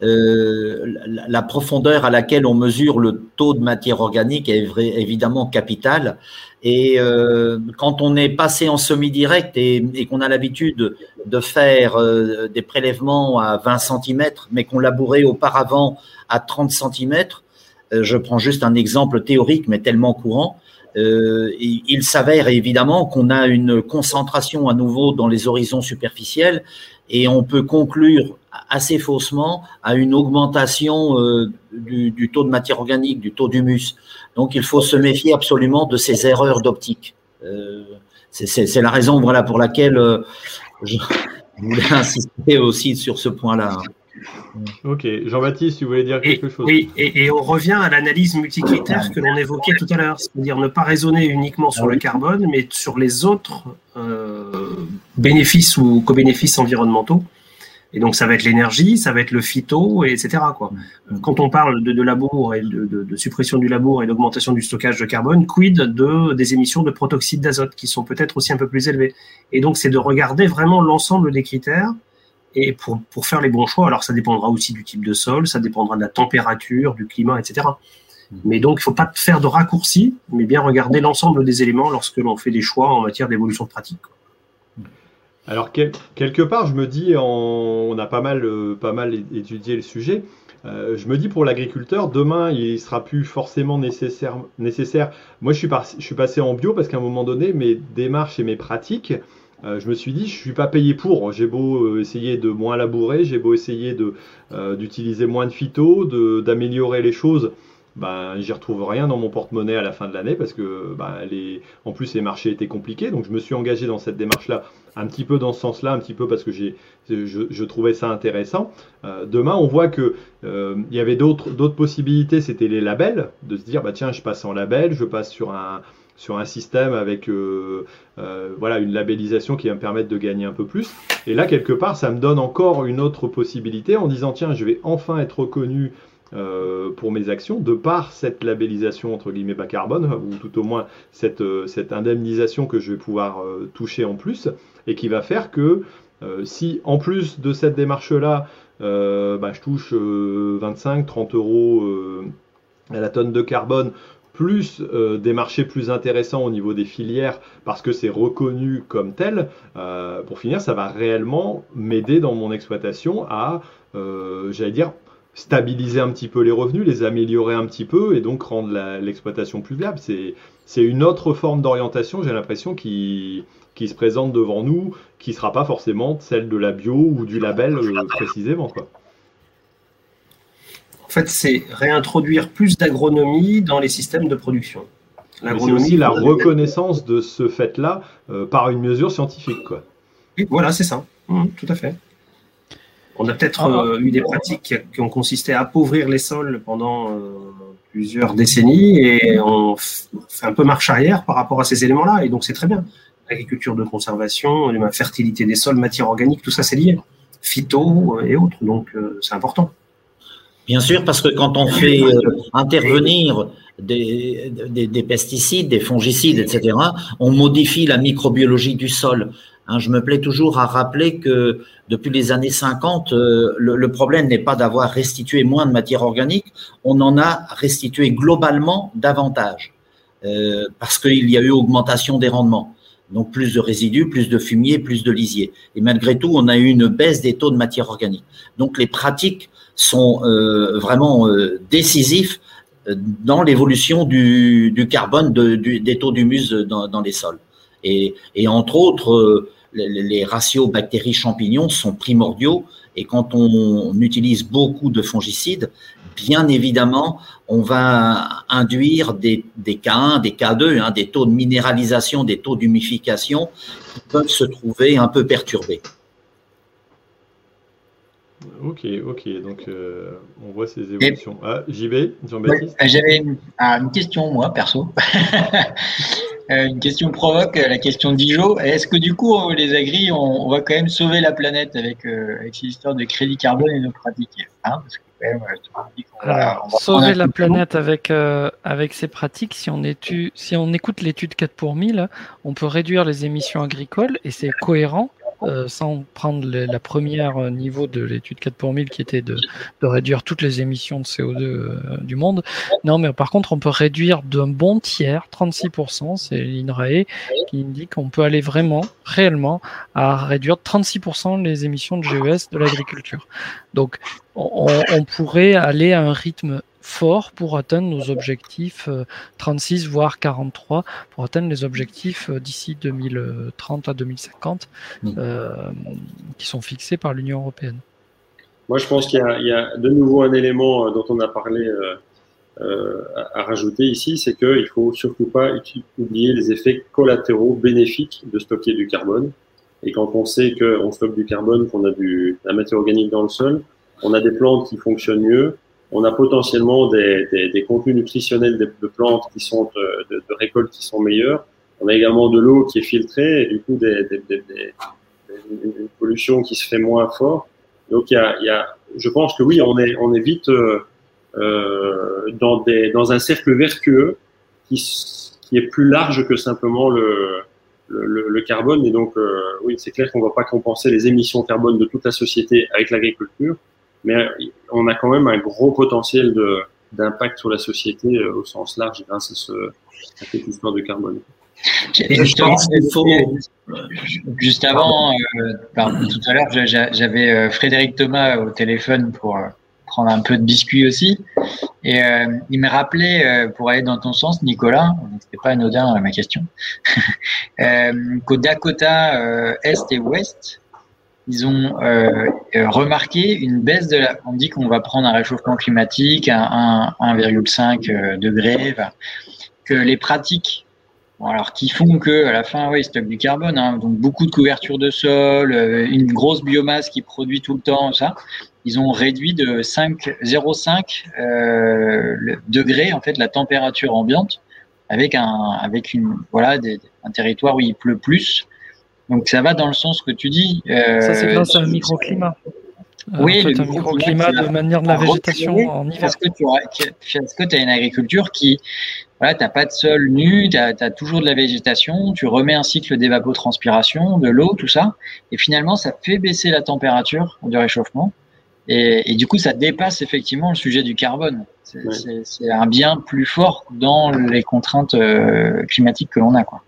euh, la, la profondeur à laquelle on mesure le taux de matière organique est vrai, évidemment capitale. Et euh, quand on est passé en semi-direct et, et qu'on a l'habitude de faire euh, des prélèvements à vingt centimètres, mais qu'on labourait auparavant à trente centimètres, euh, je prends juste un exemple théorique, mais tellement courant, Euh, il, il s'avère évidemment qu'on a une concentration à nouveau dans les horizons superficiels et on peut conclure assez faussement à une augmentation euh, du, du taux de matière organique, du taux d'humus. Donc il faut se méfier absolument de ces erreurs d'optique. Euh, c'est, c'est, c'est la raison voilà, pour laquelle euh, je voulais insister aussi sur ce point-là. Ok, Jean-Baptiste, tu voulais dire Et, quelque chose? oui, et, et on revient à l'analyse multicritère que l'on évoquait tout à l'heure, c'est-à-dire ne pas raisonner uniquement sur le carbone, mais sur les autres euh, bénéfices ou co-bénéfices environnementaux. Et donc ça va être l'énergie, ça va être le phyto, et etc. Quoi. Quand on parle de, de labour et de, de, de suppression du labour et d'augmentation du stockage de carbone, quid de, des émissions de protoxyde d'azote qui sont peut-être aussi un peu plus élevées. Et donc c'est de regarder vraiment l'ensemble des critères et pour, pour faire les bons choix. Alors ça dépendra aussi du type de sol, ça dépendra de la température, du climat, et cetera. Mais donc il ne faut pas faire de raccourcis, mais bien regarder l'ensemble des éléments lorsque l'on fait des choix en matière d'évolution de pratique. Alors, quel- quelque part, je me dis, en- on a pas mal, euh, pas mal é- étudié le sujet, euh, je me dis pour l'agriculteur, demain, il sera plus forcément nécessaire. nécessaire. Moi, je suis, par- je suis passé en bio parce qu'à un moment donné, mes démarches et mes pratiques euh, je me suis dit, je suis pas payé pour. J'ai beau euh, essayer de moins labourer, j'ai beau essayer de, euh, d'utiliser moins de phyto, de, d'améliorer les choses. Ben, j'y retrouve rien dans mon porte-monnaie à la fin de l'année parce que ben, les... en plus les marchés étaient compliqués, donc je me suis engagé dans cette démarche-là un petit peu dans ce sens-là, un petit peu parce que j'ai, je, je trouvais ça intéressant. Euh, demain, on voit que euh, il y avait d'autres, d'autres possibilités, c'était les labels, de se dire bah tiens, je passe en label, je passe sur un sur un système avec euh, euh, voilà une labellisation qui va me permettre de gagner un peu plus. Et là, quelque part, ça me donne encore une autre possibilité en disant tiens, je vais enfin être reconnu Euh, pour mes actions, de par cette labellisation entre guillemets bas carbone, ou tout au moins cette, euh, cette indemnisation que je vais pouvoir euh, toucher en plus, et qui va faire que euh, si en plus de cette démarche-là, euh, bah, je touche euh, vingt-cinq à trente euros euh, à la tonne de carbone, plus euh, des marchés plus intéressants au niveau des filières, parce que c'est reconnu comme tel, euh, pour finir, ça va réellement m'aider dans mon exploitation à, euh, j'allais dire, stabiliser un petit peu les revenus, les améliorer un petit peu et donc rendre la, l'exploitation plus viable. C'est, c'est une autre forme d'orientation, j'ai l'impression, qui, qui se présente devant nous, qui ne sera pas forcément celle de la bio ou du label euh, précisément, quoi. En fait, c'est réintroduire plus d'agronomie dans les systèmes de production. Mais c'est aussi la reconnaissance de ce fait-là euh, par une mesure scientifique, quoi. Oui, voilà, c'est ça. Mmh, tout à fait. On a peut-être euh, eu des pratiques qui, qui ont consisté à appauvrir les sols pendant euh, plusieurs décennies et on f- fait un peu marche arrière par rapport à ces éléments-là. Et donc, c'est très bien. L'agriculture de conservation, la fertilité des sols, matière organique, tout ça, c'est lié. Phyto et autres. Donc, euh, c'est important. Bien sûr, parce que quand on fait euh, intervenir des, des, des pesticides, des fongicides, et cetera, on modifie la microbiologie du sol. Hein, je me plais toujours à rappeler que depuis les années cinquante, euh, le, le problème n'est pas d'avoir restitué moins de matière organique, on en a restitué globalement davantage, euh, parce qu'il y a eu augmentation des rendements. Donc plus de résidus, plus de fumier, plus de lisier. Et malgré tout, on a eu une baisse des taux de matière organique. Donc les pratiques sont euh, vraiment euh, décisifs dans l'évolution du, du carbone, de, du, des taux d'humus dans, dans les sols. Et, et entre autres, euh, les, les ratios bactéries-champignons sont primordiaux. Et quand on, on utilise beaucoup de fongicides, bien évidemment, on va induire des, des K un, des K deux, hein, des taux de minéralisation, des taux d'humification qui peuvent se trouver un peu perturbés. Ok, ok, donc euh, on voit ces évolutions. Ah, J B, Jean-Baptiste. Ouais, j'avais une, ah, une question, moi, perso. euh, une question provoque, la question d'Ijo. Est-ce que du coup, les agris, on, on va quand même sauver la planète avec, euh, avec ces histoires de crédit carbone et nos pratiques, hein, parce que quand même, tout le monde dit qu'on va, Alors, on va sauver la planète avec, euh, avec ces pratiques, si on, étue, si on écoute l'étude quatre pour mille, on peut réduire les émissions agricoles et c'est cohérent. Euh, sans prendre les, la première niveau de l'étude quatre pour mille qui était de, de réduire toutes les émissions de C O deux euh, du monde. Non, mais par contre, on peut réduire d'un bon tiers, trente-six pour cent, c'est l'INRAE qui indique qu'on peut aller vraiment, réellement, à réduire trente-six pour cent les émissions de G E S de l'agriculture. Donc, on, on pourrait aller à un rythme fort pour atteindre nos objectifs euh, trente-six voire quarante-trois pour atteindre les objectifs euh, d'ici deux mille trente à deux mille cinquante euh, qui sont fixés par l'Union européenne. Moi, je pense qu'il y a, il y a de nouveau un élément dont on a parlé euh, euh, à, à rajouter ici, c'est qu'il faut surtout pas oublier les effets collatéraux bénéfiques de stocker du carbone. Et quand on sait qu'on stocke du carbone, qu'on a du, de la matière organique dans le sol, on a des plantes qui fonctionnent mieux. On a potentiellement des, des, des contenus nutritionnels de, de plantes qui sont de, de, de récoltes qui sont meilleures. On a également de l'eau qui est filtrée et du coup des, des, des, des, une pollution qui se fait moins fort. Donc il y a, il y a, je pense que oui, on est, on est vite euh, euh, dans des, dans un cercle vertueux qui, qui est plus large que simplement le, le, le carbone. Et donc euh, oui, c'est clair qu'on ne va pas compenser les émissions carbone de toute la société avec l'agriculture. Mais on a quand même un gros potentiel de, d'impact sur la société euh, au sens large grâce à, ce, à cette histoire de carbone. Et justement, faut, juste avant, euh, pardon, tout à l'heure, j'avais Frédéric Thomas au téléphone pour, prendre un peu de biscuit aussi. Et euh, il me rappelait, euh, pour aller dans ton sens, Nicolas, c'était pas anodin ma question, euh, qu'au Dakota euh, Est et Ouest, ils ont euh, remarqué une baisse de la. On dit qu'on va prendre un réchauffement climatique à un virgule cinq degrés, enfin, que les pratiques, bon, alors qui font que à la fin, ouais, ils stockent du carbone, hein, donc beaucoup de couverture de sol, euh, une grosse biomasse qui produit tout le temps, ça. Ils ont réduit de cinq virgule zéro cinq euh, degrés en fait la température ambiante avec un avec une voilà des, un territoire où il pleut plus. Donc ça va dans le sens que tu dis. Euh, ça c'est grâce à un microclimat. Oui, en fait, le un microclimat de manière de la végétation en hiver. Parce que tu as une agriculture qui, voilà, t'as pas de sol nu, tu as toujours de la végétation, tu remets un cycle d'évapotranspiration, de l'eau, tout ça, et finalement ça fait baisser la température du réchauffement. Et, et du coup, ça dépasse effectivement le sujet du carbone. C'est ouais. un bien plus fort dans les contraintes euh, climatiques que l'on a, quoi.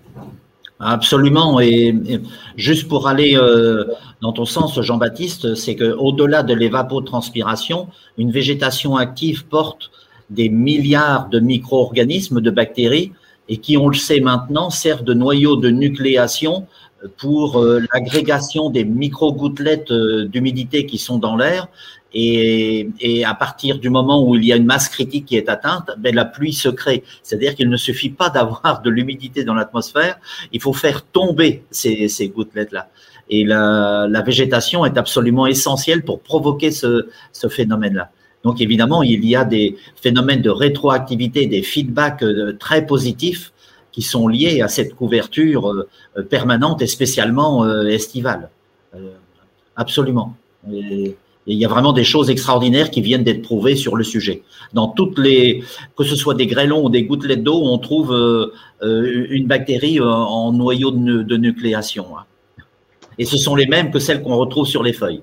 Absolument. Et, et juste pour aller euh, dans ton sens, Jean-Baptiste, c'est que au-delà de l'évapotranspiration, une végétation active porte des milliards de micro-organismes, de bactéries, et qui, on le sait maintenant, servent de noyau de nucléation pour euh, l'agrégation des micro-gouttelettes euh, d'humidité qui sont dans l'air. Et, et à partir du moment où il y a une masse critique qui est atteinte, ben la pluie se crée. C'est-à-dire qu'il ne suffit pas d'avoir de l'humidité dans l'atmosphère, il faut faire tomber ces, ces gouttelettes-là. Et la, la végétation est absolument essentielle pour provoquer ce, ce phénomène-là. Donc évidemment, il y a des phénomènes de rétroactivité, des feedbacks très positifs qui sont liés à cette couverture permanente et spécialement estivale. Absolument. Et, Et il y a vraiment des choses extraordinaires qui viennent d'être prouvées sur le sujet. Dans toutes les, que ce soit des grêlons ou des gouttelettes d'eau, on trouve euh, une bactérie en noyau de, de nucléation. Et ce sont les mêmes que celles qu'on retrouve sur les feuilles.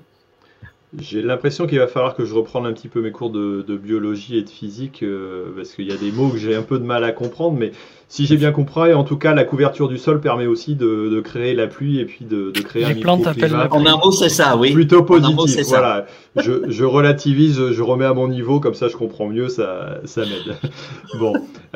J'ai l'impression qu'il va falloir que je reprenne un petit peu mes cours de, de biologie et de physique, euh, parce qu'il y a des mots que j'ai un peu de mal à comprendre, mais si j'ai bien compris, en tout cas, la couverture du sol permet aussi de, de créer la pluie et puis de, de créer les un plantes appellent la microclimat. En un mot, c'est ça, oui. Plutôt positif, mot, voilà. Je, je relativise, je remets à mon niveau, comme ça je comprends mieux, ça, ça m'aide. Bon.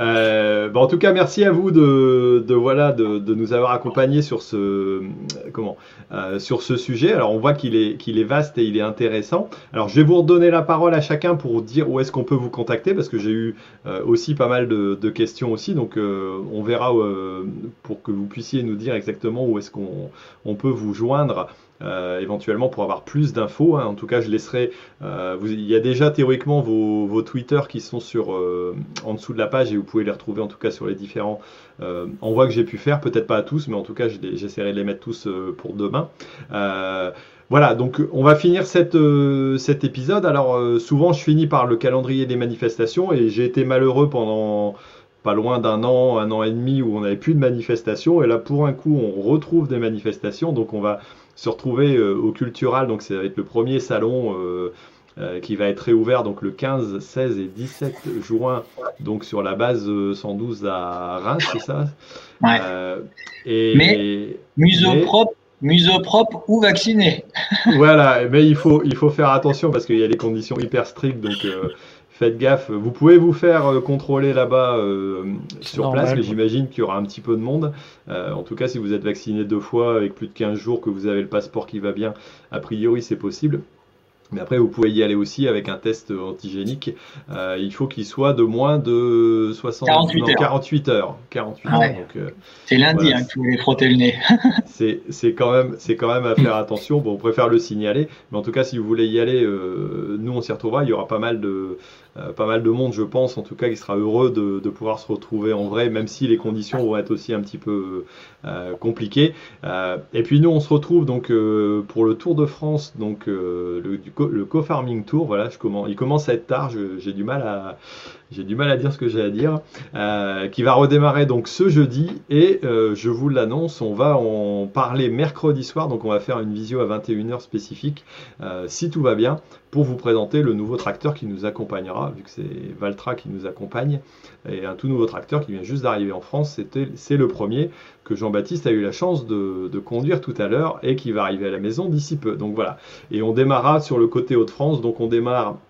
Euh, bon, en tout cas, merci à vous de, de voilà, de, de nous avoir accompagnés sur ce, comment, euh, sur ce sujet. Alors, on voit qu'il est, qu'il est vaste et il est intéressant. Alors, je vais vous redonner la parole à chacun pour dire où est-ce qu'on peut vous contacter, parce que j'ai eu euh, aussi pas mal de, de questions aussi, donc euh, on verra euh, pour que vous puissiez nous dire exactement où est-ce qu'on on peut vous joindre. Euh, éventuellement pour avoir plus d'infos, hein. En tout cas je laisserai euh, vous, il y a déjà théoriquement vos, vos Twitter qui sont sur euh, en dessous de la page et vous pouvez les retrouver en tout cas sur les différents euh, envois que j'ai pu faire, peut-être pas à tous mais en tout cas j'essaierai de les mettre tous euh, pour demain. euh, Voilà, donc on va finir cette, euh, cet épisode. Alors euh, souvent je finis par le calendrier des manifestations et j'ai été malheureux pendant pas loin d'un an, un an et demi où on n'avait plus de manifestations et là pour un coup on retrouve des manifestations, donc on va se retrouver euh, au Cultural, donc ça va être le premier salon euh, euh, qui va être réouvert donc le quinze, seize et dix-sept juin, donc sur la base euh, cent douze à Reims, c'est ça? Ouais. Euh, et, mais museau mais, propre, museau propre ou vacciné. Voilà, mais il faut, il faut faire attention parce qu'il y a des conditions hyper strictes, donc euh, faites gaffe. Vous pouvez vous faire euh, contrôler là-bas euh, sur normal, place, mais j'imagine qu'il y aura un petit peu de monde. Euh, en tout cas, si vous êtes vacciné deux fois avec plus de quinze jours, que vous avez le passeport qui va bien, a priori, c'est possible. Mais après, vous pouvez y aller aussi avec un test antigénique. Euh, il faut qu'il soit de moins de soixante, quarante-huit, non, heures. quarante-huit heures. quarante-huit ah ouais. heures. Donc, euh, c'est lundi voilà. hein, que vous voulez frotter le nez. c'est, c'est, quand même, c'est quand même à faire attention. Bon, on préfère le signaler. Mais en tout cas, si vous voulez y aller, euh, nous, on s'y retrouvera. Il y aura pas mal de, euh, pas mal de monde, je pense, en tout cas, qui sera heureux de, de pouvoir se retrouver en vrai, même si les conditions vont être aussi un petit peu euh, compliquées. Euh, et puis, nous, on se retrouve donc euh, pour le Tour de France, donc euh, le, du le Co-Farming Tour, voilà, je commence, il commence à être tard, je, j'ai du mal à, j'ai du mal à dire ce que j'ai à dire, euh, qui va redémarrer donc ce jeudi et euh, je vous l'annonce, on va en parler mercredi soir, donc on va faire une visio à vingt et une heures spécifique, euh, si tout va bien, pour vous présenter le nouveau tracteur qui nous accompagnera, vu que c'est Valtra qui nous accompagne, et un tout nouveau tracteur qui vient juste d'arriver en France, c'était, c'est le premier que Jean-Baptiste a eu la chance de, de conduire tout à l'heure et qui va arriver à la maison d'ici peu. Donc voilà, et on démarrera sur le côté Hauts-de-France, donc on démarre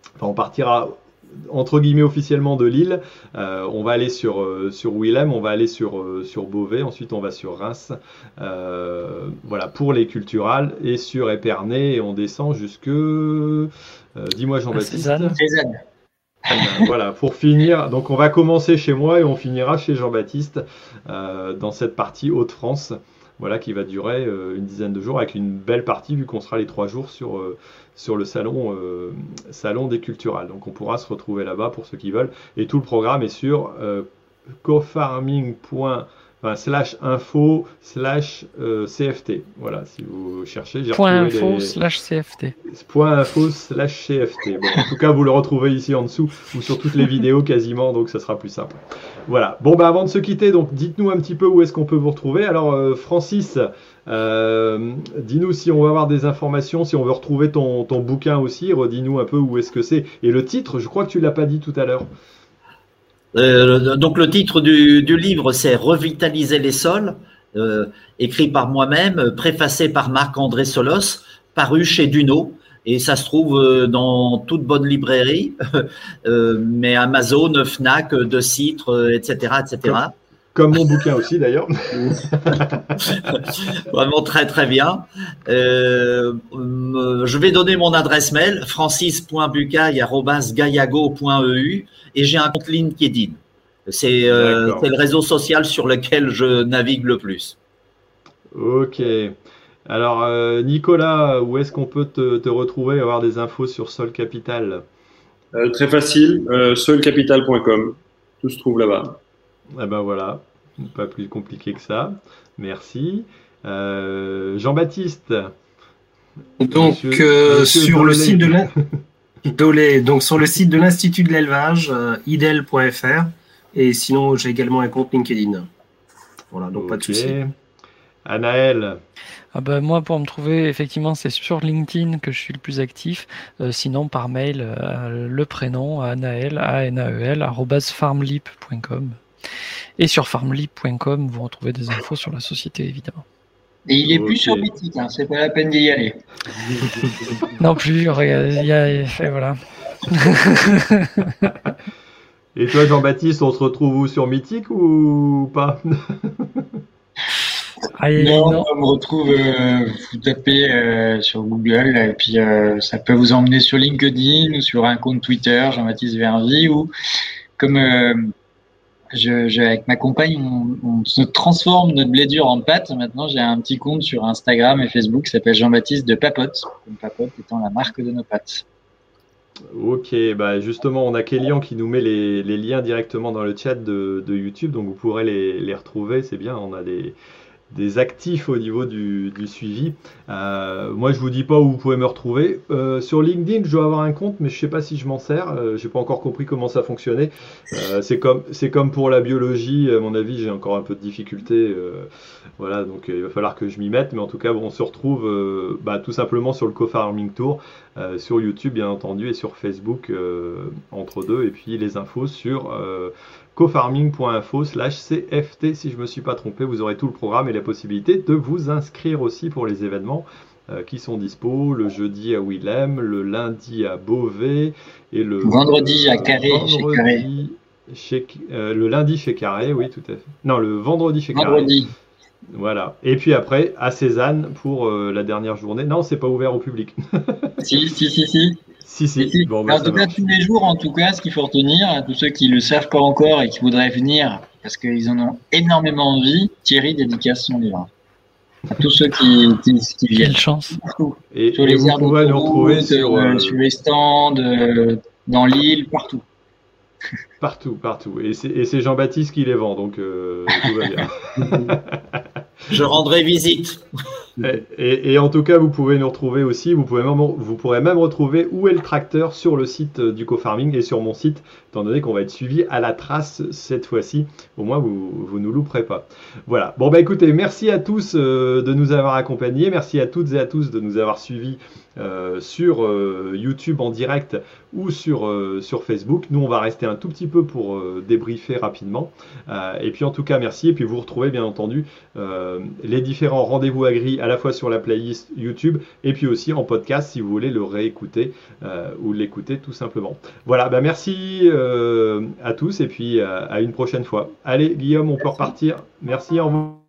enfin on partira entre guillemets officiellement de Lille, euh, on va aller sur, euh, sur Willem, on va aller sur, euh, sur Beauvais, ensuite on va sur Reims, euh, voilà, pour les culturales, et sur Épernay, et on descend jusque, euh, dis-moi Jean-Baptiste. Cézanne. Voilà, pour finir, donc on va commencer chez moi et on finira chez Jean-Baptiste euh, dans cette partie Hauts-de-France. Voilà, qui va durer euh, une dizaine de jours avec une belle partie vu qu'on sera les trois jours sur, euh, sur le salon, euh, salon des culturales. Donc on pourra se retrouver là-bas pour ceux qui veulent. Et tout le programme est sur euh, cofarming point enfin, slash info slash euh, cft. Voilà, si vous cherchez. J'ai Point info les... slash cft. Point info slash cft. Bon, en tout cas, vous le retrouvez ici en dessous ou sur toutes les vidéos quasiment, donc ça sera plus simple. Voilà. Bon, bah avant de se quitter, donc dites-nous un petit peu où est-ce qu'on peut vous retrouver. Alors, euh, Francis, euh, dis-nous si on va avoir des informations, si on veut retrouver ton, ton bouquin aussi. Redis-nous un peu où est-ce que c'est. Et le titre, je crois que tu l'as pas dit tout à l'heure. Euh, donc le titre du, du livre, c'est Revitaliser les sols, euh, écrit par moi-même, préfacé par Marc-André Solos, paru chez Duno. Et ça se trouve dans toute bonne librairie, euh, mais Amazon, Fnac, De Citre, et cetera, et cetera. Comme mon bouquin aussi d'ailleurs. Vraiment très très bien. Euh, je vais donner mon adresse mail, francis point bucaille arobase gaillago point e u, et j'ai un compte LinkedIn. C'est euh, le réseau social sur lequel je navigue le plus. Ok. Alors euh, Nicolas, où est-ce qu'on peut te, te retrouver et avoir des infos sur Sol Capital? euh, Très facile, euh, sol capital point com. Tout se trouve là-bas. Eh ben voilà, pas plus compliqué que ça. Merci. Euh, Jean-Baptiste. Donc Monsieur, euh, Monsieur sur Dolé. le site de l'in- Dolé, donc sur le site de l'Institut de l'élevage, euh, idel point f r, et sinon j'ai également un compte LinkedIn. Voilà, donc pas de Ok. souci. Anaël. Ah bah, moi, pour me trouver, effectivement, c'est sur LinkedIn que je suis le plus actif. Euh, sinon, par mail, euh, le prénom, anaël, A N A E L, arobase farmlip point com. Et sur farmlip point com, vous retrouvez des infos sur la société, évidemment. Et il est Ok. plus sur Mythique, hein, c'est pas la peine d'y aller. Non plus, regarde, il y a, et voilà. Et toi Jean-Baptiste, on se retrouve où, sur Mythique ou pas? Ah, et Non, non. on me retrouve, euh, vous tapez euh, sur Google, et puis euh, ça peut vous emmener sur LinkedIn ou sur un compte Twitter, Jean-Baptiste Vervi, ou comme euh, je, je, avec ma compagne, on, on se transforme notre blé dur en pâte. Maintenant, j'ai un petit compte sur Instagram et Facebook qui s'appelle Jean-Baptiste de Papote, comme Papote étant la marque de nos pâtes. Ok, bah justement, on a Kélian qui nous met les, les liens directement dans le chat de, de YouTube, donc vous pourrez les, les retrouver, c'est bien, on a des, des actifs au niveau du, du suivi. Euh, moi, je vous dis pas où vous pouvez me retrouver. Euh, sur LinkedIn, je dois avoir un compte, mais je sais pas si je m'en sers. Euh, j'ai pas encore compris comment ça fonctionnait. Euh, c'est comme, c'est comme pour la biologie. À mon avis, j'ai encore un peu de difficulté. Euh, voilà, donc euh, il va falloir que je m'y mette. Mais en tout cas, bon, on se retrouve euh, bah, tout simplement sur le Co-Farming Tour, euh, sur YouTube bien entendu, et sur Facebook euh, entre deux. Et puis les infos sur euh, cofarming point info slash c f t, si je ne me suis pas trompé. Vous aurez tout le programme et la possibilité de vous inscrire aussi pour les événements euh, qui sont dispo le jeudi à Willem, le lundi à Beauvais et le vendredi à Carré, vendredi chez Carré. Chez, euh, le lundi chez Carré, oui, tout à fait. Non, le vendredi chez Carré. Vendredi. Voilà. Et puis après, à Cézanne pour euh, la dernière journée. Non, c'est pas ouvert au public. Si, si, si, si. Si, si. si. Bon, bah, en ça tout cas, marche. tous les jours, en tout cas, ce qu'il faut retenir, à tous ceux qui ne le savent pas encore et qui voudraient venir, parce qu'ils en ont énormément envie, Thierry dédicace son livre. À tous ceux qui, qui, qui viennent. Quelle chance. Partout. Et, Sur et les vous aires pourrez nous retrouver d'autoroute, sur, euh, euh, sur les stands, euh, dans l'île, partout. partout, partout. Et c'est, et c'est Jean-Baptiste qui les vend, donc euh, tout va bien. Je rendrai visite. Et, et, et en tout cas, vous pouvez nous retrouver aussi, vous, pouvez même, vous pourrez même retrouver où est le tracteur sur le site du Co-Farming et sur mon site, étant donné qu'on va être suivi à la trace cette fois-ci. Au moins, vous vous nous louperez pas. Voilà. Bon, bah écoutez, merci à tous euh, de nous avoir accompagnés. Merci à toutes et à tous de nous avoir suivis euh, sur euh, YouTube en direct ou sur, euh, sur Facebook. Nous, on va rester un tout petit peu pour euh, débriefer rapidement. Euh, et puis, en tout cas, merci. Et puis, vous retrouvez, bien entendu, euh, les différents rendez-vous agri à la fois sur la playlist YouTube et puis aussi en podcast si vous voulez le réécouter euh, ou l'écouter tout simplement. Voilà, bah merci euh, à tous et puis euh, à une prochaine fois. Allez, Guillaume, on peut repartir. Merci, au revoir.